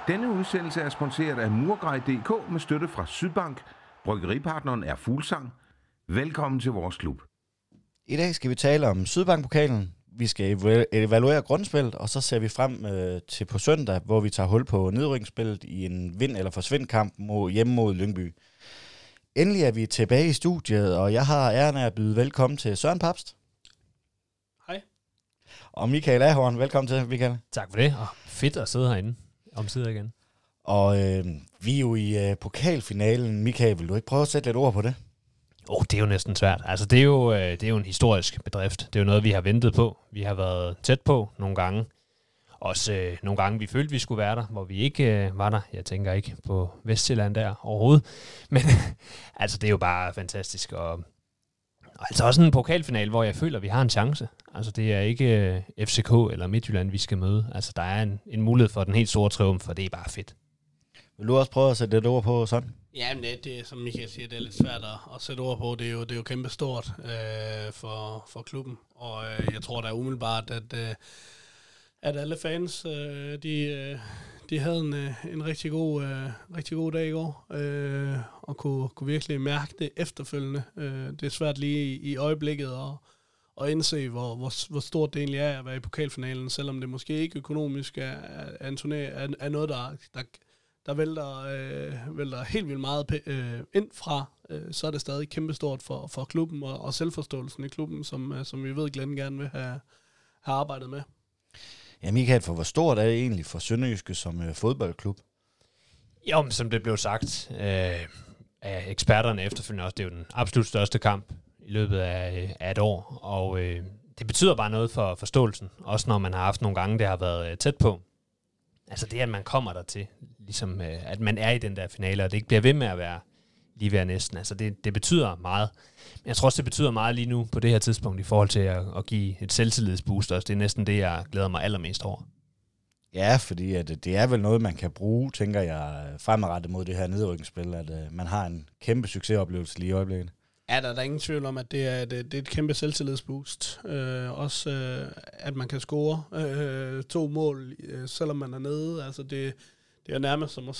Denne udsendelse er sponsoreret af Murgrej.dk med støtte fra Sydbank. Bryggeripartneren er Fuglsang. Velkommen til vores klub. I dag skal vi tale om Sydbank-pokalen. Vi skal evaluere grundspillet, og så ser vi frem til på søndag, hvor vi tager hul på nedrykningsspillet i en vind- eller forsvind-kamp hjemme mod Lyngby. Endelig er vi tilbage i studiet, og jeg har æren af at byde velkommen til Søren Papst. Hej. Og Michael Ahorn. Velkommen til, Michael. Tak for det, og fedt at sidde herinde omsider igen. Og vi er jo i pokalfinalen. Michael, vil du ikke prøve at sætte lidt ord på det? Det er jo næsten svært. Altså, det er jo en historisk bedrift. Det er jo noget, vi har ventet på. Vi har været tæt på nogle gange. Også nogle gange, vi følte, vi skulle være der, hvor vi ikke var der. Jeg tænker ikke på Vestsjælland der overhovedet. Men altså, det er jo bare fantastisk. Og altså også en pokalfinal, hvor jeg føler, vi har en chance. Altså, det er ikke FCK eller Midtjylland, vi skal møde. Altså, der er en mulighed for den helt store triumf, for det er bare fedt. Vil du også prøve at sætte lidt ord på sådan? Ja, men det som Michael siger, det er lidt svært at sætte ord på. Det er jo kæmpe stort for klubben. Og jeg tror da umiddelbart, at alle fans, de havde en rigtig god dag i går, og kunne virkelig mærke det efterfølgende. Det er svært lige i øjeblikket at indse, hvor stort det egentlig er at være i pokalfinalen, selvom det måske ikke økonomisk er noget, der vælter helt vildt meget ind fra, så er det stadig kæmpestort for klubben og selvforståelsen i klubben, som vi ved, Glenn gerne vil have arbejdet med. Ja, Michael, for hvor stort er det egentlig for Sønderjyske som fodboldklub? Jo, men som det blev sagt af eksperterne efterfølgende også, det er jo den absolut største kamp i løbet af et år, og det betyder bare noget for forståelsen, også når man har haft nogle gange, det har været tæt på. Altså det, at man kommer der til, ligesom at man er i den der finale, og det ikke bliver ved med at være lige ved næsten. Altså det betyder meget. Men jeg tror også, det betyder meget lige nu på det her tidspunkt i forhold til at give et selvtillidsboost også. Det er næsten det, jeg glæder mig allermest over. Ja, fordi at det er vel noget, man kan bruge, tænker jeg, fremadrettet mod det her nedrykningsspil, at man har en kæmpe succesoplevelse lige i øjeblikket. Ja, der er ingen tvivl om, at det er et kæmpe selvtillidsboost. Også at man kan score 2 mål, selvom man er nede. Altså det er nærmest som at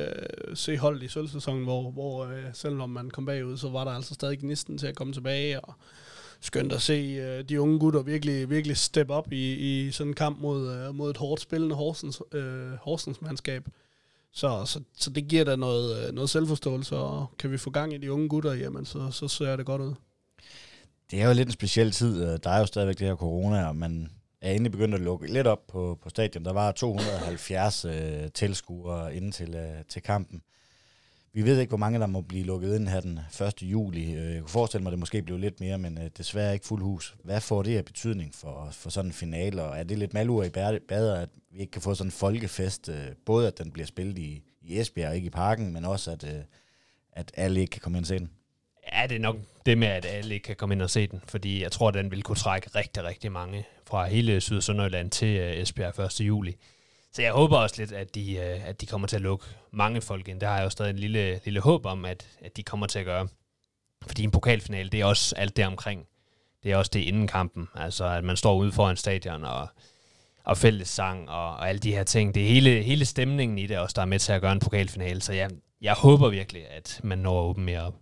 se holdet i sølvsæsonen, hvor selvom man kom bagud, så var der altså stadig gnisten til at komme tilbage. Og skønt at se de unge gutter virkelig step op i sådan en kamp mod et hårdt spillende Horsens mandskab. Så det giver da noget selvforståelse, og kan vi få gang i de unge gutter, jamen så ser det godt ud. Det er jo lidt en speciel tid. Der er jo stadigvæk det her corona, og man er endelig begyndt at lukke lidt op på stadion. Der var 270 tilskuere inde til kampen. Vi ved ikke, hvor mange der må blive lukket ind her den 1. juli. Jeg kunne forestille mig, at det måske blev lidt mere, men desværre ikke fuld hus. Hvad får det af betydning for sådan en finale? Og er det lidt malur i bader, at vi ikke kan få sådan en folkefest? Både at den bliver spillet i Esbjerg og ikke i Parken, men også at alle ikke kan komme ind og se den. Ja, det er nok det med, at alle ikke kan komme ind og se den, fordi jeg tror, at den vil kunne trække rigtig, rigtig mange fra hele Syd- og Sønderjylland til Esbjerg 1. juli. Så jeg håber også lidt, at de kommer til at lukke mange folk ind. Det har jeg jo stadig en lille håb om, at de kommer til at gøre. Fordi en pokalfinale, det er også alt det omkring. Det er også det inden kampen. Altså, at man står ude foran stadion og fællessang og alle de her ting. Det er hele stemningen i det også, der er med til at gøre en pokalfinale. Så jeg håber virkelig, at man når at åbne mere op.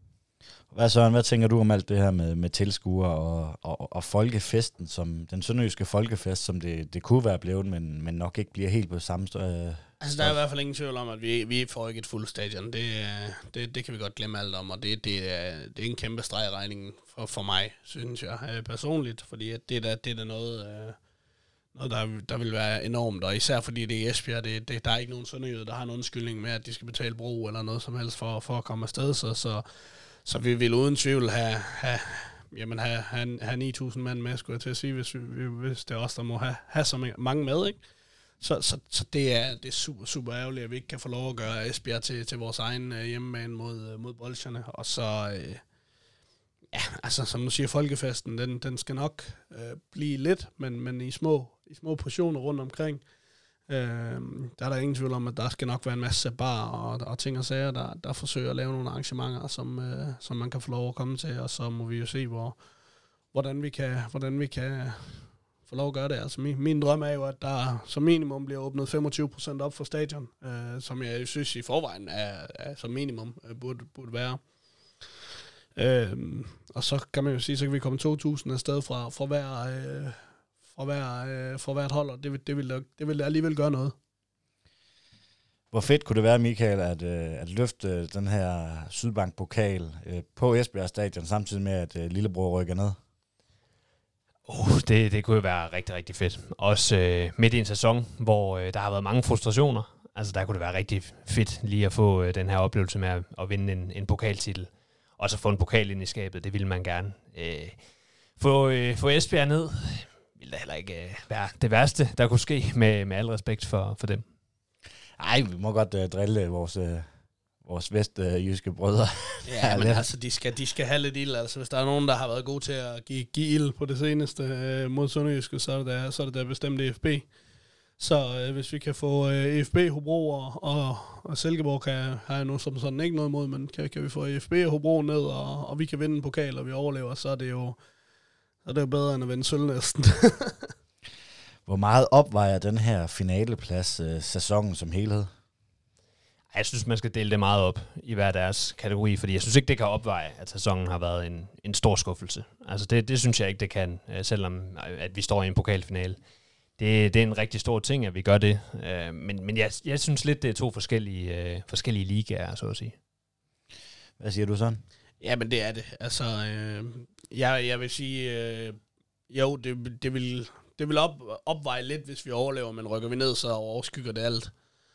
Hvad tænker du om alt det her med tilskuere og folkefesten, som den sønderjyske folkefest, som det kunne være blevet, men nok ikke bliver helt på samme Altså, der er i hvert fald ingen tvivl om, at vi får ikke et fuldt stadion. Det kan vi godt glemme alt om, og det er en kæmpe streg i regningen for mig, synes jeg, personligt, fordi at det er da noget der vil være enormt, og især fordi det er Esbjerg, der er ikke nogen sønderjyde, der har en undskyldning med, at de skal betale bro eller noget som helst for at komme afsted, så vi vil uden tvivl have 9.000 mand med, skulle jeg til at sige, hvis det er os, der må have så mange med, ikke? Så det er super, super ærgerligt, at vi ikke kan få lov at gøre Esbjerg til vores egen hjemmebane mod bolsjerne. Og så, altså som du siger, folkefesten, den skal nok blive lidt, men i små portioner rundt omkring. Der er der ingen tvivl om, at der skal nok være en masse bar og ting og sager, der forsøger at lave nogle arrangementer, som man kan få lov at komme til, og så må vi jo se, hvordan vi kan få lov at gøre det. Altså min drøm er jo, at der som minimum bliver åbnet 25% op for stadion, som jeg synes i forvejen er som minimum burde være. Og så kan man jo sige, så kan vi komme 2.000 afsted fra hvert hold, og det vil alligevel gøre noget. Hvor fedt kunne det være, Michael, at løfte den her Sydbank-pokal på Esbjerg Stadion, samtidig med, at lillebror rykker ned? Det kunne jo være rigtig, rigtig fedt. Også midt i en sæson, hvor der har været mange frustrationer. Altså, der kunne det være rigtig fedt lige at få den her oplevelse med at vinde en pokaltitel. Og så få en pokal ind i skabet, det ville man gerne. Få Esbjerg ned ville da heller ikke være det værste, der kunne ske, med al respekt for dem. Ej, vi må godt drille vores vestjyske brødre. Ja, men altså, de skal have lidt ild. Altså, hvis der er nogen, der har været god til at give ild på det seneste mod Sønderjyske, så er det da bestemt EFB. Så hvis vi kan få EFB, Hobro og Silkeborg, har jeg nu som sådan ikke noget imod, men kan vi få EFB og Hobro ned, og vi kan vinde en pokal, og vi overlever, så er det jo bedre end at vinde sølv næsten. Hvor meget opvejer den her finaleplads sæsonen som helhed? Jeg synes, man skal dele det meget op i hver deres kategori, fordi jeg synes ikke, det kan opveje, at sæsonen har været en stor skuffelse. Altså det synes jeg ikke, det kan, selvom at vi står i en pokalfinale. Det er en rigtig stor ting, at vi gør det. Men jeg synes lidt, det er to forskellige ligaer, så at sige. Hvad siger du sådan? Ja, men det er det. Altså, jeg vil sige, jo, det vil opveje lidt, hvis vi overlever, men rykker vi ned, så overskygger det alt.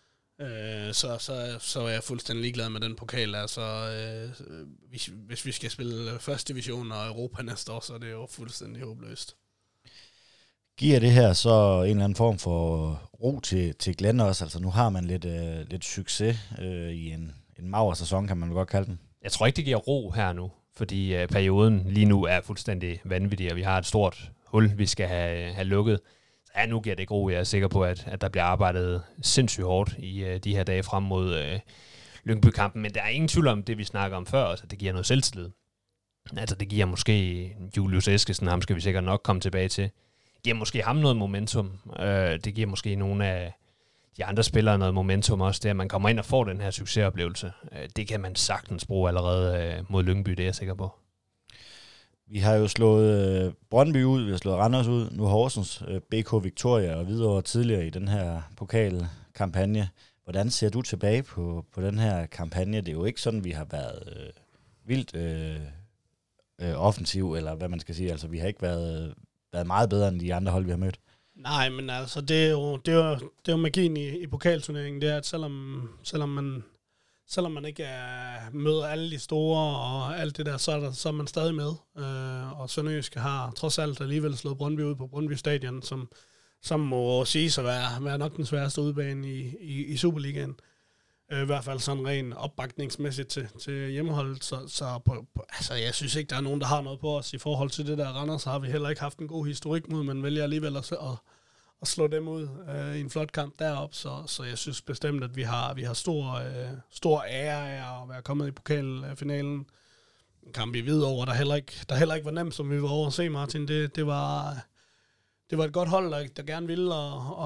Så er jeg fuldstændig ligeglad med den pokal. Altså, hvis vi skal spille første division og Europa næste år, så er det jo fuldstændig håbløst. Giver det her så en eller anden form for ro til Glenn også? Altså nu har man lidt succes i en mager sæson, kan man godt kalde den. Jeg tror ikke, det giver ro her nu, fordi perioden lige nu er fuldstændig vanvittig, og vi har et stort hul, vi skal have lukket. Ja, nu giver det ikke ro. Jeg er sikker på, at der bliver arbejdet sindssygt hårdt i de her dage frem mod Lyngby-kampen, men der er ingen tvivl om det, vi snakker om før, altså det giver noget selvtillid. Altså det giver måske Julius Eskesen, ham skal vi sikkert nok komme tilbage til. Det giver måske ham noget momentum. Det giver måske nogle af de andre spillere noget momentum også, det at man kommer ind og får den her succesoplevelse. Det kan man sagtens bruge allerede mod Lyngby, det er jeg sikker på. Vi har jo slået Brøndby ud, vi har slået Randers ud, nu Horsens, BK Victoria og videre tidligere i den her pokalkampagne. Hvordan ser du tilbage på den her kampagne? Det er jo ikke sådan, vi har været vildt offensiv, eller hvad man skal sige. Altså, vi har ikke været meget bedre end de andre hold, vi har mødt. Nej, men altså, det er jo magien i pokalturneringen, det er, at selvom man ikke møder alle de store og alt det der, så er man stadig med. Og Sønderjyske har trods alt alligevel slået Brøndby ud på Brøndby Stadion, som må sige at være nok den sværeste udbane i Superligaen. I hvert fald sådan rent opbakningsmæssigt til hjemmeholdet. Så altså, jeg synes ikke, der er nogen, der har noget på os i forhold til det der Randers. Så har vi heller ikke haft en god historik mod, men vælger alligevel at slå dem ud i en flot kamp deroppe. Så jeg synes bestemt, at vi har stor ære af at være kommet i pokalfinalen. En kamp i Hvidovre, der heller ikke var nemt, som vi var over at se, Martin. Det var et godt hold, der gerne ville,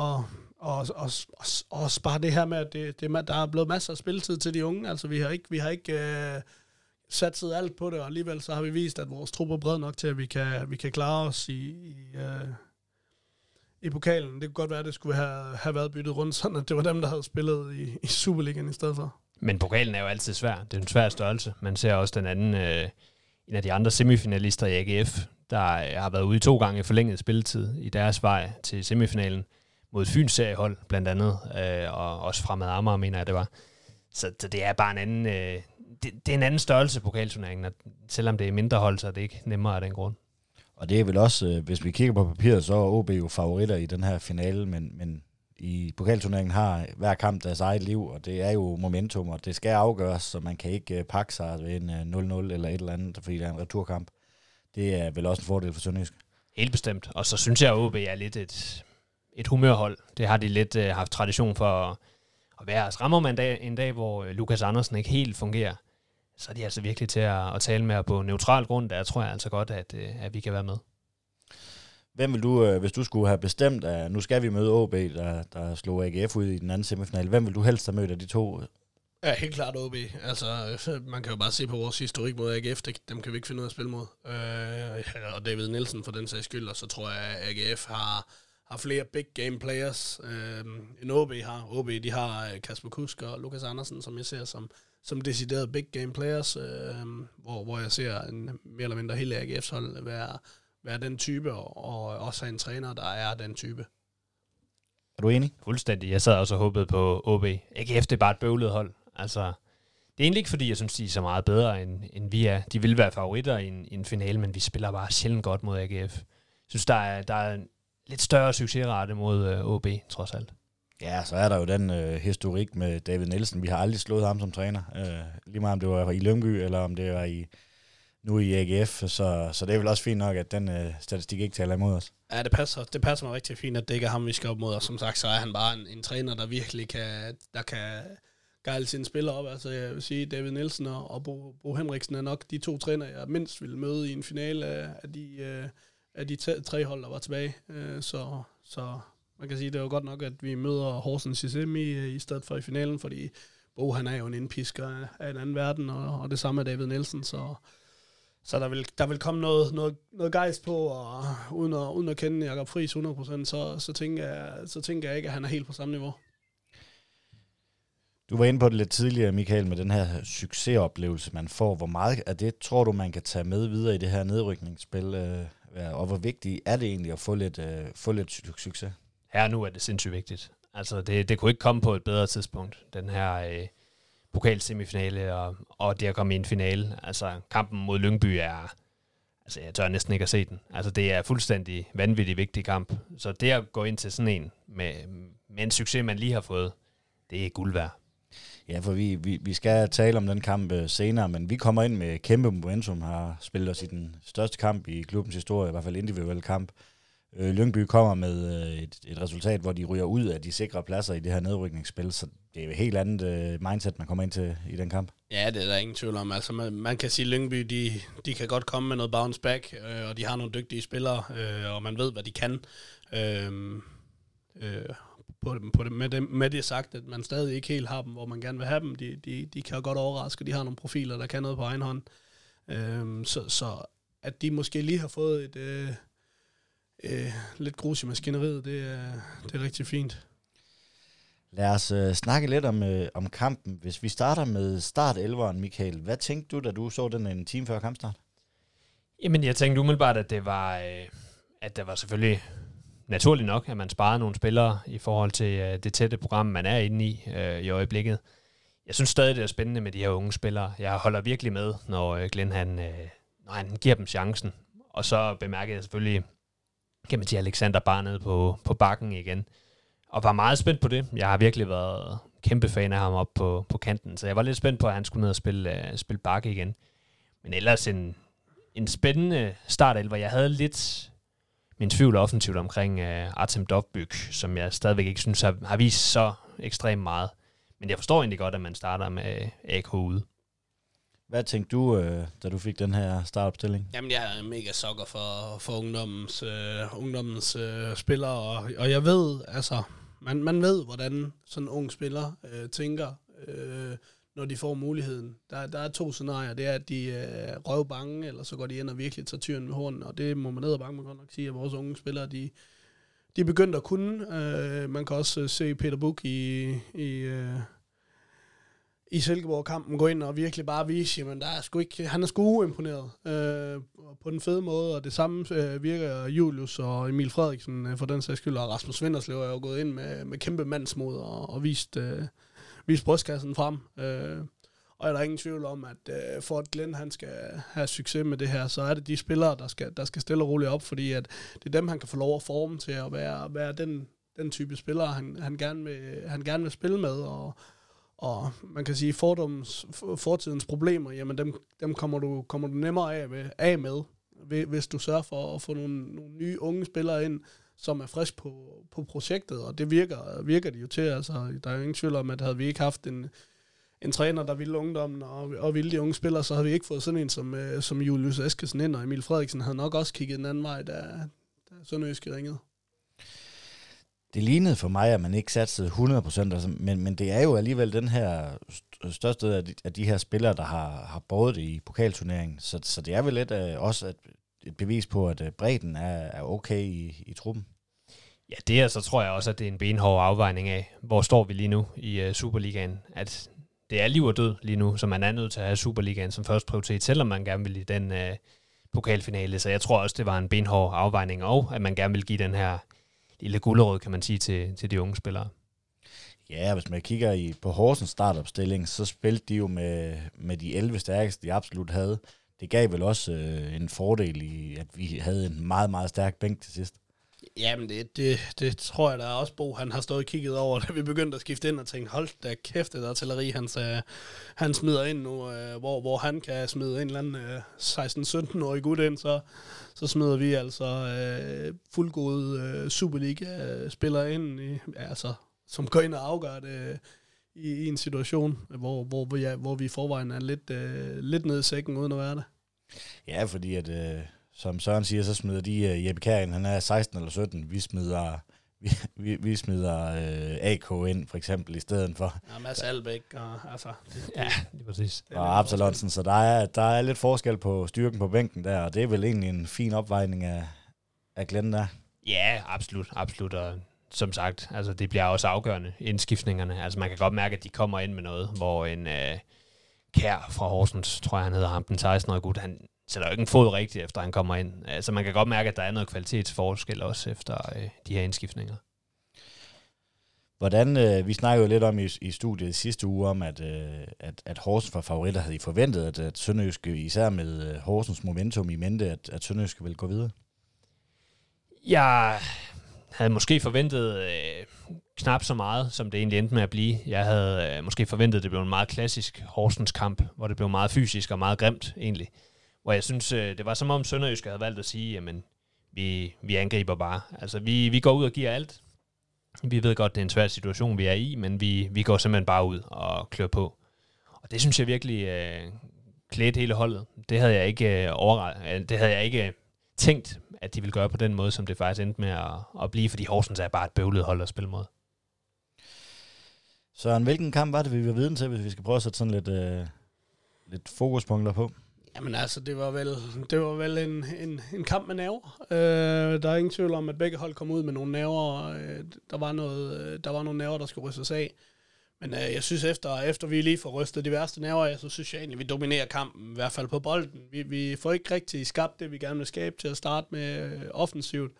og bare det her med, at der er blevet masser af spilletid til de unge. Altså, vi har ikke satset alt på det, og alligevel så har vi vist, at vores trup er bred nok til, at vi kan klare os i pokalen. Det kunne godt være, at det skulle have været byttet rundt, sådan at det var dem, der havde spillet i Superligaen i stedet for. Men pokalen er jo altid svær. Det er en svær størrelse. Man ser også den anden, en af de andre semifinalister i AGF, der har været ude 2 gange forlænget spilletid i deres vej til semifinalen mod Fyns seriehold, blandt andet, og også Fremad Amager, mener jeg, det var. Så det er bare en anden, det er en anden størrelse pokalturneringen, og selvom det er mindre hold, så er det ikke nemmere af den grund. Og det er vel også, hvis vi kigger på papiret, så er OB jo favoritter i den her finale, men i pokalturneringen har hver kamp deres eget liv, og det er jo momentum, og det skal afgøres, så man kan ikke pakke sig ved en 0-0 eller et eller andet, fordi det er en returkamp. Det er vel også en fordel for Sønderjysk. Helt bestemt, og så synes jeg, at OB er lidt et humørhold. Det har de lidt haft tradition for at være. Altså, rammer man en dag, hvor Lukas Andersen ikke helt fungerer, så er de altså virkelig til at tale med på neutral grund. Der tror jeg altså godt, at vi kan være med. Hvem vil du, hvis du skulle have bestemt, at nu skal vi møde OB, der slog AGF ud i den anden semifinal, hvem vil du helst have mødt af de to? Ja, helt klart OB. Altså, man kan jo bare se på vores historik mod AGF, dem kan vi ikke finde ud af at spille mod. Og David Nielsen for den sags skyld, og så tror jeg, at AGF har flere big game players, end OB har. OB, de har Kasper Kusk og Lukas Andersen, som jeg ser som decideret big game players, hvor jeg ser en mere eller mindre hele AGF's hold være den type, og også have en træner, der er den type. Er du enig? Fuldstændig. Jeg sad også og håbede på OB. AGF, det er bare et bøvlet hold. Altså, det er egentlig ikke, fordi jeg synes, de er så meget bedre, end vi er. De vil være favoritter i en finale, men vi spiller bare sjældent godt mod AGF. Jeg synes, der er en lidt større succesrate mod OB, trods alt. Ja, så er der jo den historik med David Nielsen. Vi har aldrig slået ham som træner. Lige meget om det var i Lyngby, eller om det var nu i AGF. Så det er vel også fint nok, at den statistik ikke taler imod os. Ja, det passer mig rigtig fint, at det ikke er ham, vi skal op mod. Og som sagt, så er han bare en træner, der virkelig kan gejle sine spillere op. Altså jeg vil sige, David Nielsen og Bo Henriksen er nok de to træner, jeg mindst ville møde i en finale af de tre hold, der var tilbage. Så man kan sige, det er jo godt nok, at vi møder Horsens i stedet for i finalen, fordi Bo, han er jo en indpisker af en anden verden, og det samme er David Nielsen, så der vil komme noget gejst på, og uden at kende Jakob Friis 100%, så tænker jeg ikke, at han er helt på samme niveau. Du var inde på det lidt tidligere, Michael, med den her succesoplevelse, man får. Hvor meget af det tror du, man kan tage med videre i det her nedrykningsspil? Og hvor vigtigt er det egentlig at få lidt succes? Her nu er det sindssygt vigtigt. Altså, det kunne ikke komme på et bedre tidspunkt, den her pokalsemifinale, og det at komme i en finale. Altså, kampen mod Lyngby er... Altså, jeg tør næsten ikke at se den. Altså, det er fuldstændig vanvittig vigtig kamp. Så det at gå ind til sådan en med en succes, man lige har fået, det er guld værd. Ja, for vi skal tale om den kamp senere, men vi kommer ind med kæmpe momentum, har spillet os i den største kamp i klubbens historie, i hvert fald individuel kamp. Lyngby kommer med et resultat, hvor de ryger ud af de sikre pladser i det her nedrykningsspil, så det er jo et helt andet mindset, man kommer ind til i den kamp. Ja, det er der ingen tvivl om. Altså, man kan sige, at Lyngby, de kan godt komme med noget bounce back, og de har nogle dygtige spillere, og man ved, hvad de kan. Med det sagt, at man stadig ikke helt har dem, hvor man gerne vil have dem. De kan jo godt overraske, de har nogle profiler, der kan noget på egen hånd. Så at de måske lige har fået et lidt grus i maskineriet, det er rigtig fint. Lad os snakke lidt om kampen. Hvis vi starter med start-11'eren, Michael, hvad tænkte du, da du så den en time før kampstart? Jamen, jeg tænkte umiddelbart, at det var selvfølgelig naturligt nok, at man sparede nogle spillere i forhold til det tætte program, man er inde i øjeblikket. Jeg synes stadig, det er spændende med de her unge spillere. Jeg holder virkelig med, når Glenn når han giver dem chancen. Og så bemærkede jeg selvfølgelig, kan man sige, Alexander bare nede på bakken igen. Og var meget spændt på det. Jeg har virkelig været kæmpe fan af ham op på kanten, så jeg var lidt spændt på, at han skulle ned og spille bakke igen. Men ellers en spændende startelver. Jeg havde lidt min tvivl offensivt omkring Artem Dovbyk, som jeg stadigvæk ikke synes har vist så ekstremt meget. Men jeg forstår egentlig godt, at man starter med AK ude. Hvad tænkte du, da du fik den her startopstilling? Jamen, jeg er mega sokker for ungdommens spillere, og jeg ved, altså, man ved, hvordan sådan en ung spiller tænker, når de får muligheden. Der er to scenarier. Det er, at de er røvbange, eller så går de ind og virkelig tager tyren med hornen, og det må man ned og bange, man kan nok sige, at vores unge spillere, de er begyndt at kunne. Man kan også se Peter Buch i Silkeborg-kampen gå ind og virkelig bare vise, men han er sgu uimponeret på den fede måde, og det samme virker Julius og Emil Frederiksen for den sags skyld, og Rasmus Vinderslev er jo gået ind med kæmpe mandsmod og vist brystkassen frem. Og er der ingen tvivl om, at for at Glenn han skal have succes med det her, så er det de spillere, der skal stille og roligt op, fordi at det er dem, han kan få lov at forme til at være den type spillere, han gerne vil spille med, og man kan sige, fortidens problemer, jamen dem kommer du nemmere af med, hvis du sørger for at få nogle nye unge spillere ind, som er frisk på projektet, og det virker de jo til. Altså, der er jo ingen tvivl om, at havde vi ikke haft en træner, der ville ungdommen og ville de unge spillere, så havde vi ikke fået sådan en som Julius Eskesen ind, og Emil Frederiksen havde nok også kigget den anden vej, Sønderjyske ringede. Det lignede for mig, at man ikke satsede 100%, altså, men det er jo alligevel den her største af de her spillere, der har båret det i pokalturneringen. Så det er vel lidt også et bevis på, at bredden er okay i truppen. Ja, det er så tror jeg også, at det er en benhård afvejning af, hvor står vi lige nu i Superligaen. At det er liv og død lige nu, så man er nødt til at have Superligaen som første prioritet, selvom man gerne vil i den pokalfinale. Så jeg tror også, det var en benhård afvejning, og at man gerne vil give den her lille gulerod, kan man sige, til de unge spillere. Ja, hvis man kigger på Horsens startopstilling, så spillede de jo med de 11 stærkeste, de absolut havde. Det gav vel også en fordel i, at vi havde en meget, meget stærk bænk til sidst. Jamen, det tror jeg, der er også Bo, han har stået og kigget over, da vi begyndte at skifte ind og tænkte, hold da kæft, det artilleri, han smider ind nu, hvor han kan smide en eller anden 16-17-årig gut ind, så smider vi altså fuldgode Superliga-spillere ind, som går ind og afgør det i en situation, hvor vi i forvejen er lidt nede i sækken, uden at være det. Ja, fordi at... Som Søren siger, så smider de Jeppe Kjær, han er 16 eller 17. Vi smider AK ind, for eksempel, i stedet for. Ja, Mads Albæk og altså... Ja, det er præcis. Og Absalonsen, så der er lidt forskel på styrken på bænken der, og det er vel egentlig en fin opvejning af Glenn der. Ja, absolut. Og som sagt, altså det bliver også afgørende indskiftningerne. Altså man kan godt mærke, at de kommer ind med noget, hvor en Kjær fra Horsens, tror jeg han hedder ham, den 16-årige gut, han sætter jo ikke en fod rigtigt, efter han kommer ind. Altså man kan godt mærke, at der er noget kvalitetsforskel også efter de her indskiftninger. Hvordan, vi snakkede jo lidt om i studiet sidste uge, om at Horsens var favoritter. Havde I forventet, at Sønderjyske, især med Horsens momentum i mente, at Sønderjyske ville gå videre? Jeg havde måske forventet knap så meget, som det egentlig endte med at blive. Jeg havde måske forventet, at det blev en meget klassisk Horsens kamp, hvor det blev meget fysisk og meget grimt egentlig. Hvor jeg synes, det var som om Sønderjyske havde valgt at sige, jamen, vi angriber bare. Altså, vi går ud og giver alt. Vi ved godt, det er en svær situation, vi er i, men vi går simpelthen bare ud og klør på. Og det synes jeg virkelig klædte hele holdet. Det havde jeg ikke tænkt, at de ville gøre på den måde, som det faktisk endte med at blive, fordi Horsens er bare et bøvlet hold at spille mod. Søren, hvilken kamp var det, vi var viden til, hvis vi skal prøve at sætte sådan lidt fokuspunkter på? Jamen altså, det var vel en kamp med nerver. Der er ingen tvivl om, at begge hold kom ud med nogle nerver. Der var nogle nerver, der skulle rystes af. Men jeg synes, efter vi lige får rystet de værste nerver, så synes jeg egentlig, at vi dominerer kampen, i hvert fald på bolden. Vi får ikke rigtig skabt det, vi gerne vil skabe til at starte med offensivt.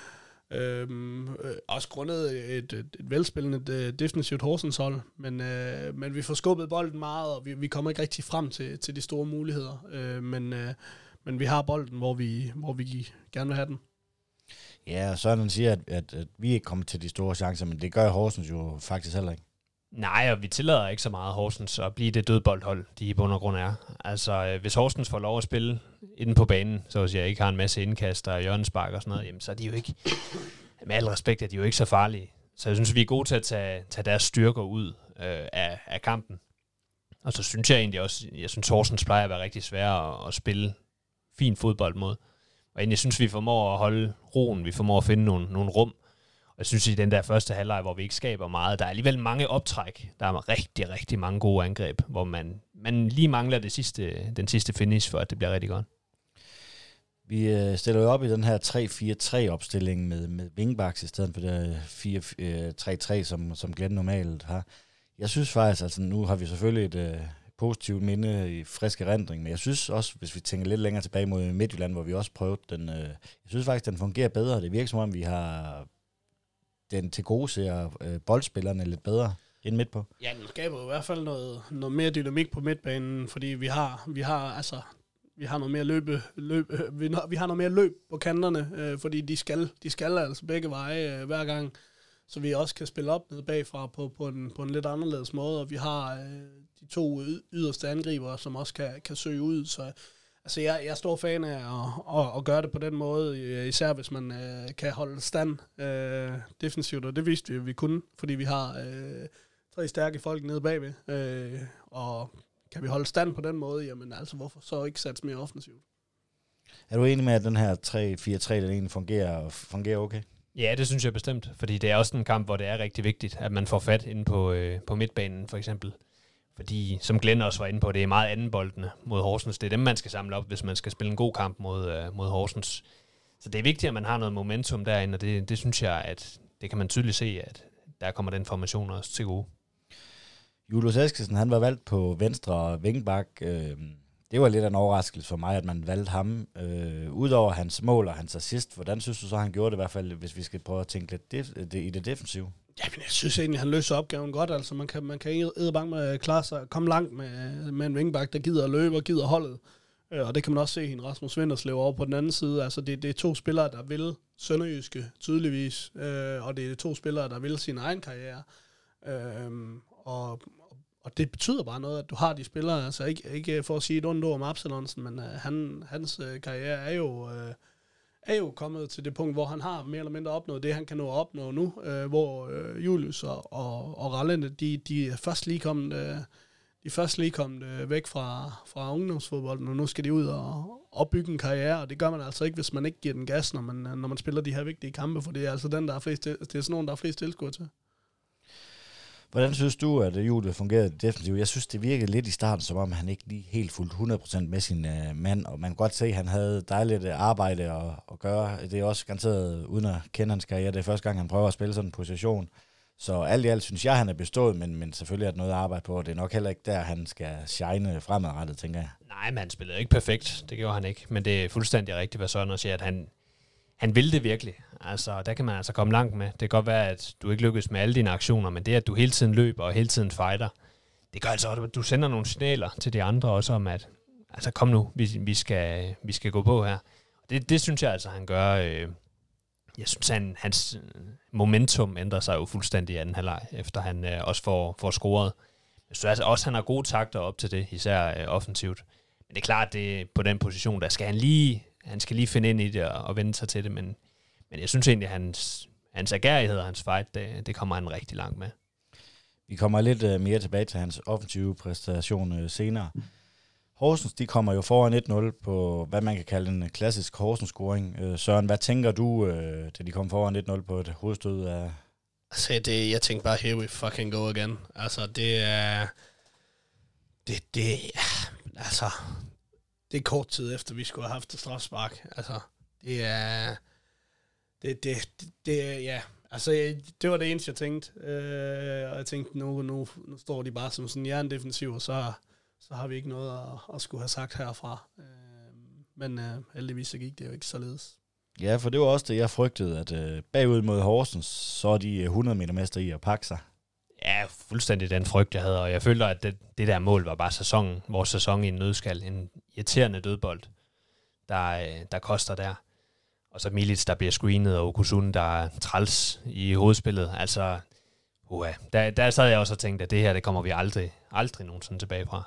Også grundet et velspillende defensivt Horsens hold, men vi får skubbet bolden meget, og vi kommer ikke rigtig frem til de store muligheder, men vi har bolden, hvor vi gerne vil have den. Ja, og Søren siger, at vi ikke kommer til de store chancer, men det gør Horsens jo faktisk heller ikke. Nej, og vi tillader ikke så meget Horsens at blive det dødboldhold, de i bund og grund er. Altså, hvis Horsens får lov at spille inden på banen, så hvis jeg ikke har en masse indkast og hjørnespark og sådan noget, jamen, så er de jo ikke, med al respekt, er de jo ikke så farlige. Så jeg synes, vi er gode til at tage deres styrker ud af kampen. Og så synes jeg egentlig også, Horsens plejer at være rigtig svære at spille fin fodbold mod. Og jeg synes, vi formår at holde roen, vi formår at finde nogle rum. Og jeg synes, i den der første halvleg, hvor vi ikke skaber meget, der er alligevel mange optræk. Der er rigtig, rigtig mange gode angreb, hvor man lige mangler den sidste finish, for at det bliver rigtig godt. Vi stiller jo op i den her 3-4-3 opstilling med wingbacks i stedet for det 4-3-3, som Glenn normalt har. Jeg synes faktisk, altså nu har vi selvfølgelig et positivt minde i frisk erindring, men jeg synes også, hvis vi tænker lidt længere tilbage mod Midtjylland, hvor vi også prøvede den, jeg synes faktisk, den fungerer bedre. Det virker som om, vi har den til gode ser boldspillerne lidt bedre end midt på. Ja, den skaber i hvert fald noget mere dynamik på midtbanen, fordi vi har noget mere vi har noget mere løb på kanterne, fordi de skal altså begge veje hver gang, så vi også kan spille op ned bagfra på en lidt anderledes måde, og vi har de to yderste angriber, som også kan søge ud, så altså jeg er stor fan af at gøre det på den måde, især hvis man kan holde stand defensivt, og det viste vi kunne, fordi vi har 3 stærke folk nede bagved, og kan vi holde stand på den måde, jamen altså hvorfor så ikke satse mere offensivt? Er du enig med, at den her 3-4-3, den egentlig fungerer okay? Ja, det synes jeg bestemt, fordi det er også en kamp, hvor det er rigtig vigtigt, at man får fat inde på midtbanen for eksempel. Fordi, som Glenn også var inde på, det er meget andenboldene mod Horsens. Det er dem, man skal samle op, hvis man skal spille en god kamp mod Horsens. Så det er vigtigt, at man har noget momentum derinde, og det synes jeg, at det kan man tydeligt se, at der kommer den formation også til gode. Julius Eskesen, han var valgt på venstre vingbak. Det var lidt af en overraskelse for mig, at man valgte ham. Udover hans mål og hans assist, hvordan synes du så, han gjorde det i hvert fald, hvis vi skal prøve at tænke lidt i det defensive? Jamen, jeg synes egentlig, han løser opgaven godt. Altså, man kan edderbank med klare sig, komme langt med en vingbak, der gider at løbe og gider holdet. Og det kan man også se hende Rasmus Vinderslev over på den anden side. Altså, det er 2 spillere, der vil sønderjyske, tydeligvis. Og det er 2 spillere, der vil sin egen karriere. Og det betyder bare noget, at du har de spillere. Altså, ikke for at sige et ondt ord om Absalonsen, men hans karriere er jo kommet til det punkt, hvor han har mere eller mindre opnået det, han kan nå at opnå nu, hvor Julius og Rallende, de er først lige kommet væk fra ungdomsfodbolden, og nu skal de ud og bygge en karriere, og det gør man altså ikke, hvis man ikke giver den gas, når man spiller de her vigtige kampe, for det er altså den, der er flest, det er sådan nogen, der er flest tilskuere til. Hvordan synes du, at Julius fungerede defensivt? Jeg synes, det virkede lidt i starten, som om han ikke lige helt fuldt 100% med sin mand, og man kan godt se, at han havde dejligt arbejde at gøre. Det er også garanteret, uden at kende hans karriere, det er første gang, han prøver at spille sådan en position. Så alt i alt synes jeg, han er bestået, men selvfølgelig er det noget at arbejde på, og det er nok heller ikke der, han skal shine fremadrettet, tænker jeg. Nej, men han spillede ikke perfekt, det gjorde han ikke, men det er fuldstændig rigtigt, hvad Søren siger, at han ville det virkelig. Altså, der kan man altså komme langt med. Det kan godt være, at du ikke lykkes med alle dine aktioner, men det, at du hele tiden løber og hele tiden fighter, det gør altså, at du sender nogle signaler til de andre også om, at altså, kom nu, vi skal gå på her. Det synes jeg altså, han gør. Jeg synes, hans momentum ændrer sig jo fuldstændig i anden halvleg, efter han også får scoret. Jeg synes altså også, han har gode takter op til det, især offensivt. Men det er klart, det på den position, der skal han skal lige finde ind i det og vende sig til det, men jeg synes egentlig, at hans agerighed og hans fight, det kommer han rigtig langt med. Vi kommer lidt mere tilbage til hans offensive præstation senere. Horsens, de kommer jo foran 1-0 på, hvad man kan kalde en klassisk Horsens-scoring. Søren, hvad tænker du, da de kom foran 1-0 på et hovedstød af... Altså, jeg tænker bare, here we fucking go again. Altså, det er kort tid efter, vi skulle have haft et strafspark. Altså, det var det eneste, jeg tænkte. Og jeg tænkte, nu står de bare som sådan en jerndefensiv, og så har vi ikke noget at skulle have sagt herfra. Men heldigvis så gik det jo ikke således. Ja, for det var også det, jeg frygtede, at bagud mod Horsens, så er de 100 meter mester i at pakke sig. Ja, fuldstændig den frygt, jeg havde, og jeg føler, at det der mål var bare vores sæson i en nødskal. En irriterende dødbold, der koster der. Og så Milic, der bliver screenet, og Okusun, der er træls i hovedspillet. Altså, der sad jeg også og tænkte, at det her, det kommer vi aldrig nogensinde tilbage fra.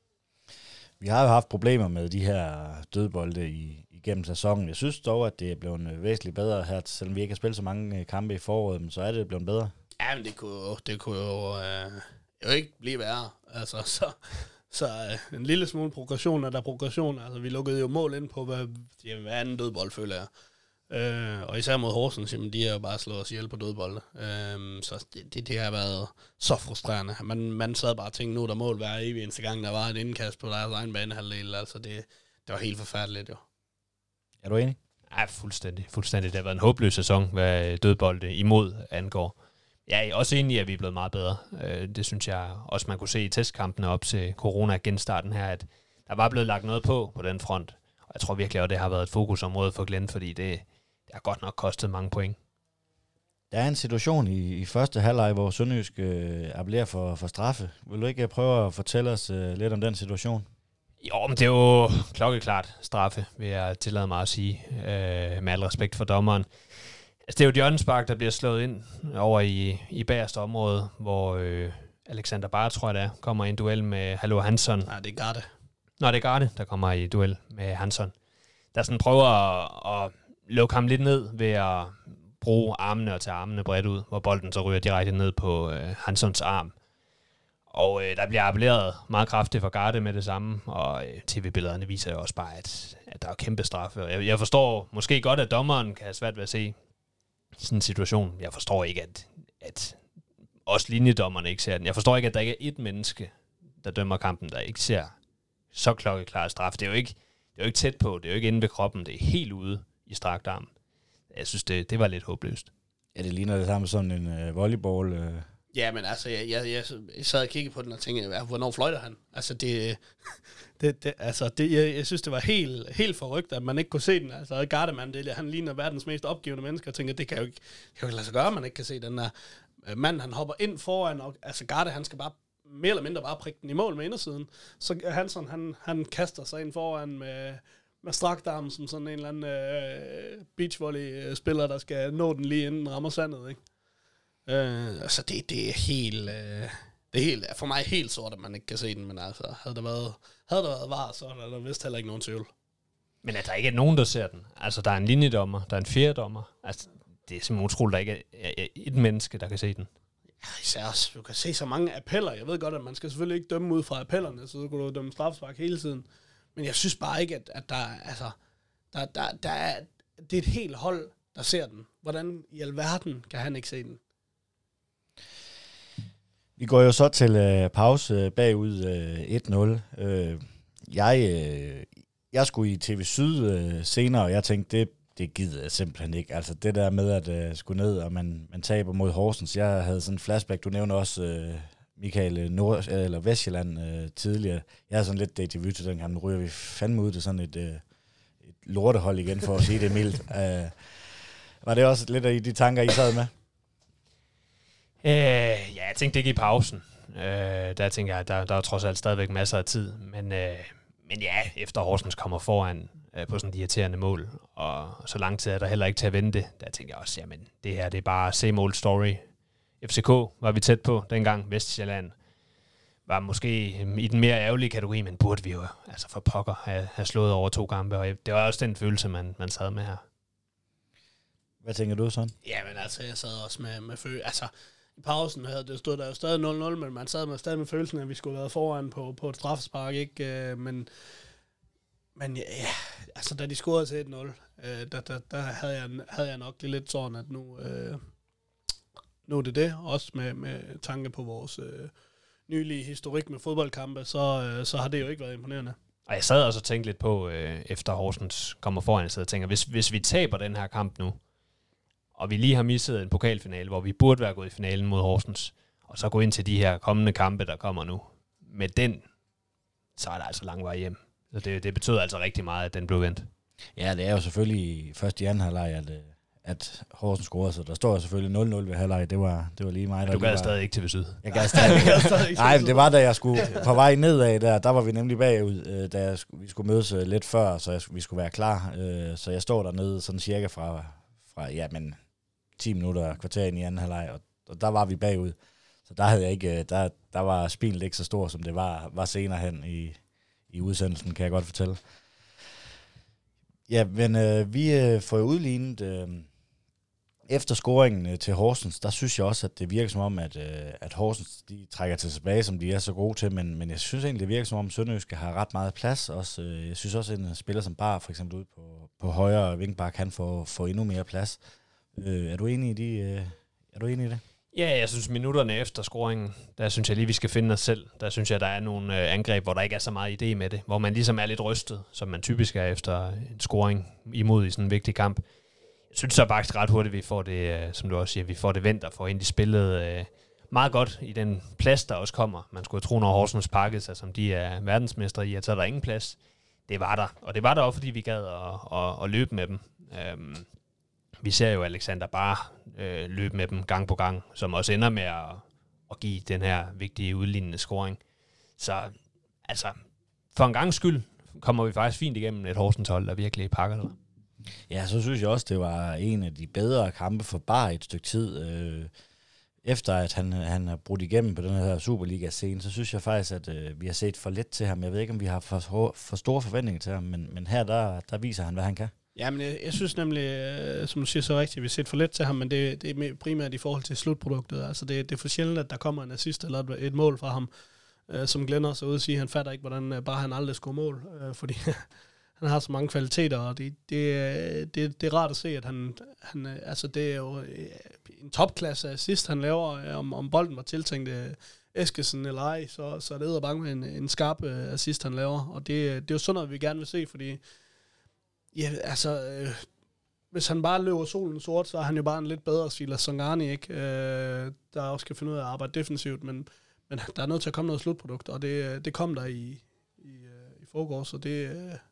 Vi har jo haft problemer med de her dødbolde igennem sæsonen. Jeg synes dog, at det er blevet væsentligt bedre her, selvom vi ikke har spillet så mange kampe i foråret, men så er det blevet bedre. Ja, men det kunne jo ikke blive værre. Altså, så en lille smule progression er der progression. Altså, vi lukkede jo mål ind på hver anden dødbold, føler jeg. Og især mod Horsens, jamen, de har jo bare slået os ihjel på dødbolde. Så det har været så frustrerende. Man sad bare og tænkte, nu er der mål hver evig eneste gang, der var et indkast på deres egen banehalvdel. Altså, det var helt forfærdeligt, jo. Er du enig? Ja, fuldstændig. Det har været en håbløs sæson, hvad dødbolde imod angår. Jeg er også enig i, at vi er blevet meget bedre. Det synes jeg også, man kunne se i testkampene op til corona-genstarten her, at der var blevet lagt noget på den front. Og jeg tror virkelig, at det har været et fokusområde for Glenn, fordi det har godt nok kostet mange point. Der er en situation i første halvleg, hvor Sønderjysk appellerer for straffe. Vil du ikke prøve at fortælle os lidt om den situation? Jo, men det er jo klokkeklart straffe, vil jeg tillade mig at sige, med al respekt for dommeren. Altså, det er jo et hjørnespark, der bliver slået ind over i bagerste område, hvor Alexander Barr, tror jeg det er, kommer i en duel med Hallo Hansson. Nej, det er Garde. Nå, det er Garde, der kommer i duel med Hansson. Der sådan prøver at lukke ham lidt ned ved at bruge armene og tage armene bredt ud, hvor bolden så ryger direkte ned på Hanssons arm. Og der bliver appelleret meget kraftigt for Garde med det samme, og tv-billederne viser jo også bare, at der er kæmpe straffe. Jeg forstår måske godt, at dommeren kan have svært ved at se sådan en situation. Jeg forstår ikke, at også linjedommerne ikke ser den. Jeg forstår ikke, at der ikke er ét menneske, der dømmer kampen, der ikke ser så klokkeklar straf. Det er jo ikke tæt på, det er jo ikke inde ved kroppen, det er helt ude i strakt arm. Jeg synes, det var lidt håbløst. Ja, det ligner det samme som en volleyball. Ja, men altså, jeg sad og kiggede på den og tænkte, hvornår fløjter han? Altså, jeg synes, det var helt forrygt, at man ikke kunne se den. Altså, Gardemann, han ligner verdens mest opgivende mennesker, og tænker, det kan jo ikke lade sig gøre, at man ikke kan se den der mand, han hopper ind foran, og altså, Garde, han skal bare mere eller mindre bare prikke den i mål med indersiden. Så Hansson, han kaster sig ind foran med strakt arm, som sådan en eller anden beachvolley-spiller, der skal nå den lige inden den rammer sandet, ikke? Altså det er helt for mig helt sort, at man ikke kan se den, men altså havde der været var, så er der vist heller ikke nogen tvivl. Men at der ikke er nogen, der ser den. Altså der er en linjedommer, der er en fjerdommer. Altså det er simpelthen utroligt, at der ikke er et menneske, der kan se den. Ja, især også, du kan se så mange appeller. Jeg ved godt, at man skal selvfølgelig ikke dømme ud fra appellerne, så kan du dømme strafspark hele tiden. Men jeg synes bare ikke, at der er det er et helt hold, der ser den. Hvordan i alverden kan han ikke se den? Vi går jo så til pause bagud 1-0. Jeg skulle i TV Syd senere, og jeg tænkte, det gider jeg simpelthen ikke. Altså det der med at skulle ned, og man taber mod Horsens. Jeg havde sådan en flashback, du nævner også Michael Vestjylland tidligere. Jeg havde sådan lidt déjà vu til den gang, nu ryger vi fandme ud til sådan et lortehold igen, for at sige det mildt. Var det også lidt af de tanker, I sad med? Jeg tænkte ikke i pausen. Der tænker jeg, at der er trods alt stadigvæk masser af tid. Men ja, efter Horsens kommer foran på sådan de irriterende mål, og så lang tid er der heller ikke til at vente, der tænker jeg også, jamen det her, det er bare same old story. FCK var vi tæt på dengang. Vestsjælland var måske i den mere ærgerlige kategori, men burde vi jo altså for pokker have slået over 2 kampe, og det var også den følelse, man sad med her. Hvad tænker du sådan? Ja, men altså, jeg sad også med følelse. Altså, i pausen det stod der jo stadig 0-0, men man sad stadig med følelsen, at vi skulle have været foran på et straffespark, ikke? Men ja, altså, da de scorede til 1-0, der havde jeg nok lidt sådan, at nu er det. Også med tanke på vores nylige historik med fodboldkampe, så har det jo ikke været imponerende. Og jeg sad også og tænkte lidt på, efter Horsens kommer foran, så jeg tænker, hvis vi taber den her kamp nu, og vi lige har misset en pokalfinale, hvor vi burde være gået i finalen mod Horsens, og så gå ind til de her kommende kampe, der kommer nu, med den, så er der altså lang vej hjem. Så det betød altså rigtig meget, at den blev vendt. Ja, det er jo selvfølgelig først i anden halvleg, at Horsens scorede, så der står selvfølgelig 0-0 ved halvleg. Det var lige mig, der... Du gad stadig ikke til Syd. Jeg gad stadig ikke. Nej, men det var, da jeg skulle på vej nedad der var vi nemlig bagud, da vi skulle mødes lidt før, så vi skulle være klar. Så jeg står dernede sådan cirka fra 10 minutter, kvarter ind i anden halvleg, og der var vi bagud. Så der havde jeg ikke... Der var spilet ikke så stor, som det var senere hen i udsendelsen, kan jeg godt fortælle. Ja, men vi får jo udlignet efter scoringen til Horsens. Der synes jeg også, at det virker som om, at Horsens de trækker til tilbage, som de er så gode til, men jeg synes egentlig, det virker som om, Sønderjyske har ret meget plads. Også, jeg synes også, at en spiller som Bar, for eksempel ude på højre vingbak, kan få endnu mere plads. Er du enig i det? Ja, jeg synes minutterne efter scoringen, der synes jeg lige, vi skal finde os selv. Der synes jeg, der er nogle angreb, hvor der ikke er så meget idé med det. Hvor man ligesom er lidt rystet, som man typisk er efter en scoring imod i sådan en vigtig kamp. Jeg synes så faktisk ret hurtigt, vi får det, som du også siger, vi får det vendt og får ind i spillet meget godt i den plads, der også kommer. Man skulle tro, når Horsens pakkede sig, som de er verdensmestre i, at så er der ingen plads. Det var der. Og det var der også, fordi vi gad at løbe med dem. Vi ser jo Alexander bare løbe med dem gang på gang, som også ender med at give den her vigtige udlignende scoring. Så altså, for en gangs skyld kommer vi faktisk fint igennem et Horsens hold, der virkelig pakker det. Ja, så synes jeg også, det var en af de bedre kampe for Bar et stykke tid. Efter at han har brudt igennem på den her Superliga-scene, så synes jeg faktisk, at vi har set for lidt til ham. Jeg ved ikke, om vi har for store forventninger til ham, men her der viser han, hvad han kan. Ja, men jeg synes nemlig, som du siger så rigtigt, vi har set for lidt til ham, men det er primært i forhold til slutproduktet. Altså det er for sjældent, at der kommer en assist eller et mål fra ham, som Glenn også er ude at sige, han fatter ikke, hvordan bare han aldrig scorer mål, fordi han har så mange kvaliteter, og det er rart at se, at han altså det er jo en topklasse assist, han laver, om bolden var tiltænkt Eskesen eller ej, så er det edderbange en skarp assist, han laver, og det er jo sådan noget, vi gerne vil se, fordi ja, altså, hvis han bare løber solen sort, så er han jo bare en lidt bedre Silas Sangani, ikke? Der også skal finde ud af at arbejde defensivt, men der er nødt til at komme noget slutprodukt, og det kom der i forgårs, så det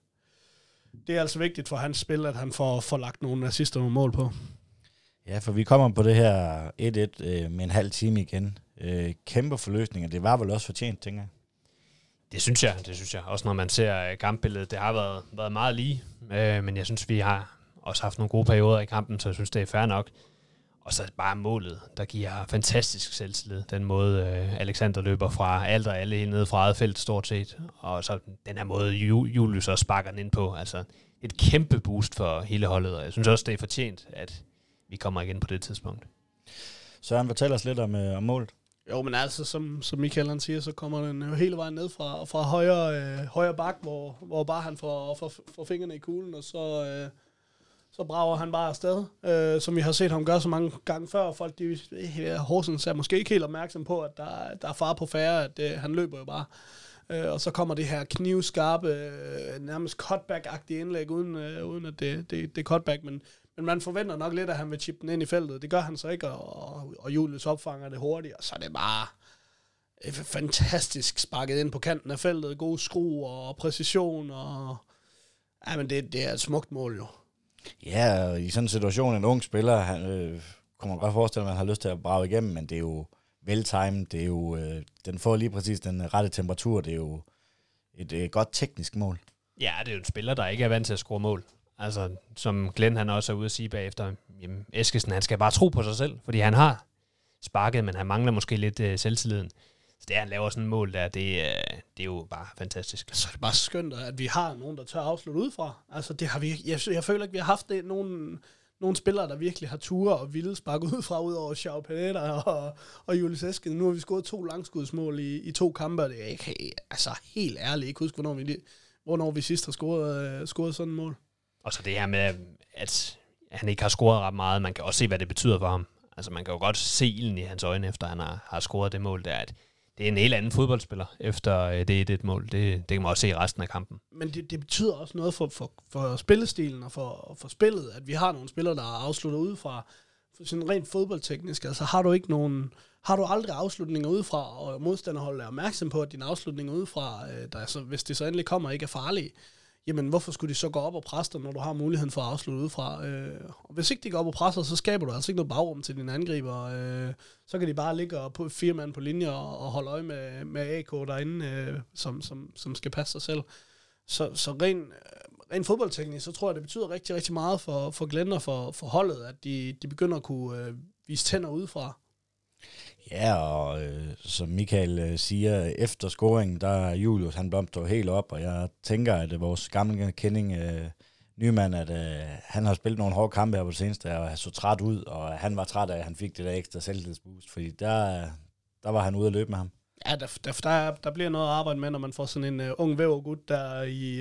er altså vigtigt for hans spil, at han får lagt nogle assister og mål på. Ja, for vi kommer på det her 1-1 med en halv time igen. Kæmpe forløsninger, det var vel også fortjent, tænker jeg. Det synes jeg. Også når man ser kampbilledet, det har været meget lige, men jeg synes, vi har også haft nogle gode perioder i kampen, så jeg synes, det er fair nok. Og så bare målet, der giver fantastisk selvtillid. Den måde, Alexander løber fra alt og alle helt nede fra eget felt stort set. Og så den her måde, Julius også sparker den ind på. Altså et kæmpe boost for hele holdet, og jeg synes også, det er fortjent, at vi kommer igen på det tidspunkt. Søren, fortæl os lidt om målet. Jo, men altså, som Michael han siger, så kommer den jo hele vejen ned fra højre bak, hvor bare han får fingrene i kuglen, og så brager han bare afsted, som vi har set ham gøre så mange gange før. Folk, Horsens er måske ikke helt opmærksom på, at der er fare på færre, at han løber jo bare. Og så kommer det her knivskarpe, nærmest cutback-agtige indlæg, uden at det er cutback, men man forventer nok lidt, at han vil chippe den ind i feltet. Det gør han så ikke, og Julius opfanger det hurtigt, og så er det bare fantastisk sparket ind på kanten af feltet. Gode skruer og præcision, og ja, men det er et smukt mål jo. Ja, i sådan en situation, en ung spiller, han kunne man godt forestille, at man har lyst til at brage igennem, men det er jo vel-timed, det er jo, den får lige præcis den rette temperatur, det er jo et godt teknisk mål. Ja, det er jo en spiller, der ikke er vant til at score mål. Altså, som Glenn han også er ude at sige bagefter, jamen, Eskesen, han skal bare tro på sig selv, fordi han har sparket, men han mangler måske lidt selvtilliden. Så det, han laver sådan et mål der, det er jo bare fantastisk. Så er det bare skønt, at vi har nogen, der tør afslutte udefra. Altså, det har vi, jeg føler ikke, vi har haft det, nogle spillere, der virkelig har ture og ville sparke udefra, ud over Xiao Pineda og Julius Eskesen. Nu har vi scoret 2 langskudsmål i 2 kampe, og det er ikke, altså helt ærligt, ikke huske, hvornår vi sidst har scoret sådan et mål. Og så det her med, at han ikke har scoret ret meget, man kan også se, hvad det betyder for ham. Altså, man kan jo godt se ilden i hans øjne, efter han har scoret det mål, der at det er en helt anden fodboldspiller, efter det er et mål. Det kan man også se i resten af kampen. Men det betyder også noget for spillestilen og for spillet, at vi har nogle spillere, der afslutter udefra. For sådan rent fodboldteknisk, altså har du aldrig afslutninger udefra, og modstanderholdet er opmærksom på, at dine afslutninger udefra, hvis det så endelig kommer, ikke er farlige, jamen hvorfor skulle de så gå op og presse dig, når du har muligheden for at afslutte udefra? Og hvis ikke de går op og presser, så skaber du altså ikke noget bagrum til dine angriber. Så kan de bare ligge og på 4 mand på linje og holde øje med AK derinde, som skal passe sig selv. Så rent fodboldteknisk, så tror jeg, det betyder rigtig, rigtig meget for Glenn og for holdet, at de begynder at kunne vise tænder udefra. Ja, og som Michael siger, efter scoringen, der er Julius, han blomstrer helt op, og jeg tænker, at vores gamle kending, Nyman, at han har spillet nogle hårde kampe her på det seneste, og så træt ud, og han var træt af, at han fik det der ekstra selvtillidsboost, fordi der var han ude at løbe med ham. Ja, der bliver noget at arbejde med, når man får sådan en ung vævergut der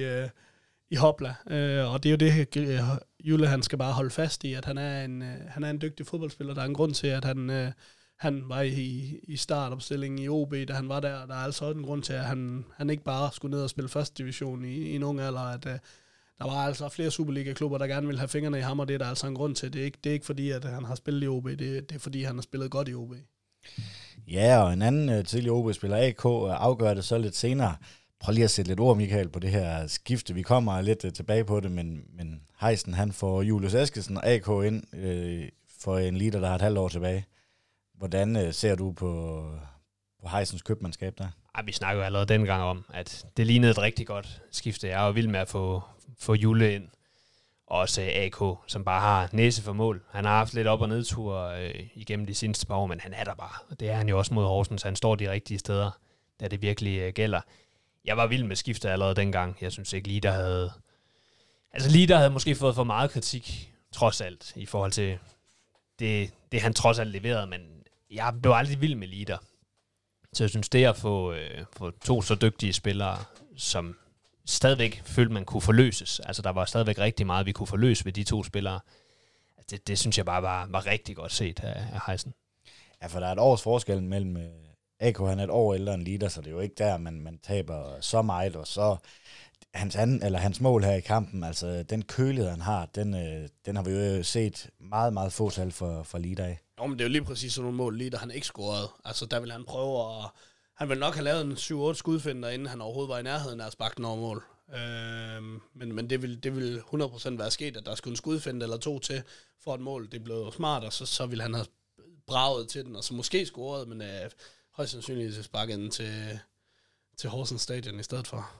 i Hopla, og det er jo det, Jule, han skal bare holde fast i, at han er en dygtig fodboldspiller. Der er en grund til, at han var i startopstillingen i OB, da han var der. Der er altså også en grund til, at han ikke bare skulle ned og spille første division i en ung alder. At der var altså flere Superliga-klubber, der gerne ville have fingrene i ham, og det er der altså en grund til. Det er ikke fordi, at han har spillet i OB, det er fordi, han har spillet godt i OB. Ja, og en anden tidlig OB-spiller, AK, afgør det så lidt senere. Prøv lige at sætte lidt ord, Michael, på det her skifte. Vi kommer lidt tilbage på det, men Heisen, han får Julius Eskesen og AK ind for en liter, der har et halvt år tilbage. Hvordan ser du på Heisens købmandskab der? Vi snakker jo allerede dengang om, at det lignede et rigtig godt skifte. Jeg er jo vild med at få Jule ind. Og også AK, som bare har næse for mål. Han har haft lidt op- og nedtur igennem de seneste par år, men han er der bare. Og det er han jo også mod Horsens. Han står de rigtige steder, da det virkelig gælder. Jeg var vild med skiftet allerede dengang. Jeg synes ikke lige, der Altså Lider havde måske fået for meget kritik, trods alt, i forhold til det han trods alt leverede, men jeg blev aldrig vild med Lider. Så jeg synes, det at få 2 så dygtige spillere, som stadigvæk følte, man kunne forløses, altså der var stadigvæk rigtig meget, vi kunne forløse ved de 2 spillere, det synes jeg bare var rigtig godt set af Heisen. Ja, for der er et års forskel mellem AK, han er et år ældre end Lider, så det er jo ikke der, man taber så meget, og så hans mål her i kampen, altså den kølighed, han har, den har vi jo set meget, meget få tal for Lider af. Jo, men det er jo lige præcis sådan nogle mål, Lider han ikke scorede. Altså der vil han prøve at... Han vil nok have lavet en 7-8 skudfinder, inden han overhovedet var i nærheden af at sparke den over mål. Men det vil 100% være sket, at der skulle en skudfinde eller 2 til for et mål. Det blev smart, og så ville han have braget til den, og så måske scoret, men højst sandsynligt sparket den til Horsens Stadion i stedet for.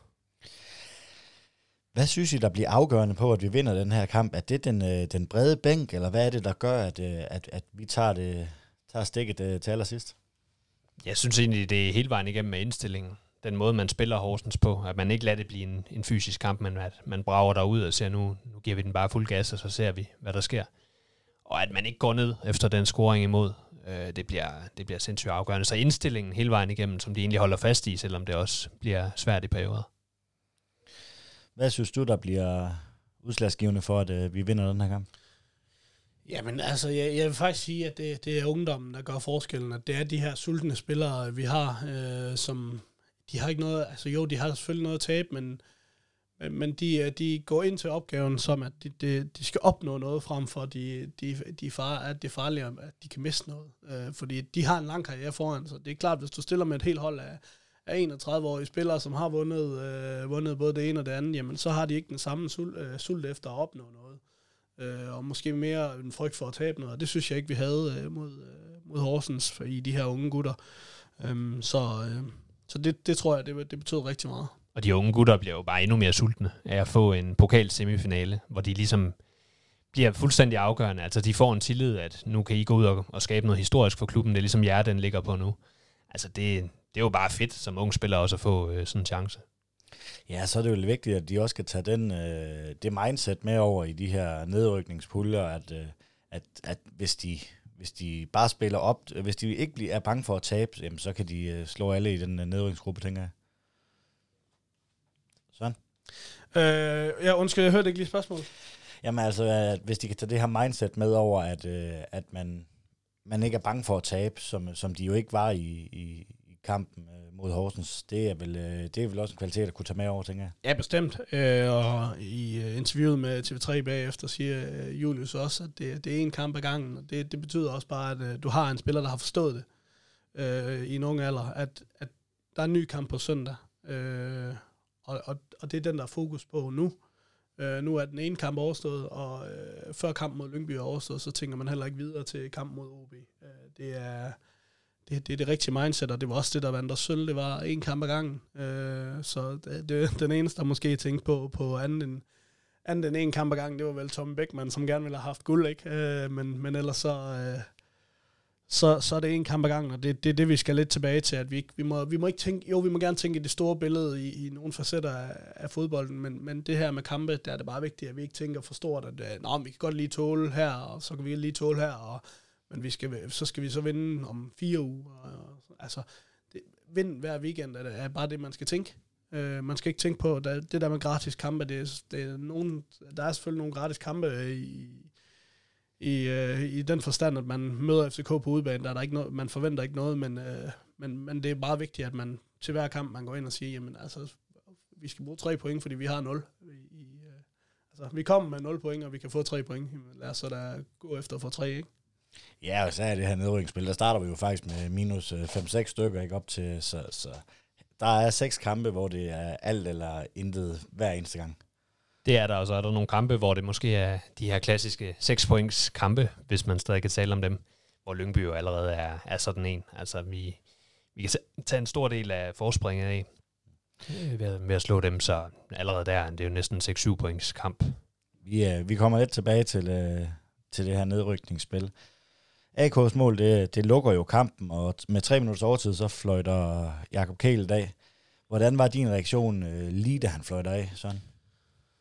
Hvad synes I, der bliver afgørende på, at vi vinder den her kamp? Er det den brede bænk, eller hvad er det, der gør, at vi tager stikket til allersidst? Jeg synes egentlig, det er hele vejen igennem med indstillingen. Den måde, man spiller Horsens på, at man ikke lader det blive en fysisk kamp, men at man brager derud og siger, nu giver vi den bare fuld gas, og så ser vi, hvad der sker. Og at man ikke går ned efter den scoring imod, det bliver sindssygt afgørende. Så indstillingen hele vejen igennem, som de egentlig holder fast i, selvom det også bliver svært i perioder. Hvad synes du, der bliver udslagsgivende for, at vi vinder den her kamp? Jamen altså, jeg vil faktisk sige, at det er ungdommen, der gør forskellen. At det er de her sultne spillere, vi har, som... De har ikke noget... Altså jo, de har selvfølgelig noget at tabe, men de går ind til opgaven som, at de skal opnå noget frem for, at det er farligt, at de kan miste noget. Fordi de har en lang karriere foran, så det er klart, hvis du stiller med et helt hold af 31-årige spillere, som har vundet både det ene og det andet, jamen så har de ikke den samme sult efter at opnå noget. Og måske mere en frygt for at tabe noget, og det synes jeg ikke, vi havde mod Horsens i de her unge gutter. Så det tror jeg, det betød rigtig meget. Og de unge gutter bliver jo bare endnu mere sultne af at få en pokalsemifinale, hvor de ligesom bliver fuldstændig afgørende. Altså de får en tillid, at nu kan I gå ud og skabe noget historisk for klubben. Det er ligesom jer, den ligger på nu. Altså det er jo bare fedt som unge spiller også at få sådan en chance. Ja, så er det jo vigtigt, at de også kan tage det mindset med over i de her nedrykningspuljer, at hvis de bare spiller op, hvis de ikke er bange for at tabe, jamen, så kan de slå alle i den nedrykningsgruppe, tænker jeg. Sådan. Ja, undskyld, jeg hørte ikke lige spørgsmålet. Jamen altså, at hvis de kan tage det her mindset med over, at man ikke er bange for at tabe, som de jo ikke var i kampen mod Horsens, det er vel også en kvalitet at kunne tage med over, tænker jeg. Ja, bestemt. Og i interviewet med TV3 bagefter siger Julius også, at det er en kamp ad gangen. Og det betyder også bare, at du har en spiller, der har forstået det i en ung alder, at der er en ny kamp på søndag. Og det er den, der er fokus på nu. Nu er den ene kamp overstået, og før kampen mod Lyngby er overstået, så tænker man heller ikke videre til kampen mod OB. Det er det rigtige mindset, og det var også det, der vandt os sølv. Det var en kamp ad gangen. Så det den eneste, der måske tænkte på anden end en kamp ad gangen, det var vel Tom Beckmann, som gerne ville have haft guld, ikke? Men ellers så er det en kamp ad gangen, og det er det, vi skal lidt tilbage til, at vi må ikke tænke, jo, vi må gerne tænke i det store billede i nogle facetter af fodbolden, men det her med kampe, der er det bare vigtigt, at vi ikke tænker for stort, at vi kan godt lige tåle her, og så kan vi lige tåle her, men så skal vi vinde om 4 uger. Altså, vind hver weekend er bare det, man skal tænke. Man skal ikke tænke på, det der med gratis kampe, der er selvfølgelig nogle gratis kampe i den forstand, at man møder FCK på udebane, der er der ikke noget, man forventer ikke noget, men det er bare vigtigt, at man til hver kamp, man går ind og siger, jamen altså, vi skal bruge 3 point, fordi vi har 0. Vi kommer med 0 point, og vi kan få 3 point. Lad os så da gå efter at få 3, ikke? Ja, og så er det her nedrykningsspil, der starter vi jo faktisk med minus 5-6 stykker, ikke op til, så der er 6 kampe, hvor det er alt eller intet hver eneste gang. Det er der, og så er der nogle kampe, hvor det måske er de her klassiske 6-points kampe, hvis man stadig kan tale om dem, hvor Lyngby jo allerede er sådan en. Altså vi kan tage en stor del af forspringet af ved at slå dem, så allerede der, det er jo næsten 6-7 points kamp. Vi kommer lidt tilbage til det her nedrykningsspil. AK's mål, det lukker jo kampen, og med 3 minutters overtid, så fløjter Jakob Kjeld af. Hvordan var din reaktion lige da han fløjter af, sådan?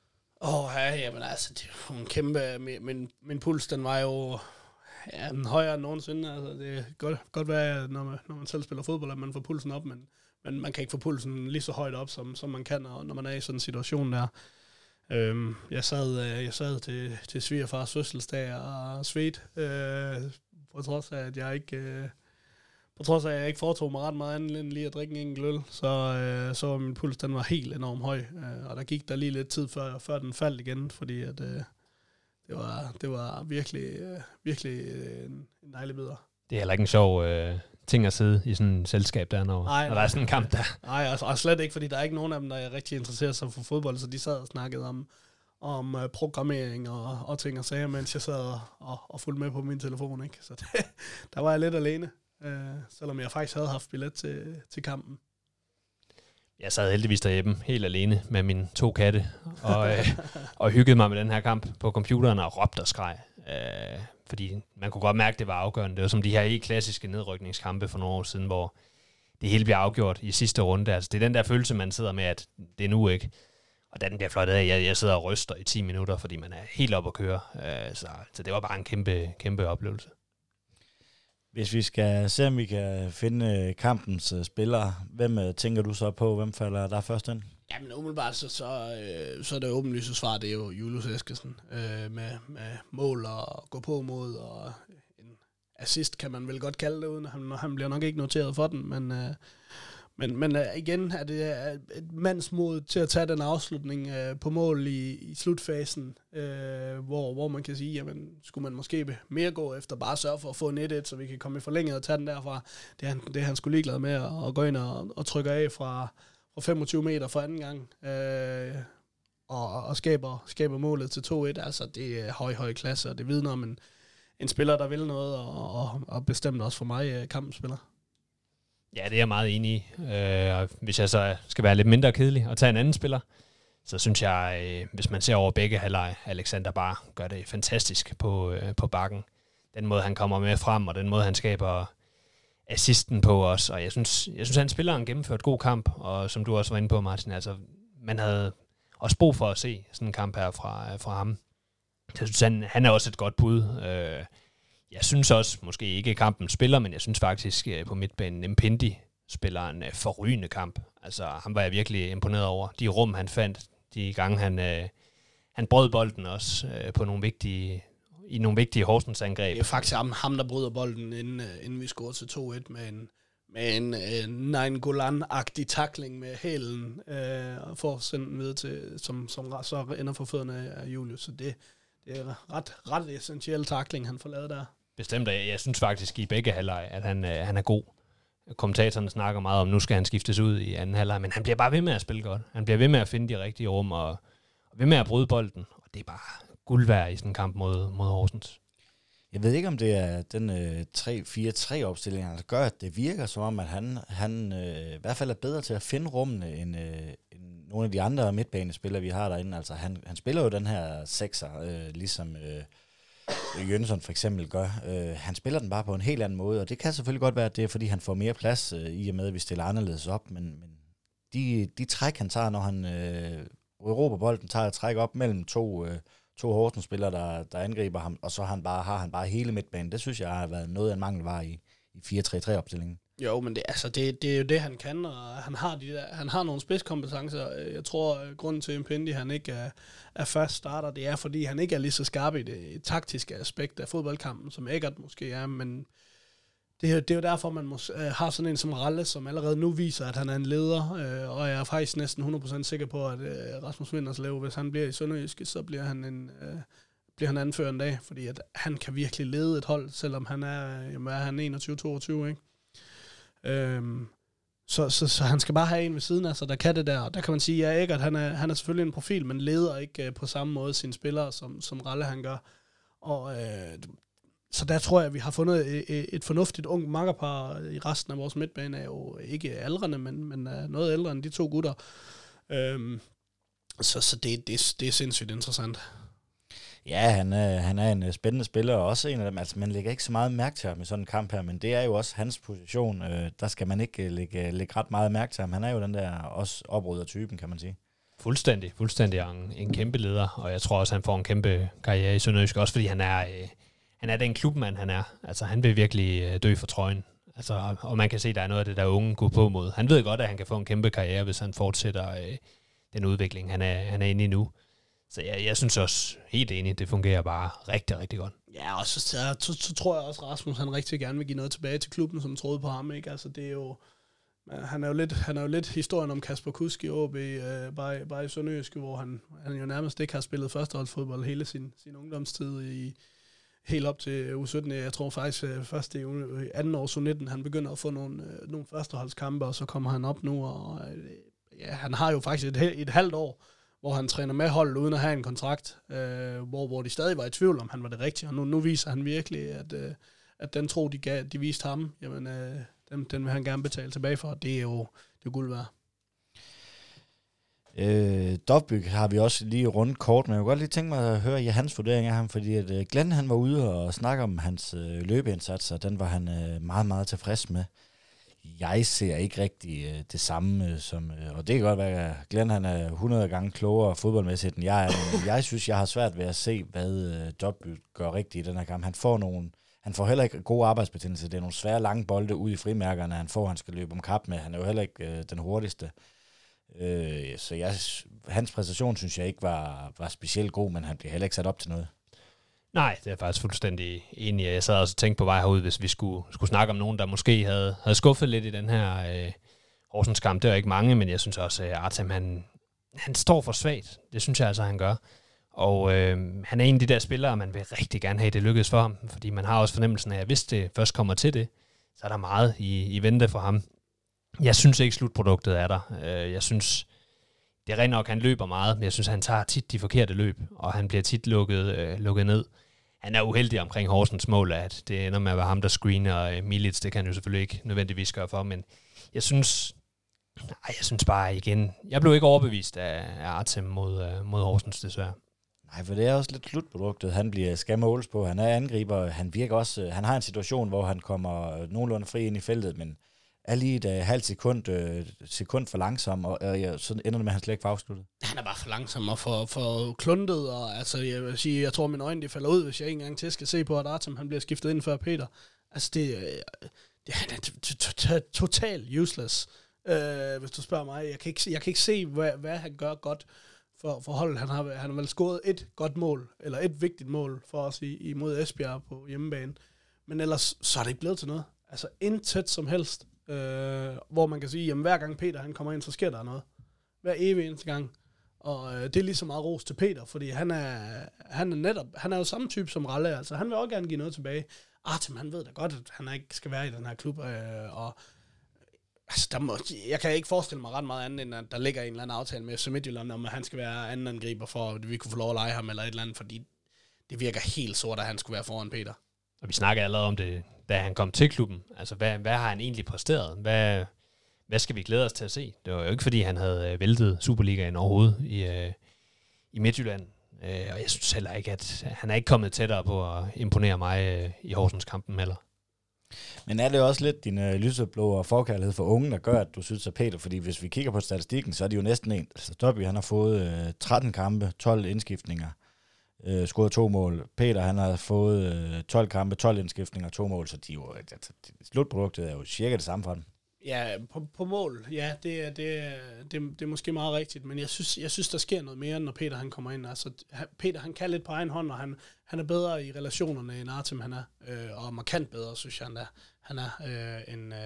Jamen altså, det er jo en kæmpe... Min puls, den var jo den højere end nogensinde. Altså, det kan godt være, når man selv spiller fodbold, at man får pulsen op, men man kan ikke få pulsen lige så højt op, som man kan, når man er i sådan en situation der. Jeg sad til svigerfars fødselsdag og svedt, på trods af, at jeg ikke foretog mig ret meget andet end lige at drikke en enkelt øl, så var min puls, den var helt enormt høj, og der gik der lige lidt tid før den faldt igen, fordi at det var virkelig en dejlig bidder. Det er heller ikke en sjov ting at sidde i sådan et selskab der, når der er sådan en kamp der. Nej, og slet ikke, fordi der er ikke nogen af dem, der er rigtig interesseret sig for fodbold, så de sad og snakkede om programmering og ting og sager, mens jeg sad og fulgte med på min telefon, ikke? Så der var jeg lidt alene, selvom jeg faktisk havde haft billet til kampen. Jeg sad heldigvis derhjemme helt alene med mine 2 katte og hyggede mig med den her kamp på computeren og råbte og skreg. Fordi man kunne godt mærke, at det var afgørende. Det var som de her klassiske nedrykningskampe for nogle år siden, hvor det hele bliver afgjort i sidste runde. Altså, det er den der følelse, man sidder med, at det er nu ikke. Og da den bliver fløjtet af, jeg sidder og ryster i 10 minutter, fordi man er helt op at køre. Så det var bare en kæmpe oplevelse. Hvis vi skal se, om vi kan finde kampens spillere, hvem tænker du så på? Hvem falder der først ind? Jamen umiddelbart, så er det åbenlyse svar, det er jo Julius Eskesen med mål og gå på mod, og en assist kan man vel godt kalde det, uden han bliver nok ikke noteret for den, men igen er det et mandsmod til at tage den afslutning på mål i slutfasen, hvor man kan sige, jamen skulle man måske mere gå efter bare sørge for at få en 1-1, så vi kan komme i forlænget og tage den derfra. Det er han sgu ligeglad med at gå ind og trykke af fra 25 meter for anden gang, og skaber målet til 2-1. Altså, det er høj klasse, og det vidner om en spiller, der vil noget, og bestemt også for mig kampens spiller. Ja, det er jeg meget enig i. Hvis jeg så skal være lidt mindre kedelig og tage en anden spiller, så synes jeg, hvis man ser over begge halvleg, Alexander Bard gør det fantastisk på bakken. Den måde, han kommer med frem, og den måde, han skaber assisten på os, og jeg synes han spiller en gennemført god kamp, og som du også var inde på, Martin, altså, man havde også brug for at se sådan en kamp her fra ham. Jeg synes, han er også et godt bud. Jeg synes også, måske ikke kampen spiller, men jeg synes faktisk på midtbanen, Mpindi spiller en forrygende kamp. Altså, ham var jeg virkelig imponeret over. De rum, han fandt, de gange han brød bolden også på nogle vigtige Horsens-angreb. Det er faktisk ham der bryder bolden, inden vi scorede til 2-1 med en Nainggolan-agtig tackling med hælen, og får sendt den videre til, som så ender for fødderne af Julius. Så det er ret essentiel tackling, han får lavet der. Bestemt, jeg synes faktisk i begge halvleg, at han er god. Kommentatorerne snakker meget om, nu skal han skiftes ud i anden halvleg, men han bliver bare ved med at spille godt. Han bliver ved med at finde de rigtige rum, og ved med at bryde bolden, og det er bare guld værd i sådan en kamp mod Horsens. Jeg ved ikke, om det er den 3-4-3 opstilling, der gør, at det virker som om, at han i hvert fald er bedre til at finde rummene, end nogle af de andre midtbanespillere, vi har derinde. Altså, han spiller jo den her sekser, ligesom Jønsson for eksempel gør. Han spiller den bare på en helt anden måde, og det kan selvfølgelig godt være, at det er, fordi han får mere plads, i og med, at vi stiller anderledes op, men de træk, han tager, når han råber bolden, tager et træk op mellem to Horsens-spillere, der angriber ham, og så har han bare hele midtbanen. Det synes jeg har været noget af en mangelvare i 4-3-3-opstillingen. Jo, men det er jo det, han kan, og han har nogle spidskompetencer. Jeg tror, grunden til, at Mpindi han ikke er fast starter, det er, fordi han ikke er lige så skarp i det taktiske aspekt af fodboldkampen, som Eggert måske er, men det er jo derfor, man har sådan en som Ralle, som allerede nu viser, at han er en leder, og jeg er faktisk næsten 100% sikker på, at Rasmus Vinderslev, hvis han bliver i Sønderjyske, så bliver han anfører en dag, fordi at han kan virkelig lede et hold, selvom han er 21-22, ikke? Så han skal bare have en ved siden af sig, der kan det der, og der kan man sige, at Eggert, han er selvfølgelig en profil, men leder ikke på samme måde sine spillere, som Ralle han gør, og så der tror jeg, at vi har fundet et fornuftigt ung makkerpar i resten af vores midtbane, er jo ikke aldrende, men noget ældre end de 2 gutter. Så det er sindssygt interessant. Ja, han er en spændende spiller, og også en af dem. Altså, man lægger ikke så meget mærke til ham i sådan en kamp her, men det er jo også hans position. Der skal man ikke lægge ret meget mærke til ham. Han er jo den der også oprydder-typen, kan man sige. Fuldstændig en kæmpe leder, og jeg tror også, han får en kæmpe karriere i Sønderjysk, også fordi han er den klubmand, han er. Altså, han vil virkelig dø for trøjen. Altså, og man kan se, at der er noget af det, der unge går på mod. Han ved godt, at han kan få en kæmpe karriere, hvis han fortsætter den udvikling, han er inde i nu. Så jeg synes også helt enig, det fungerer bare rigtig, rigtig godt. Ja, og så tror jeg også, Rasmus, han rigtig gerne vil give noget tilbage til klubben, som troede på ham, ikke? Altså, det er jo... Han er jo lidt historien om Kasper Kusk i AB, bare i Sønderjyske, hvor han jo nærmest ikke har spillet førsteholdsfodbold hele sin ungdomstid helt op til U17. Jeg tror faktisk først i anden år U19, han begynder at få nogle førsteholdskampe, og så kommer han op nu, og han har jo faktisk et halvt år, hvor han træner med holdet uden at have en kontrakt, hvor de stadig var i tvivl om, han var det rigtige, og nu viser han virkelig, at den tro, de viste ham, jamen, den vil han gerne betale tilbage for, og det er jo guld værd. Dovbyk har vi også lige rundt kort, men jeg kunne godt lige tænke mig at høre hans vurdering af ham, fordi at Glenn han var ude og snakke om hans løbeindsatser, den var han meget, meget tilfreds med. Jeg ser ikke rigtig det samme som, og det kan godt være, at Glenn han er 100 gange klogere fodboldmæssigt end jeg er. Jeg synes, jeg har svært ved at se, hvad Dovbyk gør rigtigt i den her kamp. Han får heller ikke gode arbejdsbetingelser. Det er nogle svære lange bolde ud i frimærkerne, han skal løbe om kap med. Han er jo heller ikke den hurtigste. Så hans præstation synes jeg ikke var specielt god, men han bliver heller ikke sat op til noget. Nej, det er jeg faktisk fuldstændig enig i. Jeg sad også og tænkte på vej herud, hvis vi skulle snakke om nogen, der måske havde skuffet lidt i den her Horsens kamp. Det var ikke mange, men jeg synes også, at Artem, han står for svagt. Det synes jeg altså, han gør. Og han er en af de der spillere, man vil rigtig gerne have, det lykkedes for ham. Fordi man har også fornemmelsen af, at hvis det først kommer til det, så er der meget i vente for ham. Jeg synes ikke, slutproduktet er der. Jeg synes, det er rent nok, han løber meget, men jeg synes, han tager tit de forkerte løb, og han bliver tit lukket ned. Han er uheldig omkring Horsens mål, at det ender med at være ham, der screener Milic. Det kan han jo selvfølgelig ikke nødvendigvis gøre for, men jeg synes bare igen, jeg blev ikke overbevist af Artem mod Horsens, desværre. Nej, for det er også lidt slutproduktet. Han skal måles på. Han er angriber. Han virker også. Han har en situation, hvor han kommer nogenlunde fri ind i feltet, men er lige et halvt sekund for langsom, og så ender det med, at han slet ikke får afsluttet. Han er bare for langsom og for kluntet, og altså, jeg vil sige, jeg tror, mine øjne de falder ud, hvis jeg ikke engang til skal se på, at Artem han bliver skiftet ind før Peter. Altså, han er totalt useless, hvis du spørger mig. Jeg kan ikke se, hvad han gør godt for holdet. Han har vel scoret et godt mål, eller et vigtigt mål for os imod Esbjerg på hjemmebane, men ellers så er det ikke blevet til noget. Altså, intet som helst. Hvor man kan sige, jamen hver gang Peter han kommer ind, så sker der noget. Hver evig eneste gang. Og det er lige så meget ros til Peter, fordi han er jo samme type som Ralle, altså han vil også gerne give noget tilbage. Artem, han ved da godt, at han ikke skal være i den her klub, og altså, jeg kan ikke forestille mig ret meget andet, end at der ligger en eller anden aftale med FC Midtjylland, om at han skal være anden angriber, for at vi kunne få lov at lege ham eller et eller andet, fordi det virker helt sort, at han skulle være foran Peter. Og vi snakker allerede om det, da han kom til klubben. Altså, hvad har han egentlig præsteret? Hvad skal vi glæde os til at se? Det var jo ikke, fordi han havde væltet Superligaen overhovedet i Midtjylland. Og jeg synes heller ikke, at han er ikke kommet tættere på at imponere mig i Horsens kampen heller. Men er det også lidt din lyseblå og forkærlighed for unge, der gør, at du synes, at Peter, fordi hvis vi kigger på statistikken, så er det jo næsten en. Altså, Dobby, han har fået 13 kampe, 12 indskiftninger. Scoret 2 mål. Peter, han har fået 12 kampe, 12 indskiftninger, 2 mål, så slutproduktet er jo cirka det samme for dem. Ja, på mål, ja, det er måske meget rigtigt, men jeg synes, der sker noget mere, når Peter han kommer ind. Altså, Peter, han kan lidt på egen hånd, og han er bedre i relationerne, end Artem han er, og markant bedre, synes jeg, han er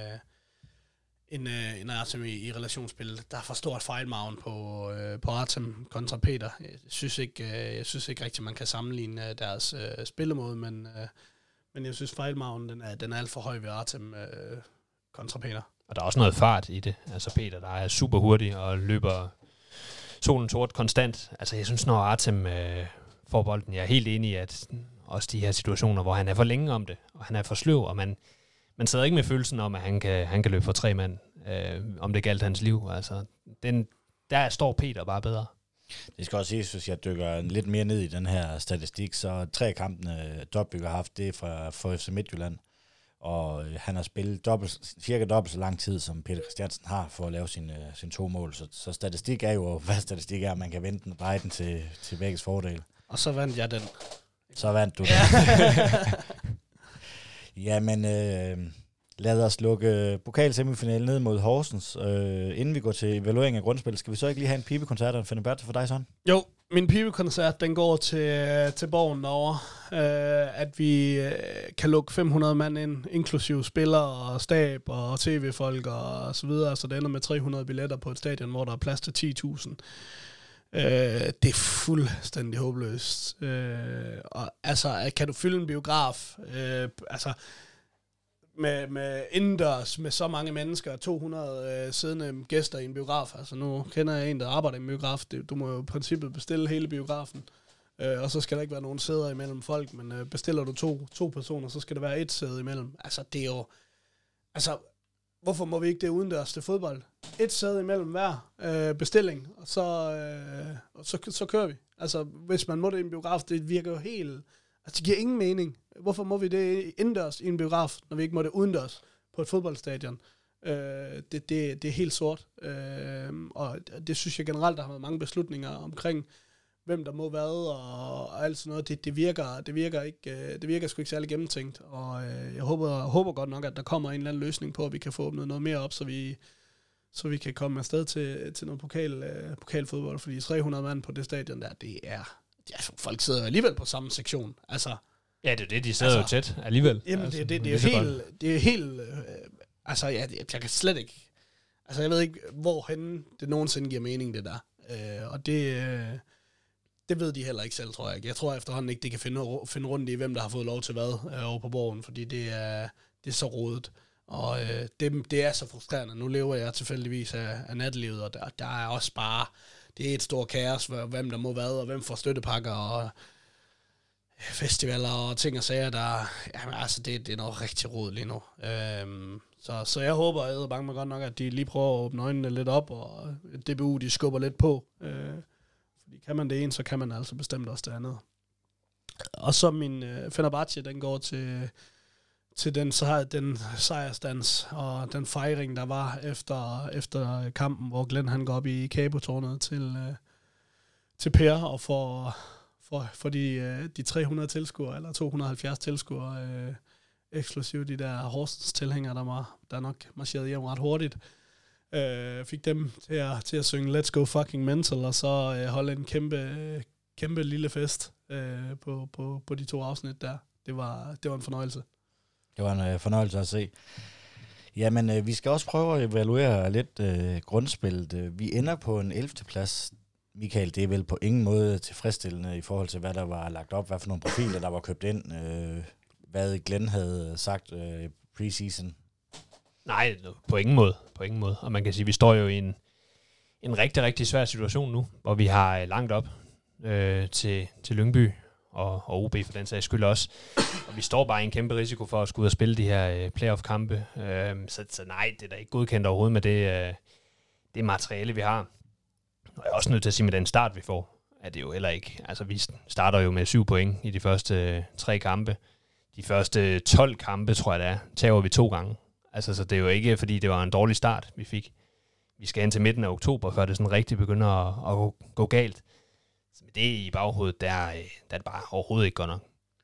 en Artem i relationsspil. Der er for stort fejlmargen på Artem kontra Peter. Jeg synes ikke rigtig, man kan sammenligne deres spillemåde, men jeg synes fejlmargen, den er alt for høj ved Artem kontra Peter. Og der er også noget fart i det. Altså Peter, der er super hurtig og løber solen sort konstant. Altså jeg synes, når Artem får bolden, jeg er helt enig i, at også de her situationer, hvor han er for længe om det, og han er for sløv, og man sidder ikke med følelsen om, at han kan løbe for 3 mand, om det galt hans liv. Altså, der står Peter bare bedre. Det skal også siges, hvis jeg dykker lidt mere ned i den her statistik, så 3 kampene Dobbyk har haft, det er for FC Midtjylland. og han har spillet cirka dobbelt så lang tid, som Peter Christiansen har for at lave sine 2 mål. Så statistik er jo, hvad statistik er, at man kan vente den og dreje den til begges fordel. Og så vandt jeg den. Så vandt du den. Jamen, lad os lukke pokalsemifinalen ned mod Horsens. Inden vi går til evaluering af grundspil, skal vi så ikke lige have en pibekoncert og en Fenerbahce for dig, sådan? Jo, min pibekoncert, den går til Borgen derovre. At vi kan lukke 500 mand ind, inklusive spillere og stab og tv-folk og så videre. Så det ender med 300 billetter på et stadion, hvor der er plads til 10.000. Det er fuldstændig håbløst. Og altså, kan du fylde en biograf? Med indendørs, med så mange mennesker, 200 siddende gæster i en biograf. Altså nu kender jeg en, der arbejder i en biograf. Du må jo i princippet bestille hele biografen. Og så skal der ikke være nogen sæder imellem folk, men bestiller du to personer, så skal der være et sæde imellem. Altså det er jo... Altså, hvorfor må vi ikke det udendørs til fodbold? Et sæde imellem hver bestilling, og så kører vi. Altså, hvis man må det i en biograf, det virker jo helt... Altså, det giver ingen mening. Hvorfor må vi det indendørs i en biograf, når vi ikke må det udendørs på et fodboldstadion? Det er helt sort. Og det synes jeg generelt, der har været mange beslutninger omkring, hvem der må hvad, og alt sådan noget. Det virker sgu ikke særlig gennemtænkt. Og jeg håber godt nok, at der kommer en eller anden løsning på, at vi kan få åbnet noget mere op, så vi kan komme afsted til noget pokalfodbold. Fordi 300 mand på det stadion der, det er... Ja, folk sidder alligevel på samme sektion. Altså, ja, det er det, de sidder jo tæt alligevel. Jamen, altså, det er jo helt... altså, ja, jeg kan slet ikke... Altså, jeg ved ikke, hvorhen det nogensinde giver mening, det der. Og det ved de heller ikke selv, tror jeg. Jeg tror efterhånden ikke, de kan finde rundt i, hvem der har fået lov til hvad over på Borgen, fordi det er så rodet. Og det er så frustrerende. Nu lever jeg tilfældigvis af nattelivet, og der er også bare... Det er et stort kaos, hvem der må hvad, og hvem får støttepakker, og festivaler og ting og sager, jamen altså, det er noget rigtig rod lige nu. Så jeg håber, at bange mig godt nok, at de lige prøver at åbne øjnene lidt op, og DBU, de skubber lidt på. Fordi kan man det ene, så kan man altså bestemt også det andet. Og så min Fenerbahce, den går til den sejrsdans og den fejring, der var efter kampen, hvor Glenn han går op i Kabotårnet til Per og for de 300 tilskuere, eller 270 tilskuere, eksklusiv de der Horsens tilhængere, der nok marcherede hjem ret hurtigt. Fik dem til at synge Let's Go Fucking Mental, og så holde en kæmpe lille fest på de 2 afsnit der. Det var en fornøjelse. Det var en fornøjelse at se. Jamen, vi skal også prøve at evaluere lidt grundspillet. Vi ender på en 11. plads. Michael, det er vel på ingen måde tilfredsstillende i forhold til, hvad der var lagt op, hvad for nogle profiler, der var købt ind, hvad Glenn havde sagt preseason. Nej, på ingen måde. Og man kan sige, at vi står jo i en rigtig, rigtig svær situation nu, hvor vi har langt op til Lyngby, og OB for den sags skyld også. Og vi står bare i en kæmpe risiko for at skulle ud og spille de her playoff-kampe. Så nej, det er da ikke godkendt overhovedet med det materiale, vi har. Og jeg er også nødt til at sige, med den start, vi får, er det jo heller ikke. Altså, vi starter jo med 7 point i de første 3 kampe. De første 12 kampe, tror jeg det er, tager vi 2 gange. Altså, så det er jo ikke, fordi det var en dårlig start, vi fik. Vi skal ind til midten af oktober, før det sådan rigtig begynder at gå galt. Så med det i baghovedet, der er det bare overhovedet ikke godt nok.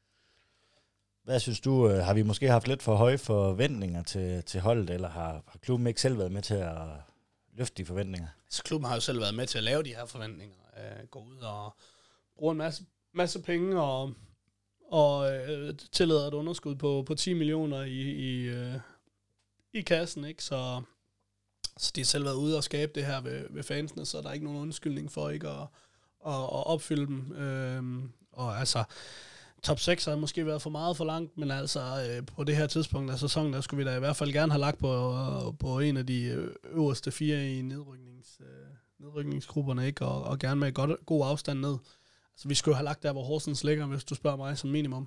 Hvad synes du, har vi måske haft lidt for høje forventninger til holdet, eller har klubben ikke selv været med til at løfte de forventninger? Så klubben har jo selv været med til at lave de her forventninger. Gå ud og bruge en masse penge og tillader et underskud på 10 millioner i kassen, ikke? Så de har selv været ude og skabe det her ved fansene, så der er ikke nogen undskyldning for ikke at opfylde dem. Og altså, top 6 har måske været for meget for langt, men altså på det her tidspunkt af sæsonen, der skulle vi da i hvert fald gerne have lagt på en af de øverste 4 i nedrykningsgrupperne, ikke? Og gerne med god afstand ned. Altså, vi skulle have lagt der, hvor Horsens ligger, hvis du spørger mig som minimum.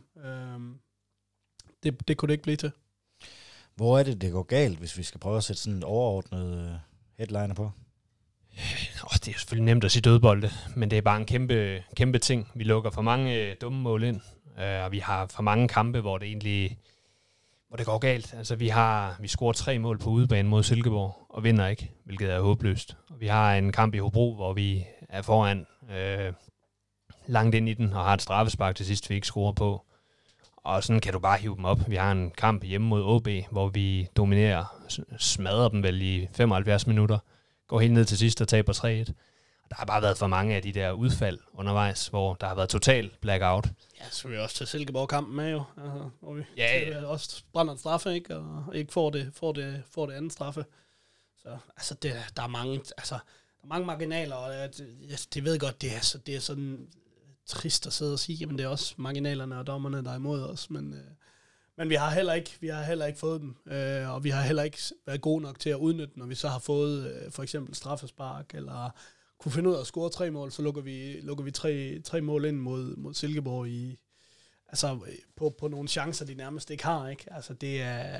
Det kunne det ikke blive til. Hvor er det går galt, hvis vi skal prøve at sætte sådan et overordnet headliner på? Det er selvfølgelig nemt at sige dødbolde, men det er bare en kæmpe ting. Vi lukker for mange dumme mål ind, og vi har for mange kampe, hvor det egentlig hvor det går galt. Altså, vi scorer 3 mål på udebane mod Silkeborg, og vinder ikke, hvilket er håbløst. Og vi har en kamp i Hobro, hvor vi er foran langt ind i den, og har et straffespark til sidst, vi ikke scorer på. Og sådan kan du bare hive dem op. Vi har en kamp hjemme mod OB, hvor vi dominerer, smadrer dem vel i 75 minutter, går helt ned til sidst og taber 3-1. Der har bare været for mange af de der udfald undervejs, hvor der har været total blackout. Ja, så vil vi også til Silkeborg-kampen med jo, altså, hvor vi også brænder en straffe, ikke? Og ikke får det andet straffe. Så altså, der er mange marginaler, og det ved godt, det er sådan trist at sidde og sige, men det er også marginalerne og dommerne, der er imod os, men vi har heller ikke fået dem, og vi har heller ikke været gode nok til at udnytte, når vi så har fået for eksempel straffespark, eller kunne finde ud af at score 3 mål, så lukker vi tre mål ind mod Silkeborg på nogle chancer, de nærmest ikke har, ikke? Altså det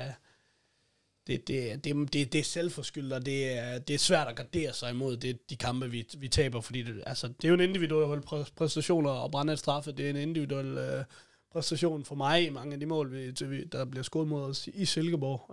er selvforskyldt, og det er svært at gardere sig imod de kampe, vi taber, fordi det er jo en individuel præstation at brænde et straffe, det er en individuel præstation for mig i mange af de mål, der bliver scoret mod os i Silkeborg.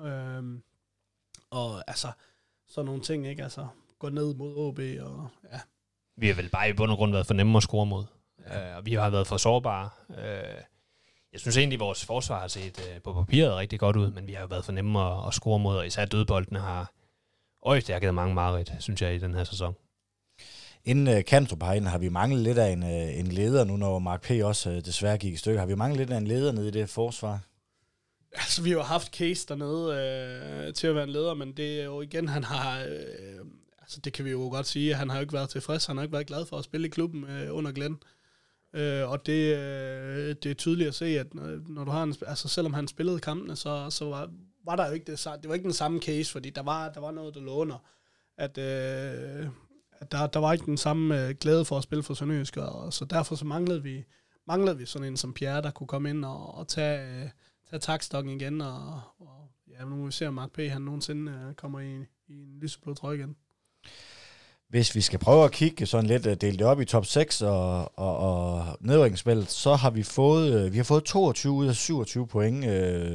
Og altså, sådan nogle ting, ikke? Altså, gå ned mod OB, og ja. Vi har vel bare i bund og grund været for nemme at score mod. Og vi har været for sårbare. Jeg synes egentlig, at vores forsvar har set på papiret rigtig godt ud, men vi har jo været for nemme at score mod, og især dødboldene har det har givet mange mareridt, synes jeg, i den her sæson. Inden Kantrup herinde har vi manglet lidt af en leder nu, når Mark P. også desværre gik i stykker. Har vi manglet lidt af en leder nede i det forsvar? Altså, vi har jo haft Case dernede til at være en leder, men det er jo igen, han har... altså, det kan vi jo godt sige, han har jo ikke været tilfreds. Han har ikke været glad for at spille i klubben under Glenn. Og det er tydeligt at se, at når du har selvom han spillede kampene, så var der jo ikke det var ikke den samme case, fordi der var noget, der lå under, at der var ikke den samme glæde for at spille for Sønderjysk, og så derfor så manglede vi sådan en som Pierre, der kunne komme ind og tage taktstokken igen, og ja, nu må vi se, om Mark P. han nogensinde kommer i en lyseblå trøje igen. Hvis vi skal prøve at kigge sådan lidt delt det op i top 6 og nedrykningsspillet, så har vi fået 22 ud af 27 point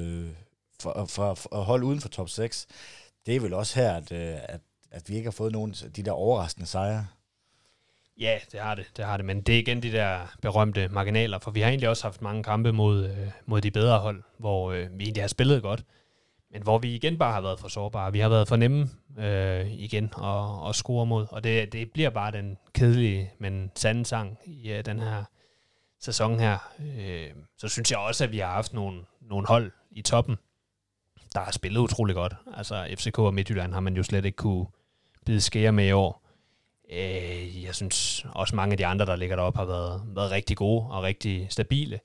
for at holde uden for top 6. Det er vel også her, at vi ikke har fået nogen af de der overraskende sejre. Ja, det har det, men det er igen de der berømte marginaler, for vi har egentlig også haft mange kampe mod de bedre hold, hvor vi egentlig har spillet godt, men hvor vi igen bare har været for sårbare. Vi har været for nemme igen at score mod, og det bliver bare den kedelige, men sande sang i den her sæson her. Så synes jeg også, at vi har haft nogle hold i toppen, der har spillet utrolig godt. Altså FCK og Midtjylland har man jo slet ikke kunne bide skære med i år. Jeg synes også mange af de andre, der ligger deroppe, har været rigtig gode og rigtig stabile.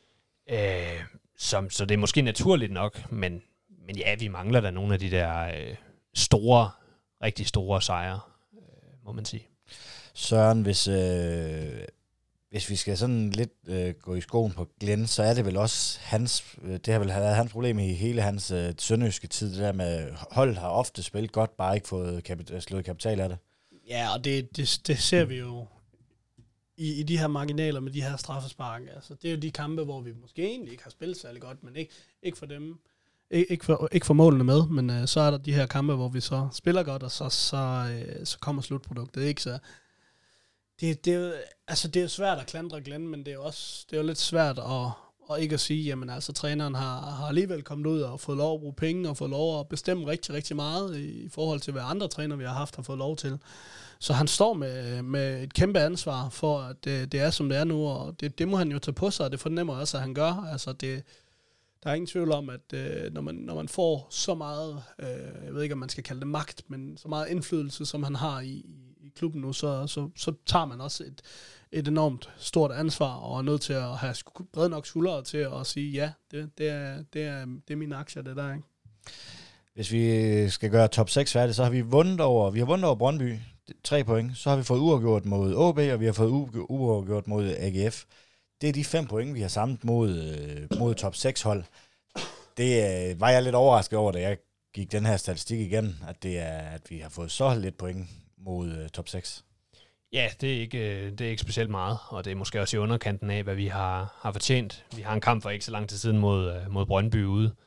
Så det er måske naturligt nok, men ja, vi mangler da nogle af de der rigtig store sejre, må man sige. Søren, hvis vi skal sådan lidt gå i skoen på Glenn, så er det vel også det har vel været hans problem i hele hans sønderjyske tid, det der med holdet har ofte spillet godt, bare ikke fået slået kapital af det. Ja, og det ser vi jo i de her marginaler med de her straffespark. Altså, det er jo de kampe, hvor vi måske egentlig ikke har spillet særlig godt, men ikke for dem. Ikke for målene med, men så er der de her kampe, hvor vi så spiller godt, og så kommer slutproduktet, ikke? Så det er jo svært at klandre Glenn, men det er jo lidt svært at ikke at sige, jamen altså træneren har alligevel kommet ud og fået lov at bruge penge, og fået lov at bestemme rigtig, rigtig meget i forhold til, hvad andre træner vi har haft, har fået lov til. Så han står med et kæmpe ansvar for, at det er, som det er nu, og det må han jo tage på sig, og det fornemmer også, at han gør. Altså der er ingen tvivl om, at når man får så meget, jeg ved ikke, om man skal kalde det magt, men så meget indflydelse, som han har i klubben nu, så tager man også et enormt stort ansvar, og er nødt til at have brede nok skuldre til at sige, ja, det er mine aktier, det der, ikke? Hvis vi skal gøre top 6 færdigt, så har vi vundet over Brøndby, 3 point, så har vi fået uafgjort mod OB, og vi har fået uafgjort mod AGF. Det er de 5 point, vi har samlet mod top 6 hold. Det var jeg lidt overrasket over, da jeg gik den her statistik igennem, at vi har fået så lidt point mod top 6. Ja, det er ikke specielt meget, og det er måske også i underkanten af, hvad vi har fortjent. Vi har en kamp for ikke så lang tid siden mod Brøndby ude.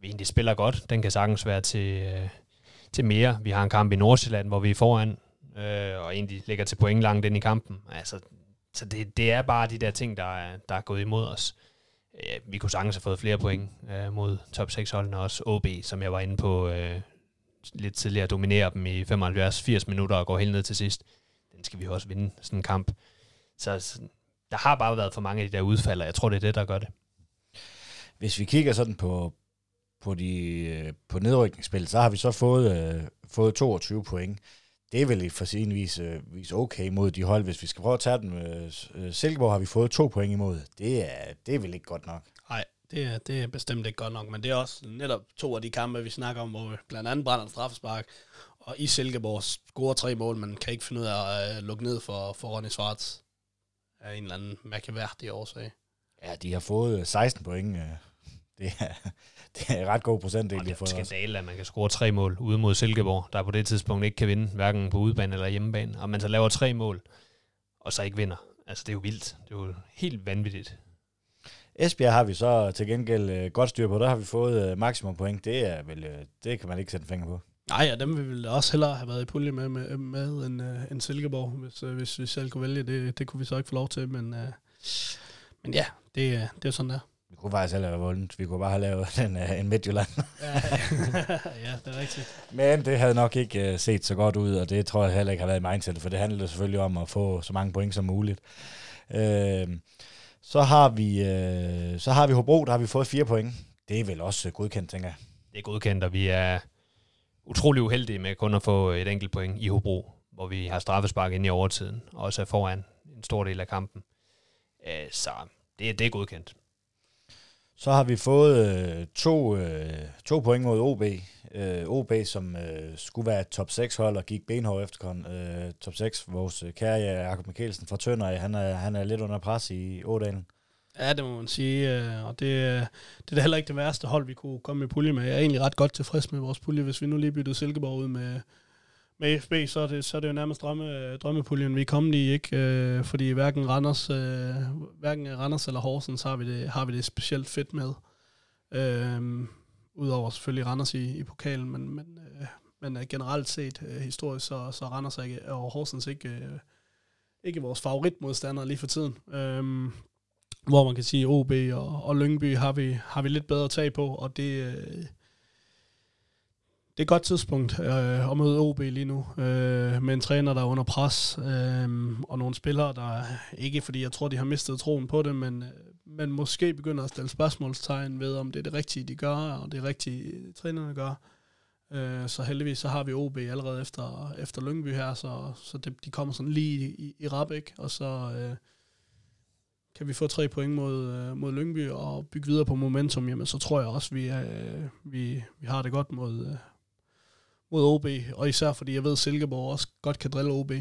vi egentlig spiller godt. Den kan sagtens være til mere. Vi har en kamp i Nordsjælland, hvor vi er foran, og egentlig ligger til point langt ind i kampen. Altså, så det er bare de der ting, der er gået imod os. Vi kunne sagtens have fået flere point mod top 6-holdene, også OB, som jeg var inde på lidt tidligere, dominerer dem i 75-80 minutter og går helt ned til sidst. Den skal vi også vinde, sådan en kamp. Så der har bare været for mange af de der udfald, og jeg tror, det er det, der gør det. Hvis vi kigger sådan på nedrykningsspillet, så har vi så fået 22 point. Det er vel for sin vis okay mod de hold. Hvis vi skal prøve at tage den, Silkeborg har vi fået 2 point imod. Det er vel ikke godt nok. Nej, det er bestemt ikke godt nok, men det er også netop 2 af de kampe, vi snakker om, hvor vi blandt andet brænder en straffespark, og i Silkeborg scorer 3 mål, men kan ikke finde ud af at lukke ned for Ronny Schwartz af en eller anden mærkeværdig årsag. Ja, de har fået 16 point. Det er ret god procentdel. Og det er en skandale, at man kan score 3 mål ude mod Silkeborg, der på det tidspunkt ikke kan vinde, hverken på udebane eller hjemmebane. Og man så laver 3 mål, og så ikke vinder. Altså, det er jo vildt. Det er jo helt vanvittigt. Esbjerg har vi så til gengæld godt styr på. Der har vi fået maksimum point. Det kan man ikke sætte en finger på. Nej, og dem vil vi også hellere have været i pulje med en Silkeborg, hvis vi selv kunne vælge. Det kunne vi så ikke få lov til, men ja, det er sådan der. Vi kunne faktisk heller have vundet. Vi kunne bare have lavet en Midtjylland. Ja, det er rigtigt. Men det havde nok ikke set så godt ud, og det tror jeg heller ikke har været i mindset, for det handler selvfølgelig om at få så mange point som muligt. Så har vi Hobro, der har vi fået 4 point. Det er vel også godkendt, tænker jeg. Det er godkendt, og vi er utrolig uheldige med kun at få et enkelt point i Hobro, hvor vi har straffespark inde i overtiden, og også er foran en stor del af kampen. Så det er godkendt. Så har vi fået 2 point mod OB. OB, som skulle være et top 6-hold og gik benhård efter top 6. Vores kære Jakob Mikkelsen fra Tønder, han er lidt under pres i Ådalen. Ja, det må man sige, og det er da heller ikke det værste hold, vi kunne komme i pulje med. Jeg er egentlig ret godt tilfreds med vores pulje. Hvis vi nu lige byttede Silkeborg ud med FB, så er det jo nærmest drømmepuljen, vi er kommet i, ikke? Fordi hverken Randers eller Horsens har vi det specielt fedt med. Udover selvfølgelig Randers i pokalen, men generelt set historisk, så Randers og Horsens ikke vores favoritmodstandere lige for tiden. Hvor man kan sige, OB og Lyngby har vi lidt bedre tag på, og det er et godt tidspunkt at møde OB lige nu, med en træner, der er under pres, og nogle spillere, der ikke, fordi jeg tror, de har mistet troen på det, men måske begynder at stille spørgsmålstegn ved, om det er det rigtige, de gør, og det rigtige, trænerne gør. Så heldigvis så har vi OB allerede efter Lyngby her, så de kommer sådan lige i rap, ikke? Og så kan vi få 3 point mod Lyngby og bygge videre på momentum, jamen så tror jeg også, vi har det godt mod OB, og især fordi jeg ved, at Silkeborg også godt kan drille OB.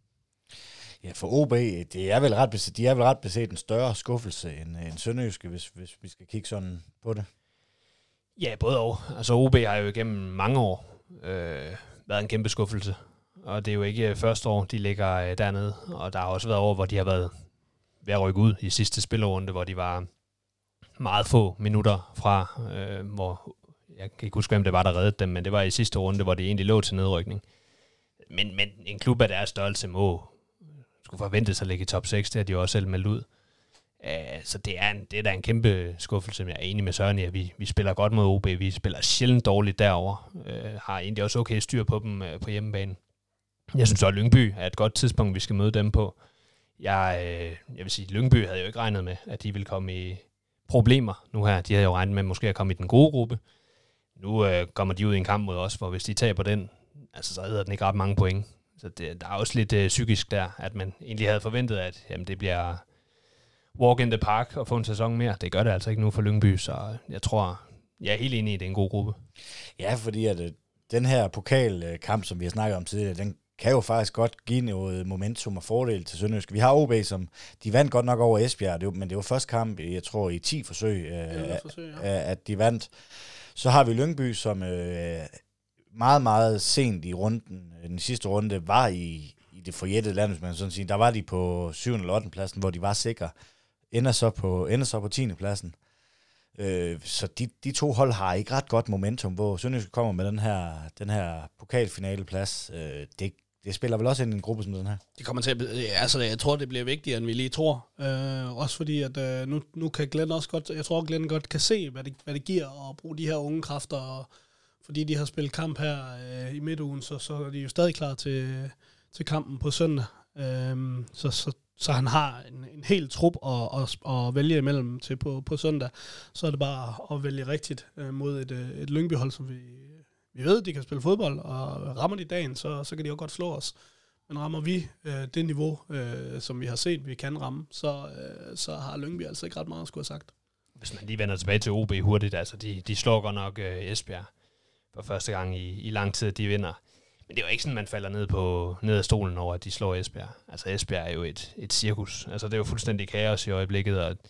Ja, for OB, de er vel ret beset en større skuffelse end Sønderjyske, hvis vi skal kigge sådan på det. Ja, både og. Altså OB har jo igennem mange år været en kæmpe skuffelse, og det er jo ikke første år, de ligger dernede, og der har også været år, hvor de har været ved at rykke ud i sidste spillerunde, hvor de var meget få minutter fra, hvor jeg kan ikke huske, hvem det var, der reddede dem, men det var i sidste runde, hvor de egentlig lå til nedrykning. Men en klub af deres størrelse skulle forvente sig at ligge i top 6, det har de jo også selv meldt ud. Så det er da en kæmpe skuffelse, men jeg er enig med Søren i, at vi spiller godt mod OB, vi spiller sjældent dårligt derovre, har egentlig også okay styr på dem på hjemmebane. Jeg synes også, at Lyngby er et godt tidspunkt, vi skal møde dem på. Jeg vil sige, at Lyngby havde jo ikke regnet med, at de ville komme i problemer nu her. De havde jo regnet med måske at komme i den gode gruppe. Nu kommer de ud i en kamp mod os, hvor hvis de taber den, altså, så hedder den ikke ret mange point. Så der er også lidt psykisk der, at man egentlig havde forventet, at jamen, det bliver walk in the park og få en sæson mere. Det gør det altså ikke nu for Lyngby, så jeg er helt enig i, at det er en god gruppe. Ja, fordi at den her pokalkamp, som vi har snakket om tidligere, den kan jo faktisk godt give noget momentum og fordel til Sønderjyske. Vi har OB, som de vandt godt nok over Esbjerg, men det var første kamp, jeg tror, i 10 forsøg, at de vandt. Så har vi Lyngby, som meget, meget sent i runden, den sidste runde, var i det forjættede land, hvis man sådan siger. Der var de på 7. eller 8. pladsen, hvor de var sikre. Ender så på 10. pladsen. Så de to hold har ikke ret godt momentum, hvor Sønderjyske kommer med den her pokalfinaleplads. Det spiller vel også ind i en gruppe som den her? Det kommer til at, jeg tror, det bliver vigtigere, end vi lige tror. Også fordi, at nu kan Glenn også godt, jeg tror, Glenn godt kan se, hvad det giver at bruge de her unge kræfter, og fordi de har spillet kamp her i midtugen, så er de jo stadig klar til kampen på søndag. Så han har en hel trup at vælge imellem til på søndag. Så er det bare at vælge rigtigt mod et Lyngby-hold, som vi ved, de kan spille fodbold, og rammer de dagen, så kan de også godt slå os. Men rammer vi det niveau, som vi har set, vi kan ramme, så har Lyngby altså ikke ret meget at skulle have sagt. Hvis man lige vender tilbage til OB hurtigt, altså de slår godt nok Esbjerg for første gang i lang tid, de vinder. Men det er jo ikke sådan, man falder ned af stolen over, at de slår Esbjerg. Altså Esbjerg er jo et cirkus. Altså det er jo fuldstændig kaos i øjeblikket, og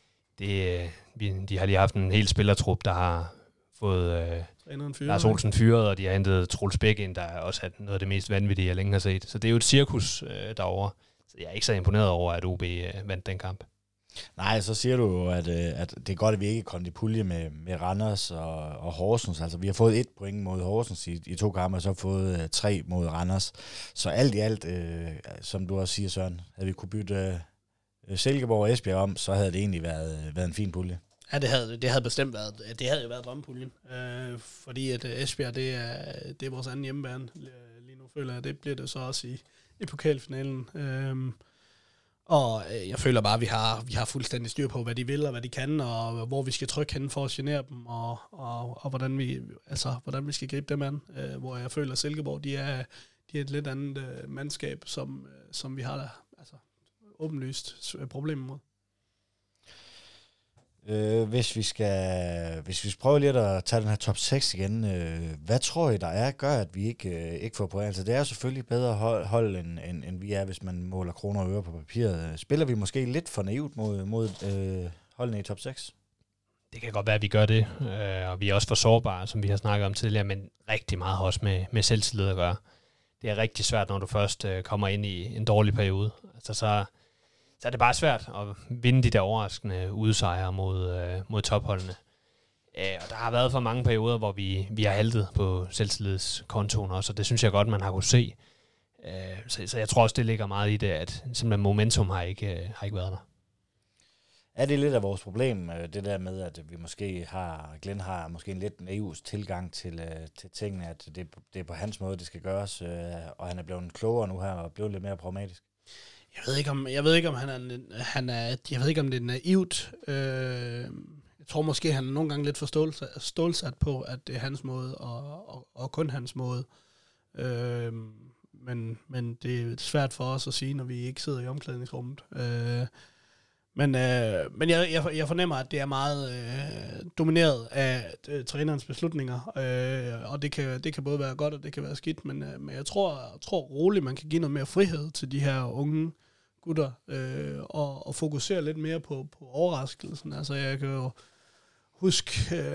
de har lige haft en hel spillertrup, der har fået Lars Olsen fyret, og de har hentet Troels Bæk ind, der også har noget af det mest vanvittige, jeg længe har set. Så det er jo et cirkus derovre. Så jeg er ikke så imponeret over, at OB vandt den kamp. Nej, så siger du jo, at det er godt, at vi ikke kom i pulje med Randers og Horsens. Altså, vi har fået 1 point mod Horsens i 2 kampe, og så fået 3 mod Randers. Så alt i alt, som du også siger, Søren, havde vi kunne bytte Silkeborg og Esbjerg om, så havde det egentlig været en fin pulje. Ja, det havde bestemt været, det havde jo været drømmepuljen. Fordi at Esbjerg, det er vores anden hjemmebane. Lige nu føler jeg, det bliver det så også i pokalfinalen. Og jeg føler bare, at vi har fuldstændig styr på, hvad de vil og hvad de kan, og hvor vi skal trykke hen for at genere dem, og hvordan vi skal gribe dem an. Hvor jeg føler, at Silkeborg, de er et lidt andet mandskab, som vi har åbenlyst problemer mod. Hvis vi prøver lidt at tage den her top 6 igen, hvad tror I, der gør, at vi ikke får point? Altså, det er jo selvfølgelig bedre hold end vi er, hvis man måler kroner og øre på papiret. Spiller vi måske lidt for naivt mod holdene i top 6? Det kan godt være, at vi gør det, og vi er også for sårbare, som vi har snakket om tidligere, men rigtig meget også med selvtillid at gøre. Det er rigtig svært, når du først kommer ind i en dårlig periode. Altså, så er det bare svært at vinde de der overraskende udsejre mod topholdene. Og der har været for mange perioder, hvor vi har haltet på selvtillidskontoen også, og det synes jeg godt, man har kunne se. Så jeg tror også, det ligger meget i det, at simpelthen momentum har ikke været der. Er det lidt af vores problem, det der med, at vi måske Glenn har måske en lidt naiv tilgang til tingene, at det er på hans måde, det skal gøres, og han er blevet klogere nu her og blevet lidt mere pragmatisk? Jeg ved ikke om jeg ved ikke om det er naivt. Jeg tror måske han er nogle gange lidt for stålsat på, at det er hans måde og kun hans måde. Men det er svært for os at sige, når vi ikke sidder i omklædningsrummet. Men jeg fornemmer, at det er meget domineret af trænerens beslutninger, og det kan både være godt, og det kan være skidt, men jeg tror roligt, man kan give noget mere frihed til de her unge gutter, og fokusere lidt mere på overraskelsen. Altså, jeg kan jo huske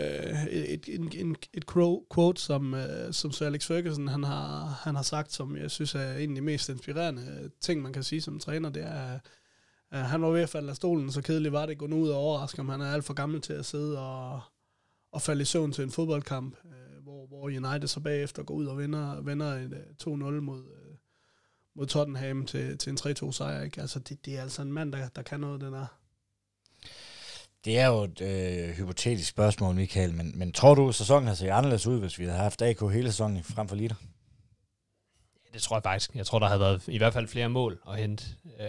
et quote, som Sir Alex Ferguson han har sagt, som jeg synes er en af de mest inspirerende ting, man kan sige som træner, det er, han var ved at falde af stolen, så kedeligt var det at gå ud og overraske, om han er alt for gammel til at sidde og falde i søvn til en fodboldkamp, hvor United så bagefter går ud og vinder et 2-0 mod Tottenham til en 3-2 sejr. Ikke? Altså, det er altså en mand, der kan noget, den er. Det er jo et hypotetisk spørgsmål, Michael, men tror du, at sæsonen har set anderledes ud, hvis vi havde haft AK hele sæsonen frem for Litter? Ja, det tror jeg faktisk. Jeg tror, der havde været i hvert fald flere mål at hente.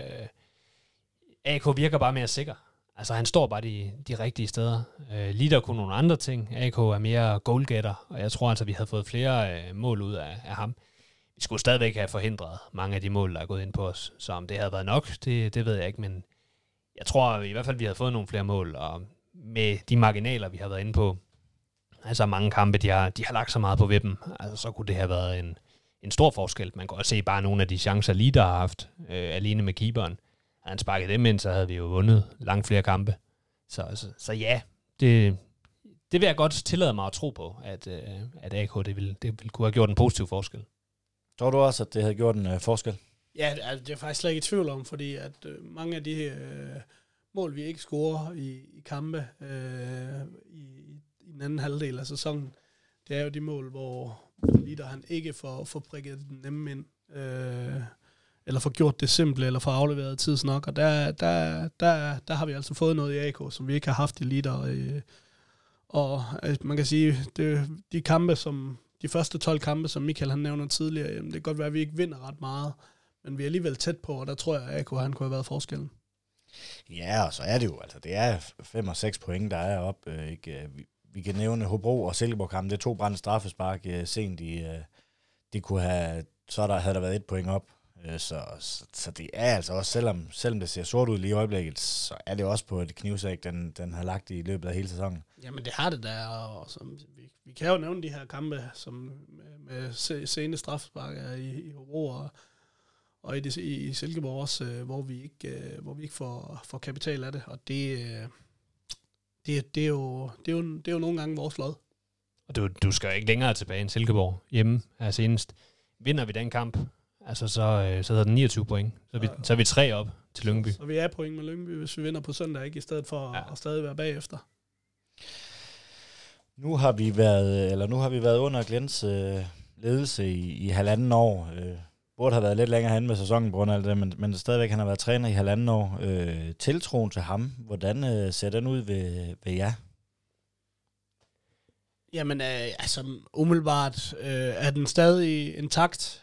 AK virker bare mere sikker. Altså, han står bare de rigtige steder. Litter kunne nogle andre ting. AK er mere goalgetter, og jeg tror altså, vi havde fået flere mål ud af ham. Vi skulle stadigvæk have forhindret mange af de mål, der er gået ind på os. Så om det havde været nok, det ved jeg ikke, men jeg tror i hvert fald, vi havde fået nogle flere mål, og med de marginaler, vi har været inde på, altså mange kampe, de har lagt så meget på vippen, altså så kunne det have været en stor forskel. Man kan også se bare nogle af de chancer, Litter har haft, alene med keeperen. Havde han sparket dem ind, så havde vi jo vundet langt flere kampe. Så ja, det vil jeg godt tillade mig at tro på, at AK det ville kunne have gjort en positiv forskel. Tror du også, at det havde gjort en forskel? Ja, det er faktisk slet ikke i tvivl om, fordi at mange af de mål, vi ikke scorer i kampe i den anden halvdel af sæsonen, det er jo de mål, hvor Lider han ikke får prikket den nemme ind, eller får gjort det simple, eller får afleveret tidsnok, og der har vi altså fået noget i AK, som vi ikke har haft i Lider. Og man kan sige, de kampe, de første 12 kampe, som Michael han nævner tidligere, jamen, det kan godt være, at vi ikke vinder ret meget, men vi er alligevel tæt på, og der tror jeg, at AK han kunne have været forskellen. Ja, og så er det jo, altså det er 5 og 6 point, der er op. Ikke? Vi kan nævne Hobro og Silkeborg-kampen, det er 2 brændte straffespark sent, de kunne have, havde der været 1 point op. Så det er altså også, selvom det ser sort ud lige i øjeblikket, så er det også på et knivsæk, den har lagt i løbet af hele sæsonen. Jamen det har det der, og vi kan jo nævne de her kampe, som med sene straffesparker i Hobro og i Silkeborg også, hvor vi ikke får kapital af det, og det er jo nogle gange vores lod. Og du skal jo ikke længere tilbage end Silkeborg hjemme her senest. Vinder vi den kamp, altså så hedder den 29 point. Så er vi 3 op til Lyngby. Så vi er point med Lyngby, hvis vi vinder på søndag, ikke i stedet for at stadig være bagefter. Nu har vi været under Glens ledelse i 1,5 år. Burde have været lidt længere hen med sæsonen på grund af alt det, men stadigvæk han har været træner i 1,5 år. Tiltroen til ham, hvordan ser den ud ved jer? Jamen, umiddelbart er den stadig intakt.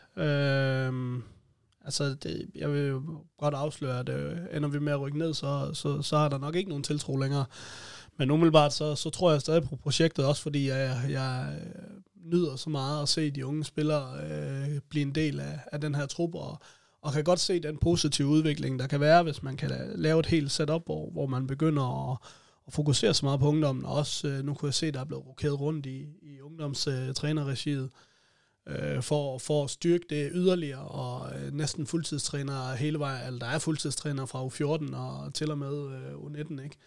Jeg vil jo godt afsløre, at ender vi med at rykke ned, så er der nok ikke nogen tiltro længere. Men umiddelbart, så tror jeg stadig på projektet, også fordi jeg nyder så meget at se de unge spillere blive en del af den her trup, og kan godt se den positive udvikling, der kan være, hvis man kan lave et helt setup, hvor man begynder at fokusere så meget på ungdommen. Og også, nu kunne jeg se, der er blevet rokeret rundt i ungdomstrænerregiet, for at styrke det yderligere, og næsten fuldtidstræner hele vejen, eller der er fuldtidstræner fra U14 og til og med U19, ikke?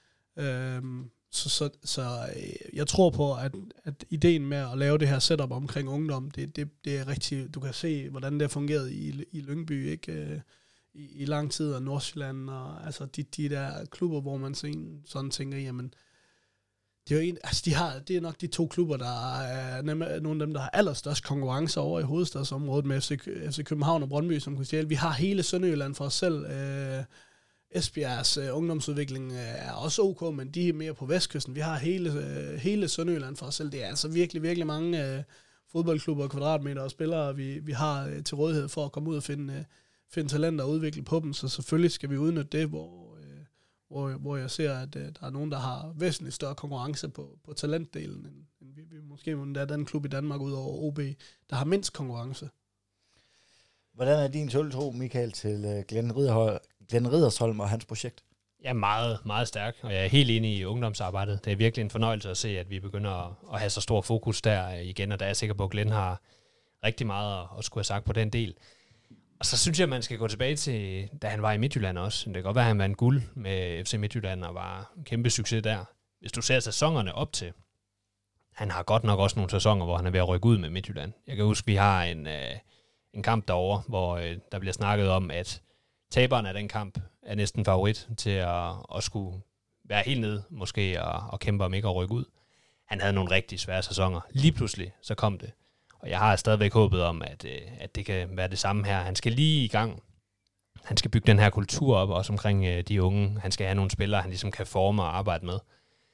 Så jeg tror på, at ideen med at lave det her setup omkring ungdom, det er rigtig, du kan se, hvordan det har fungeret i Lyngby, ikke? I lang tid, og Nordsjælland, og altså de der klubber, hvor man sådan tænker, jamen, det er jo det er nok de 2 klubber, der er nogle af dem, der har allerstørst konkurrence over i hovedstadsområdet med FC København og Brøndby, som kunne sige, vi har hele Sønderjylland for os selv. Esbjergs ungdomsudvikling er også ok, men de er mere på vestkysten. Vi har hele Sønderjylland for os selv. Det er altså virkelig, virkelig mange fodboldklubber, kvadratmeter og spillere, vi har til rådighed for at komme ud og finde talenter og udvikle på dem. Så selvfølgelig skal vi udnytte det, hvor jeg ser, at der er nogen, der har væsentligt større konkurrence på talentdelen, end vi måske er den klub i Danmark ud over OB, der har mindst konkurrence. Hvordan er din tiltro, Michael, til Glenn Riddersholm og hans projekt? Jeg er meget, meget stærk, og jeg er helt enig i ungdomsarbejdet. Det er virkelig en fornøjelse at se, at vi begynder at have så stor fokus der igen, og der er jeg sikker på, at Glenn har rigtig meget at skulle have sagt på den del. Og så synes jeg, at man skal gå tilbage til, da han var i Midtjylland også. Det kan godt være, at han vandt guld med FC Midtjylland og var en kæmpe succes der. Hvis du ser sæsonerne op til, han har godt nok også nogle sæsoner, hvor han er ved at rykke ud med Midtjylland. Jeg kan huske, at vi har en kamp derovre, hvor der bliver snakket om, at taberen af den kamp er næsten favorit til at skulle være helt nede, måske, og kæmpe om ikke at rykke ud. Han havde nogle rigtig svære sæsoner. Lige pludselig, så kom det. Og jeg har stadigvæk håbet om, at det kan være det samme her. Han skal lige i gang. Han skal bygge den her kultur op, også omkring de unge. Han skal have nogle spillere, han ligesom kan forme og arbejde med.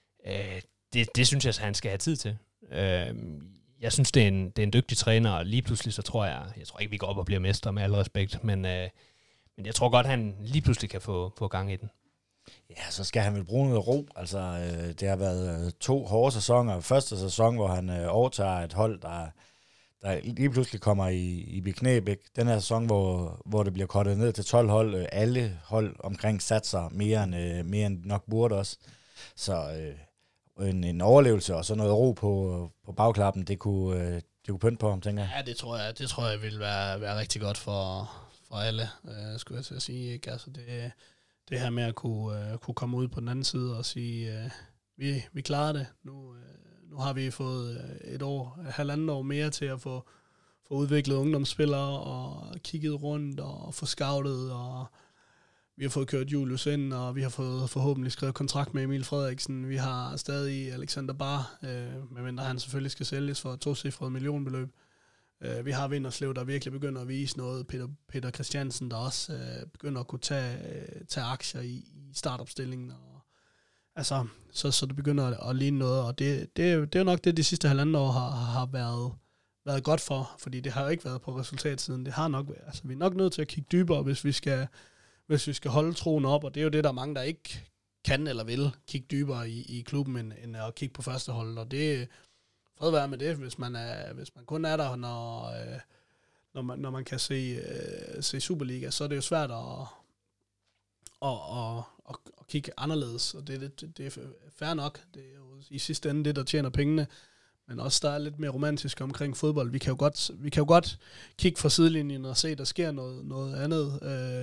Det synes jeg, at han skal have tid til. Jeg synes, det er en dygtig træner, og lige pludselig så tror jeg ikke, vi går op og bliver mester med al respekt, men jeg tror godt, han lige pludselig kan få gang i den. Ja, så skal han vel bruge noget ro. Altså, det har været 2 hårde sæsoner. Første sæson, hvor han overtager et hold, der lige pludselig kommer i beknæb. Den her sæson, hvor det bliver kortet ned til 12 hold. Alle hold omkring satser mere end nok burde også. Så en overlevelse og så noget ro på bagklappen, det kunne pynte på ham, tænker jeg. Ja, det tror jeg vil være rigtig godt for alle, skulle jeg til at sige. Ikke? Altså det her med at kunne komme ud på den anden side og sige, vi klarer det. Nu har vi fået 1,5 år mere til at få udviklet ungdomsspillere og kigget rundt og få scoutet. Og Vi har fået kørt Julius ind, og vi har fået forhåbentlig skrevet kontrakt med Emil Frederiksen. Vi har stadig Alexander Bar, medmindre han selvfølgelig skal sælges for et 2-cifret millionbeløb. Vi har Vinderslev, der virkelig begynder at vise noget. Peter Christiansen, der også begynder at kunne tage aktier i startopstillingen. Og, altså, så det begynder at ligne noget, og det er jo nok det, de sidste halvandet år har været godt for, fordi det har jo ikke været på resultatsiden. Det har nok, altså, vi er nok nødt til at kigge dybere, hvis vi skal holde troen op, og det er jo det, der er mange, der ikke kan eller vil kigge dybere i klubben, end at kigge på førsteholdet, og det fred være med det, hvis man kun er der, når man kan se Superliga, så er det jo svært at kigge anderledes, og det er fair nok. Det er jo i sidste ende det, der tjener pengene, men også der er lidt mere romantisk omkring fodbold. Vi kan jo godt kigge fra sidelinjen og se, der sker noget andet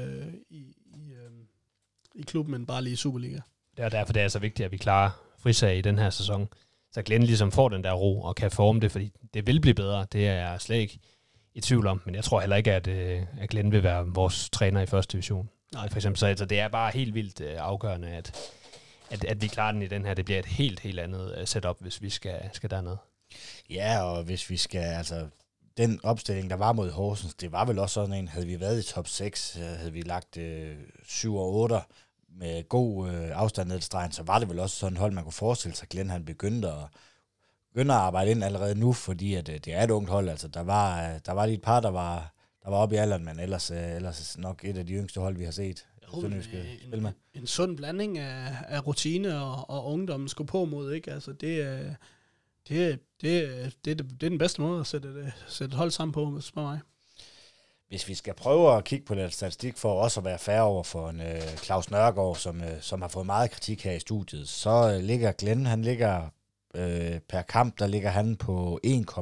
i klubben, end bare lige i Superliga. Det er derfor, det er så vigtigt, at vi klarer frisag i den her sæson, så Glenn ligesom får den der ro og kan forme det, fordi det vil blive bedre. Det er jeg slet ikke i tvivl om, men jeg tror heller ikke, at Glenn vil være vores træner i første division. Nej, for eksempel. Så altså, det er bare helt vildt afgørende, at vi klarer den i den her. Det bliver et helt andet setup, hvis vi skal derned. Ja, og hvis vi skal, altså den opstilling, der var mod Horsens, det var vel også sådan en, havde vi været i top 6, havde vi lagt 7 og 8 med god afstand ned til stregen, så var det vel også sådan et hold, man kunne forestille sig. Glenn, han begyndte at arbejde ind allerede nu, fordi at, det er et ungt hold. Altså, der var lige et par, der var oppe i alderen, men ellers nok et af de yngste hold, vi har set. En sund blanding af rutine og ungdommen skulle på mod, ikke? Altså, det er den bedste måde at sætte et hold sammen på, hvis spørger mig. Hvis vi skal prøve at kigge på den statistik for også at være fair over for en Claus Nørgaard, som har fået meget kritik her i studiet, så ligger Glenn, han ligger per kamp, der ligger han på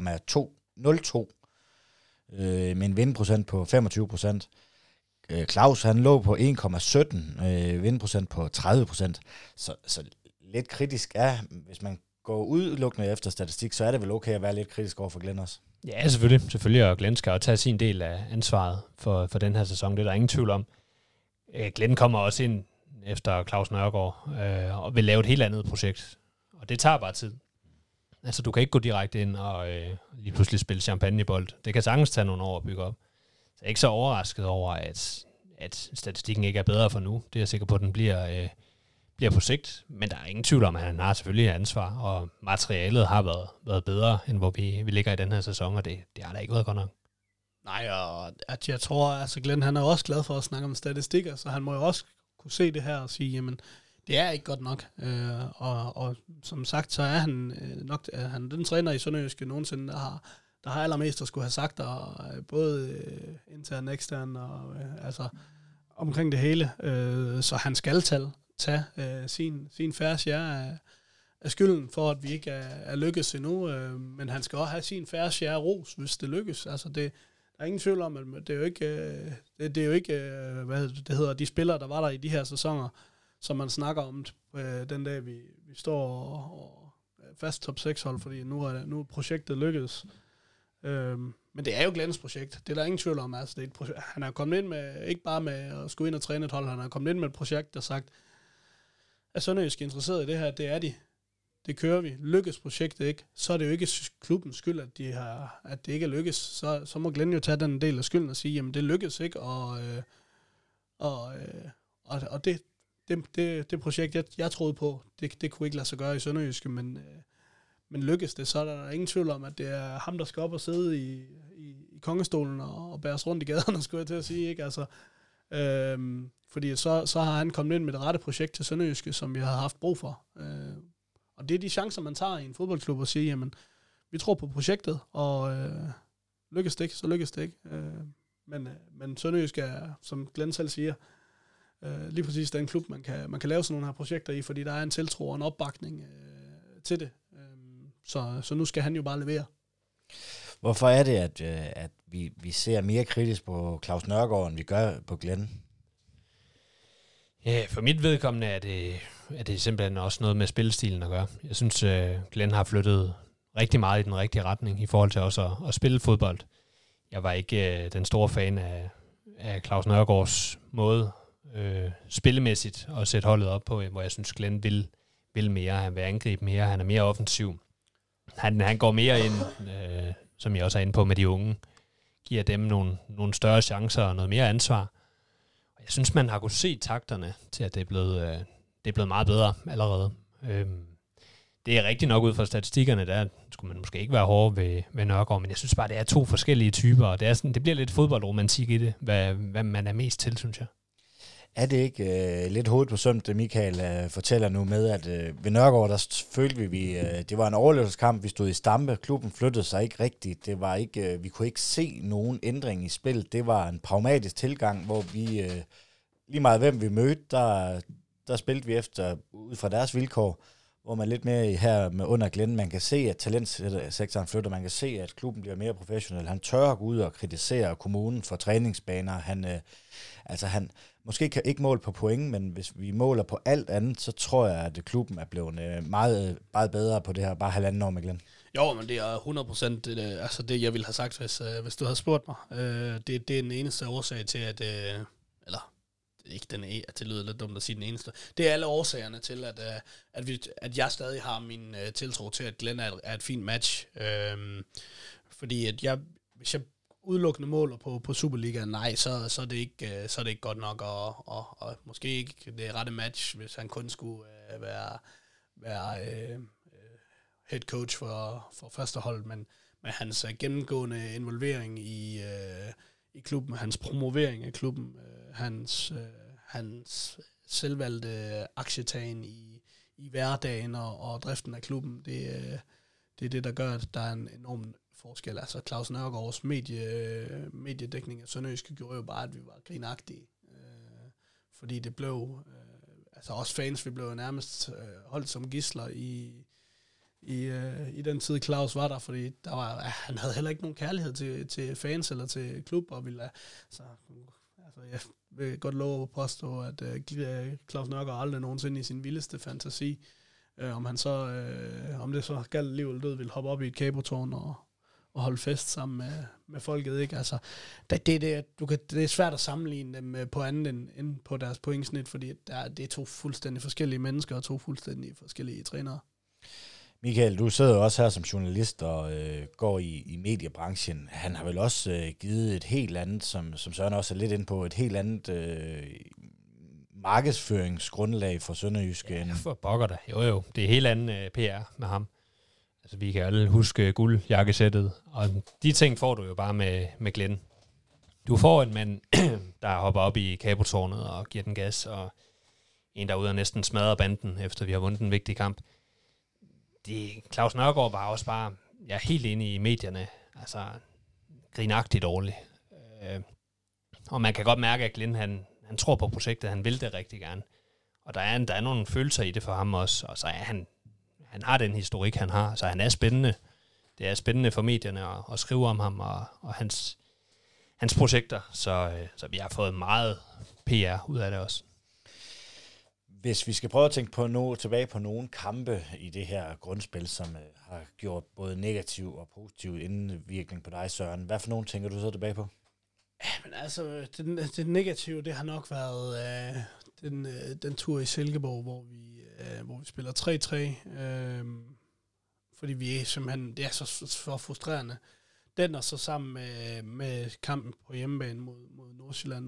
1,202 med en vindprocent på 25%. Claus, han lå på 1,17 vindprocent på 30%. Så lidt kritisk er, hvis man går udelukkende efter statistik, så er det vel okay at være lidt kritisk over for Glenn også? Ja, selvfølgelig, og Glenn skal jo tage sin del af ansvaret for den her sæson, det er der ingen tvivl om. Glenn kommer også ind efter Claus Nørgaard og vil lave et helt andet projekt, og det tager bare tid. Altså, du kan ikke gå direkte ind og lige pludselig spille champagnebold. Det kan sagtens tage nogle år at bygge op. Så jeg er ikke så overrasket over, at statistikken ikke er bedre for nu. Det er jeg sikker på, at den bliver på sigt, men der er ingen tvivl om, at han har selvfølgelig ansvar, og materialet har været bedre, end hvor vi ligger i den her sæson, og det har da ikke været godt nok. Nej, og at jeg tror, altså Glenn, han er også glad for at snakke om statistikker, så han må jo også kunne se det her og sige, jamen, det er ikke godt nok. Og som sagt, så er han nok han den træner i Sønderjyske nogensinde, der har allermest at skulle have sagt, og både intern og ekstern, og altså omkring det hele. Så han skal tage sin færre share af skylden for, at vi ikke er lykkes endnu, men han skal også have sin færre share ros, hvis det lykkes. Altså der er ingen tvivl om, at det er jo ikke hvad det hedder, de spillere, der var der i de her sæsoner, som man snakker om den dag, vi står og fast top 6 hold, fordi nu er projektet lykkedes. Men det er jo Glens projekt. Det er der ingen tvivl om. Altså, det er et projekt. Han er kommet ind med, ikke bare med at skulle ind og træne et hold, han er kommet ind med et projekt, der sagt, at Sønderjysk er interesseret i det her, det er de. Det kører vi. Lykkes projektet ikke, så er det jo ikke klubbens skyld, at det ikke er lykkes. Så må Glenn jo tage den del af skylden og sige, jamen det lykkes ikke, og det projekt, jeg troede på, det kunne ikke lade sig gøre i Sønderjyske, men lykkes det, så er der ingen tvivl om, at det er ham, der skal op og sidde i kongestolen og bæres rundt i gaderne, skulle jeg til at sige, ikke? Altså, fordi så har han kommet ind med det rette projekt til Sønderjyske, som vi har haft brug for. Og det er de chancer, man tager i en fodboldklub og sige, jamen, vi tror på projektet, og lykkes det ikke, så lykkes det ikke. Men Sønderjyske er, som Glenn selv siger, lige præcis den klub, man kan lave sådan nogle her projekter i, fordi der er en tiltro og en opbakning til det. Så nu skal han jo bare levere. Hvorfor er det, at vi ser mere kritisk på Claus Nørgaard, end vi gør på Glenn? Ja, for mit vedkommende er det simpelthen også noget med spillestilen at gøre. Jeg synes, Glenn har flyttet rigtig meget i den rigtige retning i forhold til også at spille fodbold. Jeg var ikke den store fan af Claus Nørgaards måde spillemæssigt og sætte holdet op på, hvor jeg synes, Glenn vil mere. Han vil angribe mere, han er mere offensiv. Han går mere ind, som jeg også er inde på med de unge, giver dem nogle større chancer og noget mere ansvar. Og jeg synes, man har kunnet se takterne til, at det er blevet meget bedre allerede. Det er rigtigt nok ud fra statistikkerne, der skulle man måske ikke være hård ved Nørgaard, men jeg synes bare, det er to forskellige typer, og det bliver lidt fodboldromantik i det, hvad man er mest til, synes jeg. Er det ikke lidt hovedet på sømt, det Michael fortæller nu med, at ved Nørgaard, der følte vi, det var en overlevelseskamp, vi stod i stampe, klubben flyttede sig ikke rigtigt, det var ikke, vi kunne ikke se nogen ændring i spil, det var en pragmatisk tilgang, hvor vi, lige meget hvem vi mødte, der spillede vi efter, ud fra deres vilkår, hvor man lidt mere her med under Glenn, man kan se, at talentsektoren flytter, man kan se, at klubben bliver mere professionel, han tør at gå ud og kritisere kommunen for træningsbaner, han måske kan ikke måle på point, men hvis vi måler på alt andet, så tror jeg, at klubben er blevet meget bedre på det her, bare 1,5 år med Glenn. Jo, men det er 100% altså det, jeg ville have sagt, hvis du havde spurgt mig. Det er den eneste årsag til, at... eller ikke det lyder lidt dumt at sige den eneste. Det er alle årsagerne til, at jeg stadig har min tiltro til, at Glenn er et fint match. Fordi at hvis jeg udelukkende måler på Superligaen, nej, så er det ikke godt nok, og måske ikke det rette match, hvis han kun skulle være head coach for første hold, men med hans gennemgående involvering i klubben, hans promovering af klubben, hans selvvalgte aktietagen i hverdagen og driften af klubben, det er det, der gør, at der er en enorm forskel. Altså Claus Nørgaards mediedækning af Sønderjyske gjorde jo bare, at vi var grinagtige. Fordi det blev, altså os fans, vi blev nærmest holdt som gidsler i den tid, Claus var der, fordi han havde heller ikke nogen kærlighed til fans eller til klub, og ville jeg vil godt love at påstå, at Claus Nørgaard aldrig nogensinde i sin vildeste fantasi, om det så galt liv eller død, ville hoppe op i et kabotårn og holde fest sammen med folket, ikke? Altså, det er svært at sammenligne dem på andet end på deres pointsnit, fordi det er to fuldstændig forskellige mennesker og to fuldstændig forskellige trænere. Michael, du sidder også her som journalist og går i mediebranchen. Han har vel også givet et helt andet, som Søren også er lidt inde på, et helt andet markedsføringsgrundlag for Sønderjyske. Ja, for pokker da. Jo, det er helt anden PR med ham. Altså, vi kan alle huske guldjakkesættet, og de ting får du jo bare med Glenn. Du får en mand, der hopper op i kabotårnet og giver den gas, og en, der er ude og næsten smadrer banden, efter vi har vundet en vigtig kamp. Claus Nørgaard var også bare, jeg er helt inde i medierne, altså grinagtigt dårlig. Og man kan godt mærke, at Glenn, han tror på projektet, han vil det rigtig gerne. Og der er nogle følelser i det for ham også, og så er han har den historik, han har, så han er spændende. Det er spændende for medierne at skrive om ham og hans projekter, så vi har fået meget PR ud af det også. Hvis vi skal prøve at tænke tilbage på nogle kampe i det her grundspil, som har gjort både negativ og positiv indvirkning på dig, Søren, hvad for nogle tænker du så tilbage på? Ja, men altså, det negative, det har nok været den tur i Silkeborg, hvor vi spiller 3-3, fordi vi er simpelthen, det er så frustrerende. Den og så sammen med kampen på hjemmebane mod Nordsjælland,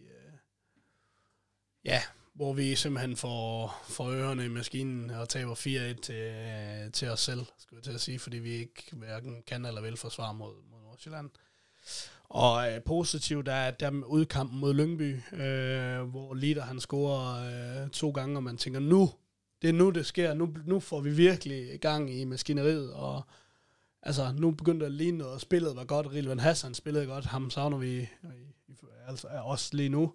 hvor vi simpelthen får ørerne i maskinen og taber 4-1 til os selv, skulle jeg til at sige, fordi vi ikke hverken kan eller vil forsvare mod Nordsjælland. Og positivt er der udkampen mod Lyngby, hvor Lider han scorer 2 gange, og man tænker, det er nu det sker, nu får vi virkelig gang i maskineriet, og altså nu begyndte det at ligne noget, og spillet var godt, Rilvan Hassan spillede godt, ham savner vi altså også lige nu.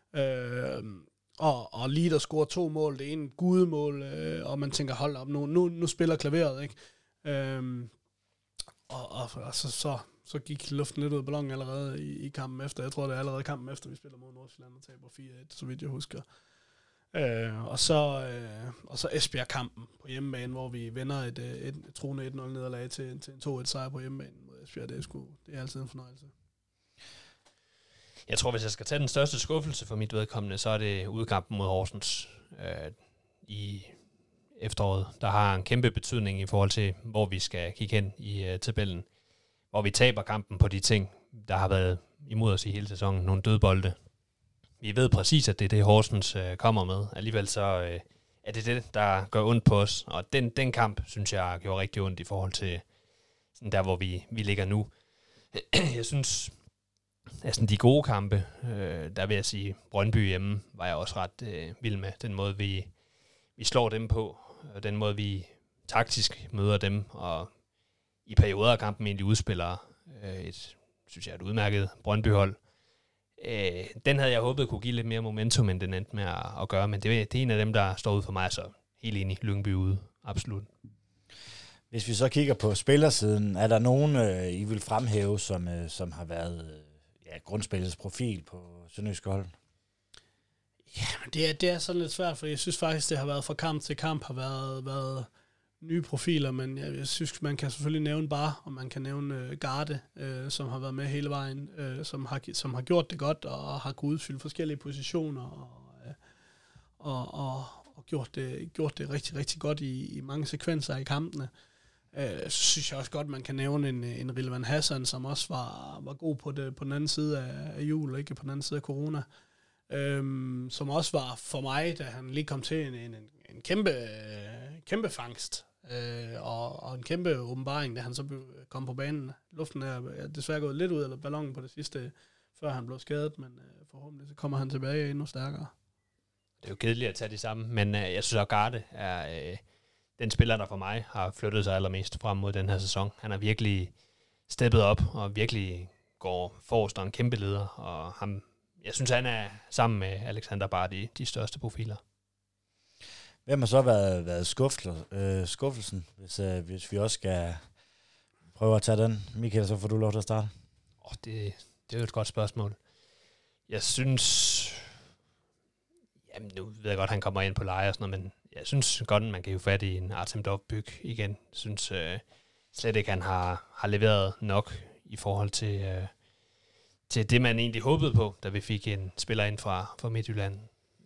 Og Lider scorer 2 mål, det ene gudemål, og man tænker, hold op, nu spiller klaveret, ikke? Og så gik luften lidt ud af ballonen allerede i kampen efter. Jeg tror, det er allerede kampen efter, vi spiller mod Nordsjælland og taber 4-1, så vidt jeg husker. Og så Esbjerg-kampen på hjemmebane, hvor vi vender et truende 1-0 nederlag til en 2-1 sejr på hjemmebane mod Esbjerg. Det er altid en fornøjelse. Jeg tror, hvis jeg skal tage den største skuffelse for mit vedkommende, så er det udkampen mod Horsens i efteråret. Der har en kæmpe betydning i forhold til, hvor vi skal kigge hen i tabellen. Hvor vi taber kampen på de ting, der har været imod os i hele sæsonen. Nogle dødbolde. Vi ved præcis, at det er det, Horsens kommer med. Alligevel så er det, der gør ondt på os. Og den kamp, synes jeg, gjorde rigtig ondt i forhold til sådan der, hvor vi ligger nu. Jeg synes, altså de gode kampe, der vil jeg sige, Brøndby hjemme, var jeg også ret vild med. Den måde, vi slår dem på, og den måde, vi taktisk møder dem, og i perioder af kampen egentlig udspiller et udmærket Brøndby-hold. Den havde jeg håbet kunne give lidt mere momentum, end den endte med at gøre, men det er en af dem, der står ud for mig, så helt enig, Lyngby ude, absolut. Hvis vi så kigger på spillersiden, er der nogen, I vil fremhæve, som har været grundspillets profil på Sønderjyske hold? Ja, men det er sådan lidt svært, for jeg synes faktisk, det har været fra kamp til kamp, har været nye profiler, men jeg synes, man kan selvfølgelig nævne Bar, og man kan nævne Garde, som har været med hele vejen, som har gjort det godt, og har kunnet udfylde forskellige positioner, og gjort det rigtig, rigtig godt i mange sekvenser i kampene. Så synes jeg også godt, man kan nævne en Rilvan Hassan, som også var god på den anden side af jul, og ikke på den anden side af corona. Som også var for mig, da han lige kom til en kæmpe fangst, og en kæmpe åbenbaring, da han så kom på banen. Luften er desværre gået lidt ud af ballonen på det sidste, før han blev skadet, men forhåbentlig så kommer han tilbage endnu stærkere. Det er jo kedeligt at tage det samme, men jeg synes at Garde er den spiller, der for mig har flyttet sig allermest frem mod den her sæson. Han har virkelig steppet op og virkelig går forrest og en kæmpe leder, og jeg synes, han er sammen med Alexander Bar de største profiler. Hvem har så været skuffelsen, hvis vi også skal prøve at tage den? Michael, så får du lov til at starte. Det er jo et godt spørgsmål. Jeg synes... Jamen, nu ved jeg godt, at han kommer ind på leje og sådan noget, men jeg synes godt, man kan jo fat i en Artem Dovbyk igen. Jeg synes slet ikke, han har leveret nok i forhold til det, man egentlig håbede på, da vi fik en spiller ind fra Midtjylland.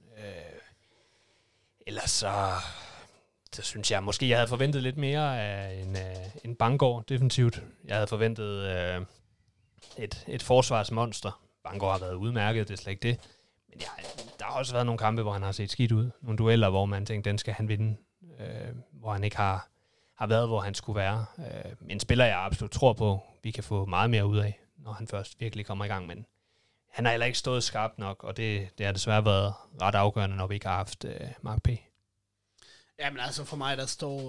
Ellers så synes jeg, måske jeg havde forventet lidt mere af en Bangor defensivt. Jeg havde forventet et forsvarsmonster. Bangor har været udmærket, det er slet ikke det. Men der har også været nogle kampe, hvor han har set skidt ud. Nogle dueller, hvor man tænkte, den skal han vinde. Hvor han ikke har været, hvor han skulle være. En spiller, jeg absolut tror på, vi kan få meget mere ud af, når han først virkelig kommer i gang. Men han har heller ikke stået skarpt nok, og det har desværre været ret afgørende, når vi ikke har haft Mark P. Jamen altså for mig, der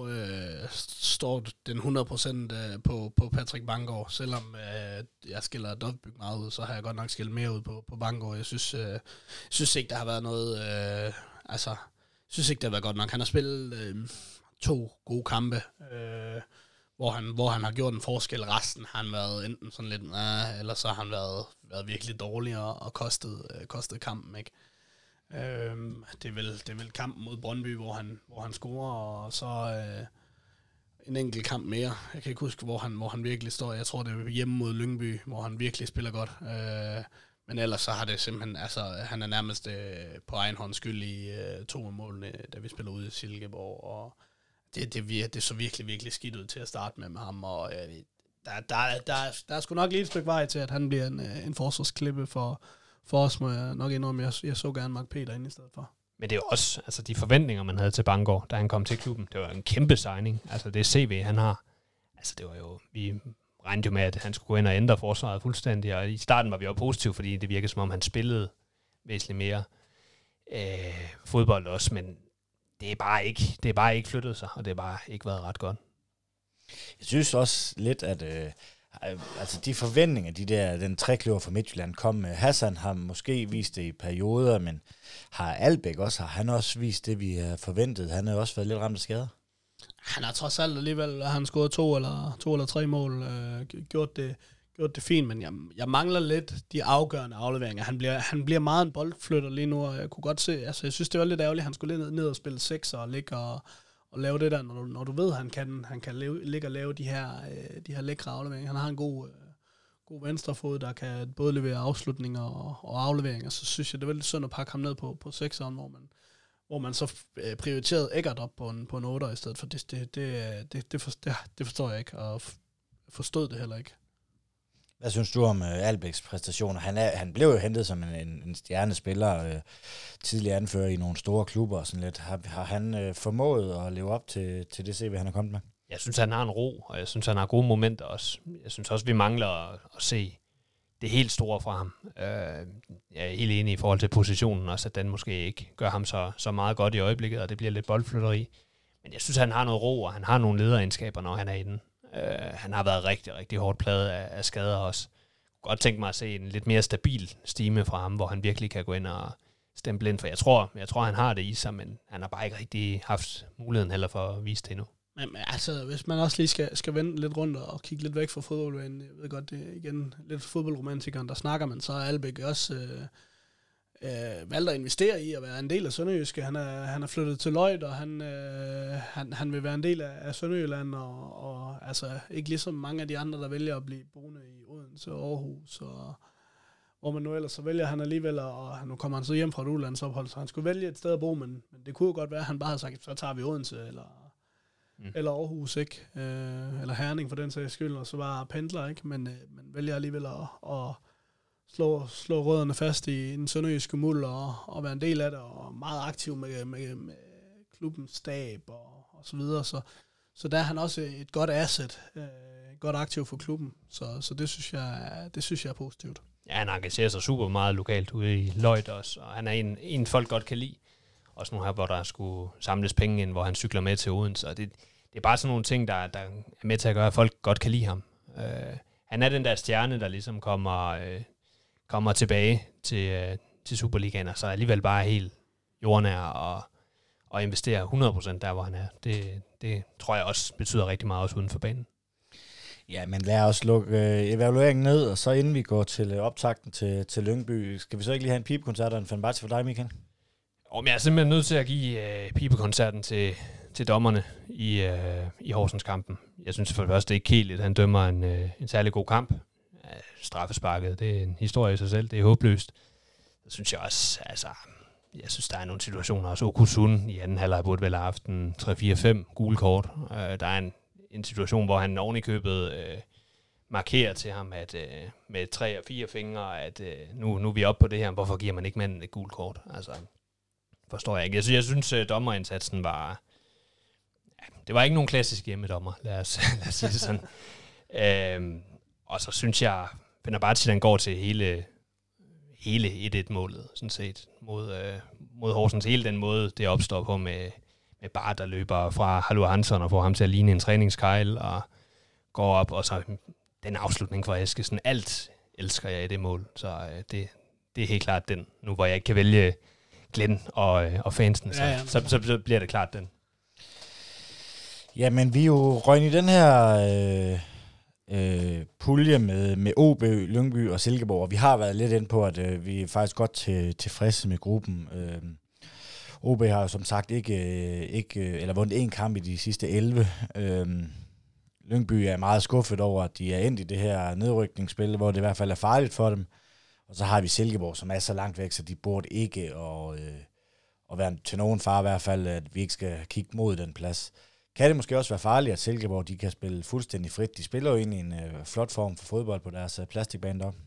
står den 100% på Patrick Bangor. Selvom jeg skiller Dovbyk meget ud, så har jeg godt nok skilt mere ud på Bangor. Jeg synes ikke, der har været noget... jeg synes ikke, det har været godt nok. Han har spillet 2 gode kampe, hvor han har gjort en forskel. Resten har han været enten sådan lidt... eller så har han været virkelig dårlig og kostet kampen, ikke? Det er vel kampen mod Brøndby, hvor han scorer, og så en enkelt kamp mere. Jeg kan ikke huske, hvor han virkelig står. Jeg tror, det er hjemme mod Lyngby, hvor han virkelig spiller godt. Men ellers så har det simpelthen, han er nærmest på egen hånd skyld i 2 af målene, da vi spiller ude i Silkeborg, og det så virkelig, virkelig skidt ud til at starte med ham, og der er sgu nok lige et stykke vej til, at han bliver en forsvarsklippe for os, må jeg nok indrømme. Jeg så gerne Mark Peter ind i stedet for. Men det er jo også de forventninger, man havde til Bangor, da han kom til klubben. Det var en kæmpe signing. Altså det CV, han har. Altså det var jo... Vi regnede jo med, at han skulle gå ind og ændre forsvaret fuldstændig, og i starten var vi jo positive, fordi det virkede som om, han spillede væsentligt mere fodbold også, men det er bare ikke flyttet sig, og det har bare ikke været ret godt. Jeg synes også lidt, at de forventninger, den trekløver fra Midtjylland kom med. Hassan har måske vist det i perioder, men har Albæk også, har han også vist det, vi har forventet? Han har også været lidt ramt af skader. Han har trods alt alligevel, han scoret 2 eller 3 mål, gjort det fint, men jeg mangler lidt de afgørende afleveringer. Han bliver meget en boldflytter lige nu, og jeg kunne godt se, jeg synes, det var lidt ærgerligt, han skulle ned og spille 6 og ligge og lave det der, når du ved, han kan ligge og lave de her lækre afleveringer. Han har en god venstrefod, der kan både levere afslutninger og afleveringer, så synes jeg, det er veldig synd at pakke ham ned på 6'eren, hvor man så prioriterede Eggert op på en 8'er i stedet for. Det forstår jeg ikke, og forstod det heller ikke. Hvad synes du om Albæks præstationer? Han blev jo hentet som en stjernespiller, tidligere anfører i nogle store klubber og sådan lidt. Har han formået at leve op til det CV, han er kommet med? Jeg synes, han har en ro, og jeg synes, han har gode momenter også. Jeg synes også, vi mangler at se det helt store fra ham. Jeg er helt enig i forhold til positionen også, at den måske ikke gør ham så meget godt i øjeblikket, og det bliver lidt boldflytteri. Men jeg synes, han har noget ro, og han har nogle lederegenskaber, når han er i den. Han har været rigtig, rigtig hårdt plaget af skader også. Jeg kunne godt tænke mig at se en lidt mere stabil stime fra ham, hvor han virkelig kan gå ind og stemple ind, for jeg tror, han har det i sig, men han har bare ikke rigtig haft muligheden heller for at vise det endnu. Men altså, hvis man også lige skal vende lidt rundt og kigge lidt væk fra fodboldbanen, jeg ved godt, det er igen lidt fodboldromantikeren, der snakker, men så er Albæk også valgt at investere i at være en del af Sønderjyske. Han er flyttet til Løjt, og han vil være en del af Sønderjylland, og altså ikke ligesom mange af de andre, der vælger at blive boende i Odense og Aarhus, og hvor man nu ellers så vælger han alligevel, og nu kommer han så hjem fra et udlandsophold, så han skulle vælge et sted at bo, men det kunne jo godt være, at han bare havde sagt, så tager vi Odense, eller Aarhus, ikke? Eller Herning for den sags skyld, og så bare pendler, ikke? Men vælger alligevel at slå rødderne fast i en sønderjyske muld og være en del af det, og meget aktiv med klubbens stab og så videre. Så der er han også et godt asset, godt aktiv for klubben. Så det synes jeg er positivt. Ja, han engagerer sig super meget lokalt ude i Løjt også, og han er en folk godt kan lide. Også nu her, hvor der skulle samles penge ind, hvor han cykler med til Odense. Og det er bare sådan nogle ting, der er med til at gøre, at folk godt kan lide ham. Han er den der stjerne, der ligesom kommer tilbage til Superligaen, og så alligevel bare helt jordnær og investerer 100% der, hvor han er. Det tror jeg også betyder rigtig meget også uden for banen. Ja, men lad os lukke evalueringen ned, og så inden vi går til optakten til Lyngby, skal vi så ikke lige have en pibekoncert og en fanbart for dig, Michael? Jeg er simpelthen nødt til at give pibekoncerten til dommerne i Horsens-kampen. Jeg synes for det første ikke helt, at han dømmer en særlig god kamp. Straffesparket, det er en historie i sig selv, det er håbløst. Så synes jeg også, jeg synes, der er nogle situationer, også Okusun i anden halvleg burde vel have haft en 3-4-5 gule kort. Der er en situation, hvor han oven i købet markerer til ham, at med 3 og 4 fingre, at nu er vi oppe på det her, hvorfor giver man ikke manden et gult kort? Altså, forstår jeg ikke. Jeg synes dommerindsatsen var... Ja, det var ikke nogen klassisk hjemmedommer, lad os sige det sådan. Og så synes jeg, Fenerbahce, den går til hele 1-1-målet, sådan set, mod Horsens. Hele den måde, det opstår på med Bart, der løber fra Halvor Hansson og får ham til at ligne en træningskejl, og går op, og så den afslutning fra Eskesen. Alt elsker jeg i det mål, så det er helt klart den. Nu hvor jeg ikke kan vælge Glenn og fansen, så bliver det klart den. Jamen, vi er jo røgn i den her pulje med OB, Lyngby og Silkeborg, og vi har været lidt inde på, at vi er faktisk godt tilfredse med gruppen. OB har jo som sagt ikke vundet en kamp i de sidste 11. Lyngby er meget skuffet over, at de er endt i det her nedrykningsspil, hvor det i hvert fald er farligt for dem. Og så har vi Silkeborg, som er så langt væk, så de burde ikke at være til nogen far i hvert fald, at vi ikke skal kigge mod den plads. Kan det måske også være farligt, at Silkeborg de kan spille fuldstændig frit? De spiller jo egentlig en flot form for fodbold på deres plastikbane deroppe.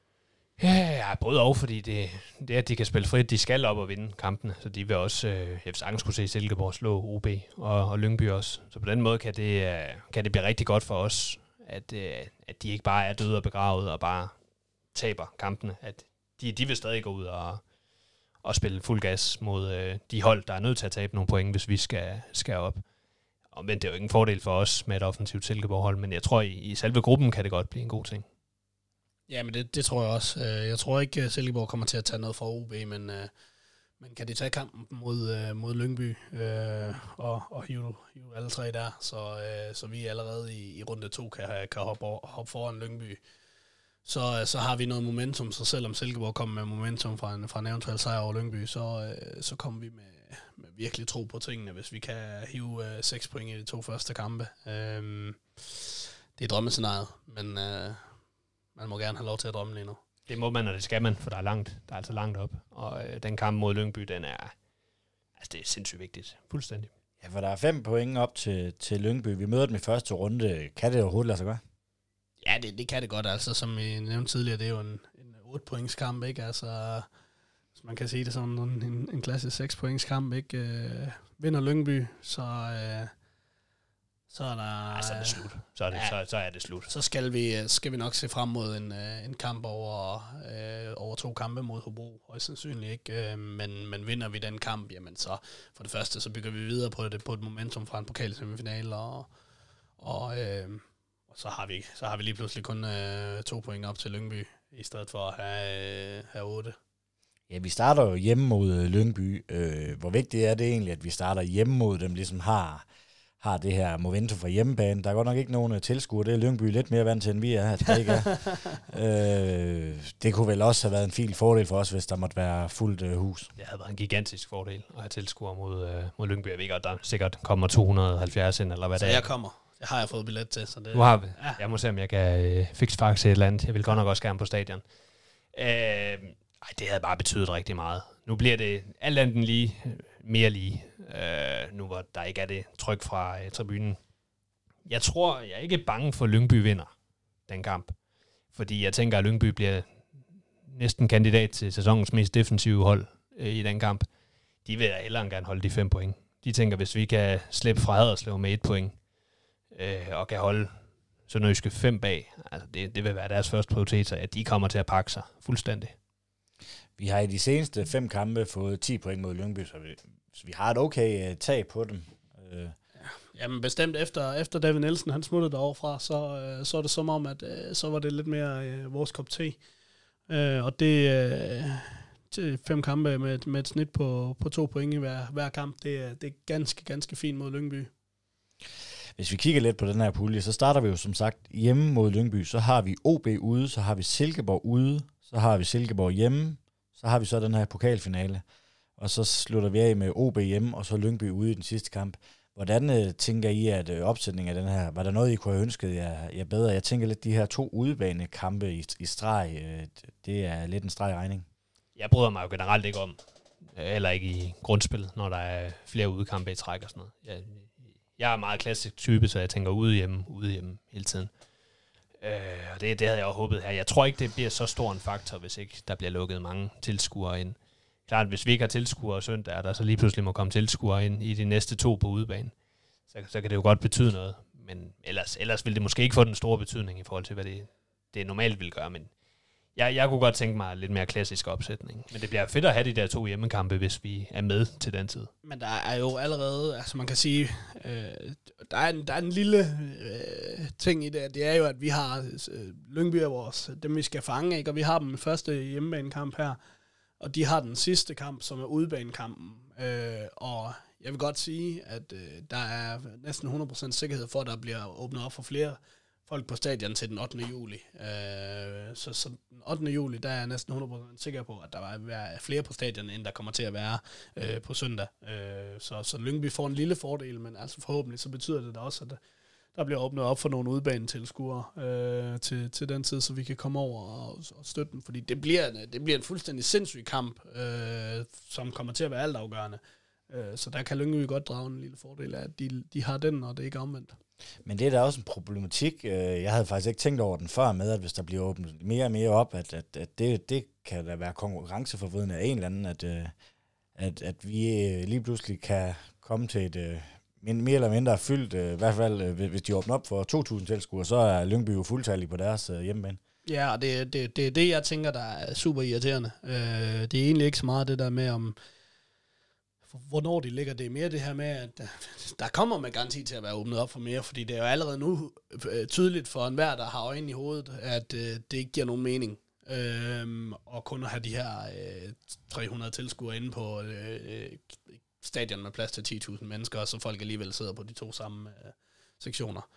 Ja, både og, fordi det at de kan spille frit, de skal op og vinde kampene, så de vil også, jeg vil sagtens kunne se Silkeborg slå OB og Lyngby også. Så på den måde kan det blive rigtig godt for os, at de ikke bare er døde og begravet og bare taber kampene, at de vil stadig gå ud og spille fuld gas mod de hold, der er nødt til at tabe nogle point, hvis vi skal op. Men det er jo ikke en fordel for os med et offensivt Silkeborg-hold, men jeg tror, i selve gruppen kan det godt blive en god ting. Ja, men det tror jeg også. Jeg tror ikke, at Silkeborg kommer til at tage noget fra OB, men kan de tage kampen mod Lyngby og hive alle tre der, så vi allerede i runde 2 kan hoppe foran Lyngby. Så har vi noget momentum, så selvom Silkeborg kommer med momentum fra en eventuel sejr over Lyngby, så kommer vi med virkelig tro på tingene, hvis vi kan hive 6 point i de 2 første kampe. Det er drømmescenariet, man må gerne have lov til at drømme lige nu. Det må man, og det skal man, for der er altså langt op. Og den kamp mod Lyngby, det er sindssygt vigtigt. Fuldstændig. Ja, for der er 5 point op til Lyngby. Vi møder dem i første runde. Kan det overhovedet lade sig gøre? Ja, det kan det godt. Altså, som vi nævnte tidligere, det er jo en 8-points kamp, ikke? Altså, hvis man kan sige det som en klasse 6-points kamp, ikke? Vinder Lyngby, så er der... Så er det slut. Så er det slut. Så skal vi nok se frem mod en kamp over 2 kampe mod Hobro, højst sandsynligt, ikke? Men vinder vi den kamp, jamen så for det første, så bygger vi videre på et momentum fra en pokalsemifinale, og så har vi lige pludselig kun 2 point op til Lyngby, i stedet for at have 8. Ja, vi starter jo hjemme mod Lyngby. Hvor vigtigt er det egentlig, at vi starter hjemme mod dem, ligesom har det her momentum fra hjemmebane? Der er godt nok ikke nogen tilskuere. Det er Lyngby lidt mere vant til, end vi er, at det ikke er. Det kunne vel også have været en fin fordel for os, hvis der måtte være fuldt hus. Det havde været en gigantisk fordel at have tilskuere mod Lyngby. Jeg ved godt, der sikkert kommer 270 ind, eller hvad så det er. Jeg kommer. Det har jeg fået billet til. Så det, nu har vi. Ja. Jeg må se, om jeg kan fikse faktisk et eller andet. Jeg vil godt nok også gerne på stadion. Det havde bare betydet rigtig meget. Nu bliver det alt andet lige mere lige. Nu hvor der ikke er det tryk fra tribunen. Jeg er ikke bange for, at Lyngby vinder den kamp. Fordi jeg tænker, at Lyngby bliver næsten kandidat til sæsonens mest defensive hold i den kamp. De vil hellere gerne holde de 5 point. De tænker, hvis vi kan slippe fra Haderslev med 1 point, og kan holde Sønderjyske 5 bag, altså det vil være deres første prioritet, at de kommer til at pakke sig fuldstændig. Vi har i de seneste 5 kampe fået 10 point mod Lyngby, så vi har et okay tag på dem. Jamen bestemt efter David Nielsen, han smuttede derovre fra, så er det som om, at så var det lidt mere vores kop te. Og det 5 kampe med et snit på 2 point i hver kamp, det er ganske, ganske fint mod Lyngby. Hvis vi kigger lidt på den her pulje, så starter vi jo som sagt hjemme mod Lyngby. Så har vi OB ude, så har vi Silkeborg ude, så har vi Silkeborg hjemme, så har vi så den her pokalfinale. Og så slutter vi af med OB hjemme, og så Lyngby ude i den sidste kamp. Hvordan tænker I, at opsætningen af den her, var der noget, I kunne have ønsket jer bedre? Jeg tænker lidt, de her 2 udebanekampe i streg, det er lidt en streg regning. Jeg bryder mig jo generelt ikke om, eller ikke i grundspillet, når der er flere udekampe i træk og sådan noget. Jeg er meget klassisk type, så jeg tænker ude hjemme hele tiden. Og det havde jeg jo håbet her. Jeg tror ikke, det bliver så stor en faktor, hvis ikke der bliver lukket mange tilskuere ind. Klart, hvis vi ikke har tilskuere søndag, og der så lige pludselig må komme tilskuere ind i de næste 2 på udebane, så kan det jo godt betyde noget. Men ellers vil det måske ikke få den store betydning i forhold til, hvad det normalt vil gøre. Men jeg kunne godt tænke mig lidt mere klassisk opsætning. Men det bliver fedt at have de der 2 hjemmekampe, hvis vi er med til den tid. Men der er jo allerede, altså man kan sige, der er en lille ting i det. Det er jo, at vi har Lyngby er dem vi skal fange, ikke? Og vi har dem første hjemmebanekamp her. Og de har den sidste kamp, som er udebanekampen. Og jeg vil godt sige, at der er næsten 100% sikkerhed for, at der bliver åbnet op for flere folk på stadion til den 8. juli. Så den 8. juli, der er jeg næsten 100% sikker på, at der vil være flere på stadion, end der kommer til at være på søndag. Så Lyngby får en lille fordel, men altså forhåbentlig, så betyder det da også, at der bliver åbnet op for nogle udbanetilskuere til den tid, så vi kan komme over og støtte dem. Fordi det bliver en fuldstændig sindssyg kamp, som kommer til at være altafgørende. Så der kan Lyngby godt drage en lille fordel af, at de har den, og det er ikke omvendt. Men det er da også en problematik. Jeg havde faktisk ikke tænkt over den før med, at hvis der bliver åbnet mere og mere op, at det kan da være konkurrenceforvridende af en eller anden, at vi lige pludselig kan komme til et mere eller mindre fyldt, i hvert fald hvis de åbner op for 2.000 tilskuere, så er Lyngby jo fuldtallige på deres hjemmebane. Ja, og det er det, jeg tænker, der er super irriterende. Det er egentlig ikke så meget det der med, om hvornår de ligger. Det er mere det her med, at der kommer med garanti til at være åbnet op for mere, fordi det er jo allerede nu tydeligt for enhver, der har øjnene i hovedet, at det ikke giver nogen mening. Og kun at have de her 300 tilskuere inde på stadion med plads til 10.000 mennesker, og så folk alligevel sidder på de 2 samme sektioner.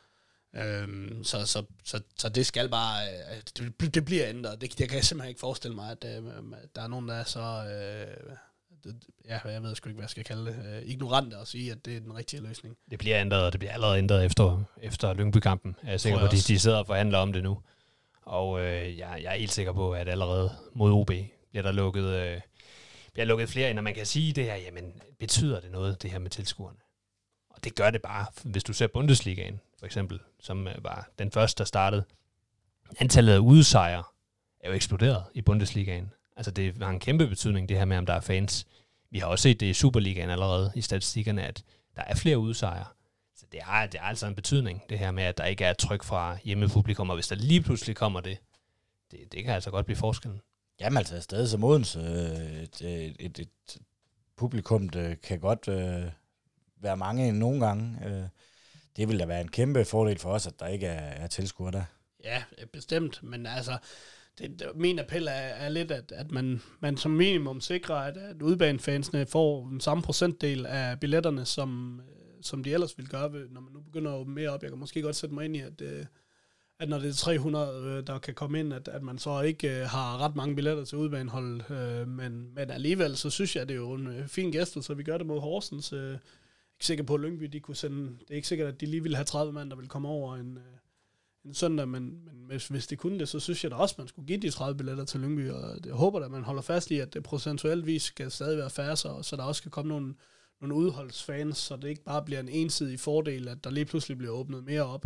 Så det skal bare det bliver ændret. Det kan jeg simpelthen ikke forestille mig, at der er nogen, der er så jeg ved sgu ikke, hvad jeg skal kalde det, ignorante og sige, at det er den rigtige løsning. Det bliver ændret, og det bliver allerede ændret efter Lyngby-kampen. Jeg er sikker på, at de sidder og forhandler om det nu. Og jeg er helt sikker på, at allerede mod OB bliver der lukket flere ind, og man kan sige det her, jamen betyder det noget, det her med tilskuerne? Og det gør det bare, hvis du ser Bundesligaen, for eksempel, som var den første, der startede. Antallet af udesejre er jo eksploderet i Bundesligaen. Altså det har en kæmpe betydning, det her med, om der er fans. Vi har også set det i Superligaen allerede, i statistikkerne, at der er flere udesejre. Så det er altså en betydning, det her med, at der ikke er tryk fra hjemmepublikum, og hvis der lige pludselig kommer det kan altså godt blive forskellen. Jamen altså, stadig som Odense, et publikum, det kan godt være mange nogle gange. Det vil da være en kæmpe fordel for os, at der ikke er tilskuere der. Ja, bestemt, men altså, min appel er lidt, at man som minimum sikrer, at udbanefansene får den samme procentdel af billetterne, som de ellers vil gøre, når man nu begynder at åbne mere op. Jeg kan måske godt sætte mig ind i, at når det er 300, der kan komme ind, at man så ikke har ret mange billetter til udbaneholdet, men alligevel, så synes jeg, det er jo en fin gæst, så vi gør det mod Horsens. Ikke sikker på, at Lyngby, de kunne sende, det er ikke sikkert, at de lige ville have 30 mand, der ville komme over en søndag, men hvis de kunne det, så synes jeg da også, man skulle give de 30 billetter til Lyngby, og jeg håber at man holder fast i, at det procentueltvis skal stadig være færre, så der også skal komme nogle udholdsfans, så det ikke bare bliver en ensidig fordel, at der lige pludselig bliver åbnet mere op,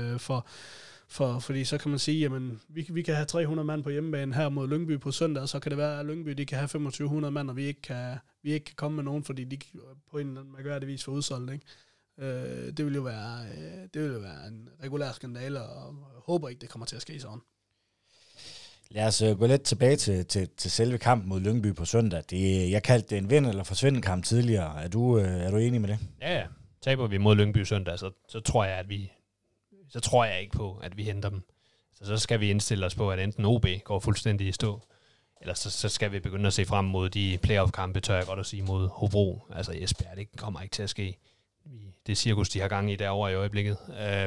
fordi så kan man sige, jamen, vi kan have 300 mand på hjemmebane her mod Lyngby på søndag, og så kan det være, at Lyngby de kan have 2500 mand, og vi ikke kan komme med nogen, fordi de på en eller anden mærkværdig vis får udsolgt, ikke? Det vil jo være en regulær skandale, og jeg håber ikke, det kommer til at ske sådan. Lad os gå lidt tilbage til selve kampen mod Lyngby på søndag. Jeg kaldte det en vind- eller forsvindekamp tidligere. Er du enig med det? Ja. Taber vi mod Lyngby søndag, så tror jeg ikke på, at vi henter dem. Så skal vi indstille os på, at enten OB går fuldstændig i stå, eller så skal vi begynde at se frem mod de playoff-kampe, tør jeg godt at sige, mod Hobro. Altså Esbjerg, det kommer ikke til at ske. Det cirkus, de har gang i derovre i øjeblikket.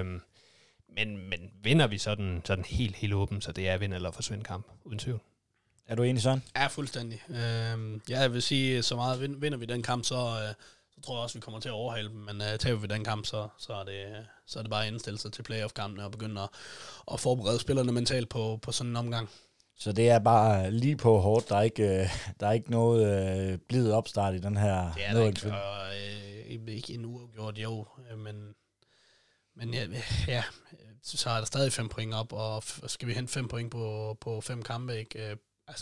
Men vinder vi sådan helt åben, så det er vind- eller forsvindkamp, uden tvivl. Er du enig, Søren? Ja, fuldstændig. Jeg vil sige, så meget vinder vi den kamp, så tror jeg også, vi kommer til at overhale dem. Men taber vi den kamp, så er det bare at indstille sig til playoff-kampene og begynde at forberede spillerne mentalt på sådan en omgang. Så det er bare lige på hårdt. Der er ikke noget blid opstart i den her. Det er der ikke, og ikke en uafgjort, jo. Men ja, så er der stadig 5 point op, og skal vi hente 5 point på 5 kampe, ikke?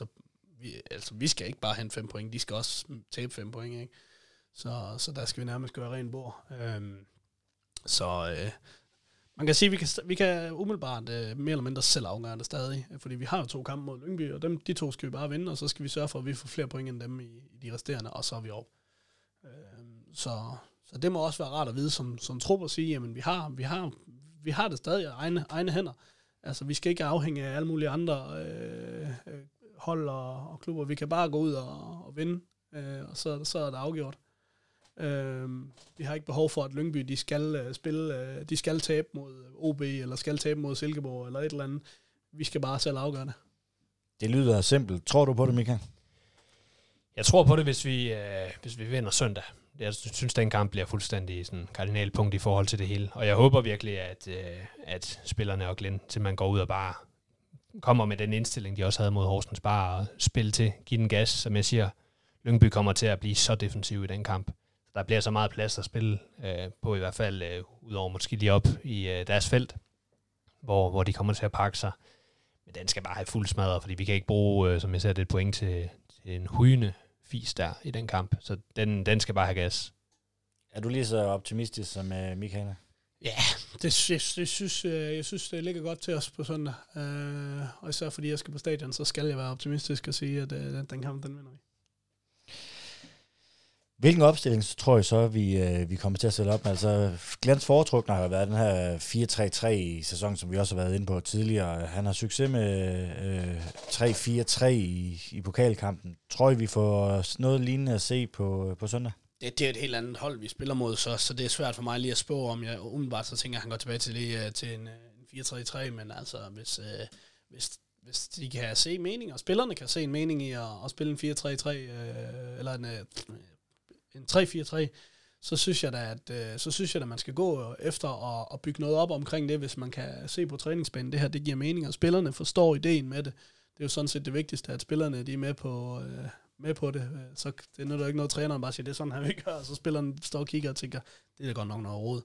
Vi skal ikke bare hente 5 point, de skal også tabe 5 point, ikke? Så der skal vi nærmest gøre ren bord. Man kan sige, at vi kan umiddelbart mere eller mindre selv afgøre det stadig, fordi vi har jo 2 kampe mod Lyngby, og de 2 skal vi bare vinde, og så skal vi sørge for, at vi får flere point end dem i de resterende, og så er vi over. Så det må også være rart at vide som trup at sige, jamen vi har det stadig i egne hænder. Altså vi skal ikke afhænge af alle mulige andre hold og klubber. Vi kan bare gå ud og vinde, og så er det afgjort. Vi har ikke behov for, at Lyngby de skal tabe mod OB, eller skal tabe mod Silkeborg, eller et eller andet. Vi skal bare selv afgøre det. Det lyder simpelt. Tror du på det, Michael? Jeg tror på det, hvis vi vinder søndag. Jeg synes, den kamp bliver fuldstændig sådan kardinalpunkt i forhold til det hele. Og jeg håber virkelig, at spillerne og Glenn, til man går ud og bare kommer med den indstilling, de også havde mod Horsens, bare at spille til, give den gas. Som jeg siger, Lyngby kommer til at blive så defensiv i den kamp. Der bliver så meget plads at spille på, i hvert fald udover måske lige op i deres felt, hvor de kommer til at pakke sig. Men den skal bare have fuld smadret, fordi vi kan ikke bruge, som jeg ser, et point til en hujende fis der i den kamp. Så den skal bare have gas. Er du lige så optimistisk som Michael? Ja, jeg synes, det ligger godt til os på søndag. Og især fordi jeg skal på stadion, så skal jeg være optimistisk og sige, at den kamp, den vinder vi. Hvilken opstilling tror jeg så, vi kommer til at sætte op? Altså, Glens foretrukne har været den her 4-3-3 i sæsonen, som vi også har været inde på tidligere. Han har succes med 3-4-3 i pokalkampen. Tror I, vi får noget lignende at se på søndag? Det er et helt andet hold, vi spiller mod, så det er svært for mig lige at spå om. Jeg umiddelbart så tænker, at han går tilbage til en 4-3-3, men altså, hvis de kan se mening, og spillerne kan se en mening i at spille en 4-3-3, eller en 3-4-3, så synes jeg da, at man skal gå efter og bygge noget op omkring det, hvis man kan se på træningsbanen. Det her, det giver mening, og spillerne forstår ideen med det. Det er jo sådan set det vigtigste, at spillerne de er med på det. Så det er ikke noget, træneren bare siger, det er sådan, han vil gøre, og så spillerne står og kigger og tænker, det er da godt nok noget råd.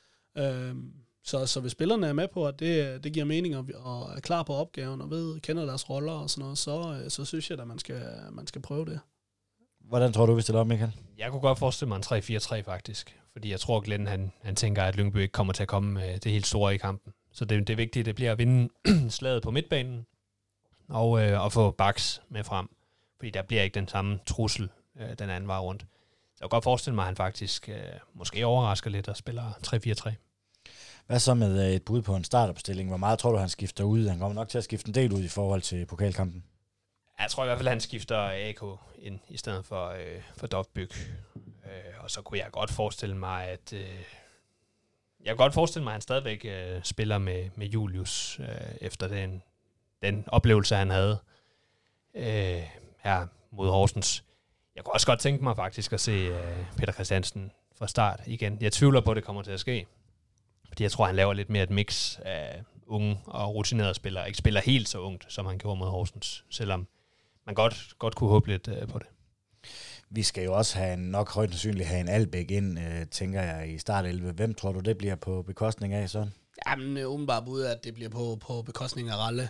Så hvis spillerne er med på, at det giver mening, og er klar på opgaven, og kender deres roller og sådan noget, så synes jeg, at man skal prøve det. Hvordan tror du, vi stiller op, Michael? Jeg kunne godt forestille mig en 3-4-3 faktisk, fordi jeg tror, Glenn han tænker, at Lyngby ikke kommer til at komme med det helt store i kampen. Så det er vigtigt, det bliver at vinde slaget på midtbanen, og få backs med frem, fordi der bliver ikke den samme trussel den anden vej rundt. Så jeg kan godt forestille mig, at han faktisk måske overrasker lidt og spiller 3-4-3. Hvad så med et bud på en startopstilling? Hvor meget tror du, han skifter ud? Han kommer nok til at skifte en del ud i forhold til pokalkampen. Jeg tror i hvert fald, at han skifter AK ind i stedet for Dovbyk. Og så kunne jeg godt forestille mig, at han stadigvæk spiller med Julius efter den oplevelse, han havde her mod Horsens. Jeg kunne også godt tænke mig faktisk at se Peter Christiansen fra start igen. Jeg tvivler på, at det kommer til at ske. Fordi jeg tror, han laver lidt mere et mix af unge og rutinerede spillere. Ikke spiller helt så ungt, som han gjorde mod Horsens, selvom man godt kunne håbe lidt på det. Vi skal jo også nok højt sandsynligt have en Albæk ind, tænker jeg, i start 11. Hvem tror du, det bliver på bekostning af sådan? Jamen, umiddelbart bud at det bliver på bekostning af Ralle.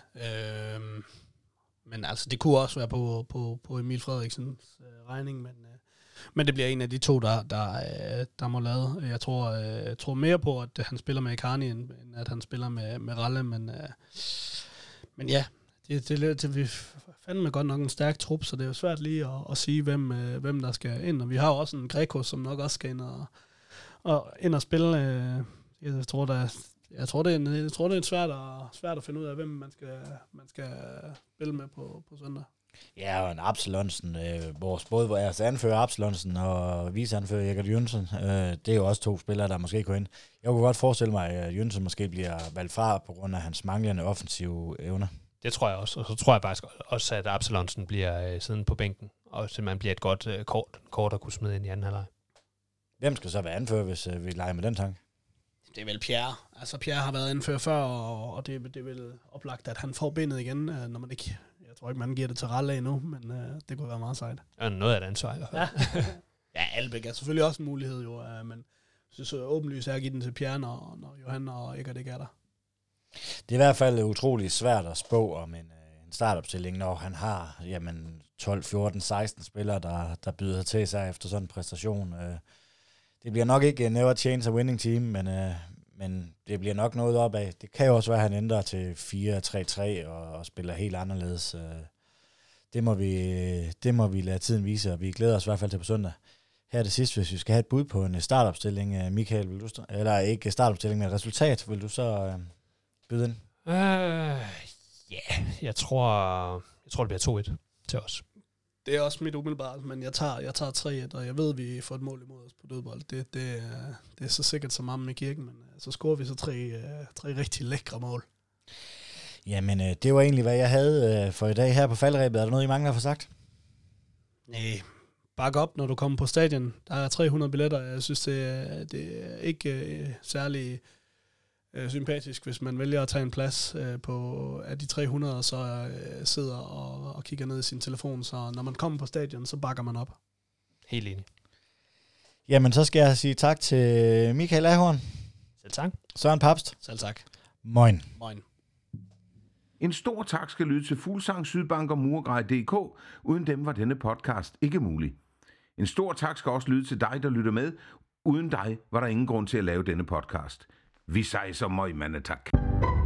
Men altså, det kunne også være på Emil Frederiksens regning, men det bliver en af de to, der må lade. Jeg tror mere på, at han spiller med Icarni, end at han spiller med Ralle, men ja, det vi fandme godt nok en stærk trup, så det er jo svært lige at sige, hvem der skal ind. Og vi har jo også en Greco, som nok også skal ind og spille. Jeg tror, det er svært at finde ud af, hvem man skal spille med på søndag. Ja, og en Absalonsen, både vores anfører Absalonsen og viceanfører Egert Jønsson, det er jo også to spillere, der måske går ind. Jeg kunne godt forestille mig, at Jønsson måske bliver valgt fra på grund af hans manglende offensive evner. Det tror jeg også, og så tror jeg faktisk også, at Absalonsen bliver siddende på bænken, og simpelthen bliver et godt kort at kunne smide ind i anden halvleg. Hvem skal så være anfører, hvis vi leger med den tanke? Det er vel Pierre. Altså Pierre har været anfører før, og det er vel oplagt, at han får benet igen, når man ikke... Jeg tror ikke, man giver det til Ralle endnu, men det kunne være meget sejt. Ja, noget af det ansvar i hvert fald. Ja, Albæk er selvfølgelig også en mulighed, jo, men jeg synes åbenlyst er at give den til Pierre, når Johan og Egert ikke er der. Det er i hvert fald utrolig svært at spå om en startopstilling, når han har 12, 14, 16 spillere, der byder til sig efter sådan en præstation. Det bliver nok ikke never change a winning team, men det bliver nok noget opad. Det kan jo også være, at han ændrer til 4-3-3 og spiller helt anderledes. Det må vi lade tiden vise, og vi glæder os i hvert fald til på søndag. Her det sidste, hvis vi skal have et bud på en startopstilling, Michael, vil du eller ikke startopstilling, men et resultat, vil du så byde ind? Jeg tror, det bliver 2-1 til os. Det er også mit umiddelbart, men jeg tager 3-1, og jeg ved, at vi får et mål imod os på dødbold. Det er så sikkert som mammen i kirken, men så scorer vi så tre rigtig lækre mål. Jamen, det var egentlig, hvad jeg havde for i dag her på faldrebet. Er der noget, I mangler at få sagt? Nej, bakke op, når du kommer på stadion. Der er 300 billetter. Jeg synes, det er ikke særlig sympatisk, hvis man vælger at tage en plads af de 300, og så sidder og kigger ned i sin telefon. Så når man kommer på stadion, så bakker man op. Helt enig. Jamen, så skal jeg sige tak til Michael Ahorn. Selv tak. Søren Papst. Selv tak. Moin. Moin. En stor tak skal lyde til Fuglsang, Sydbank og Murgrej.dk. Uden dem var denne podcast ikke mulig. En stor tak skal også lyde til dig, der lytter med. Uden dig var der ingen grund til at lave denne podcast. Vi siger så meget, tak.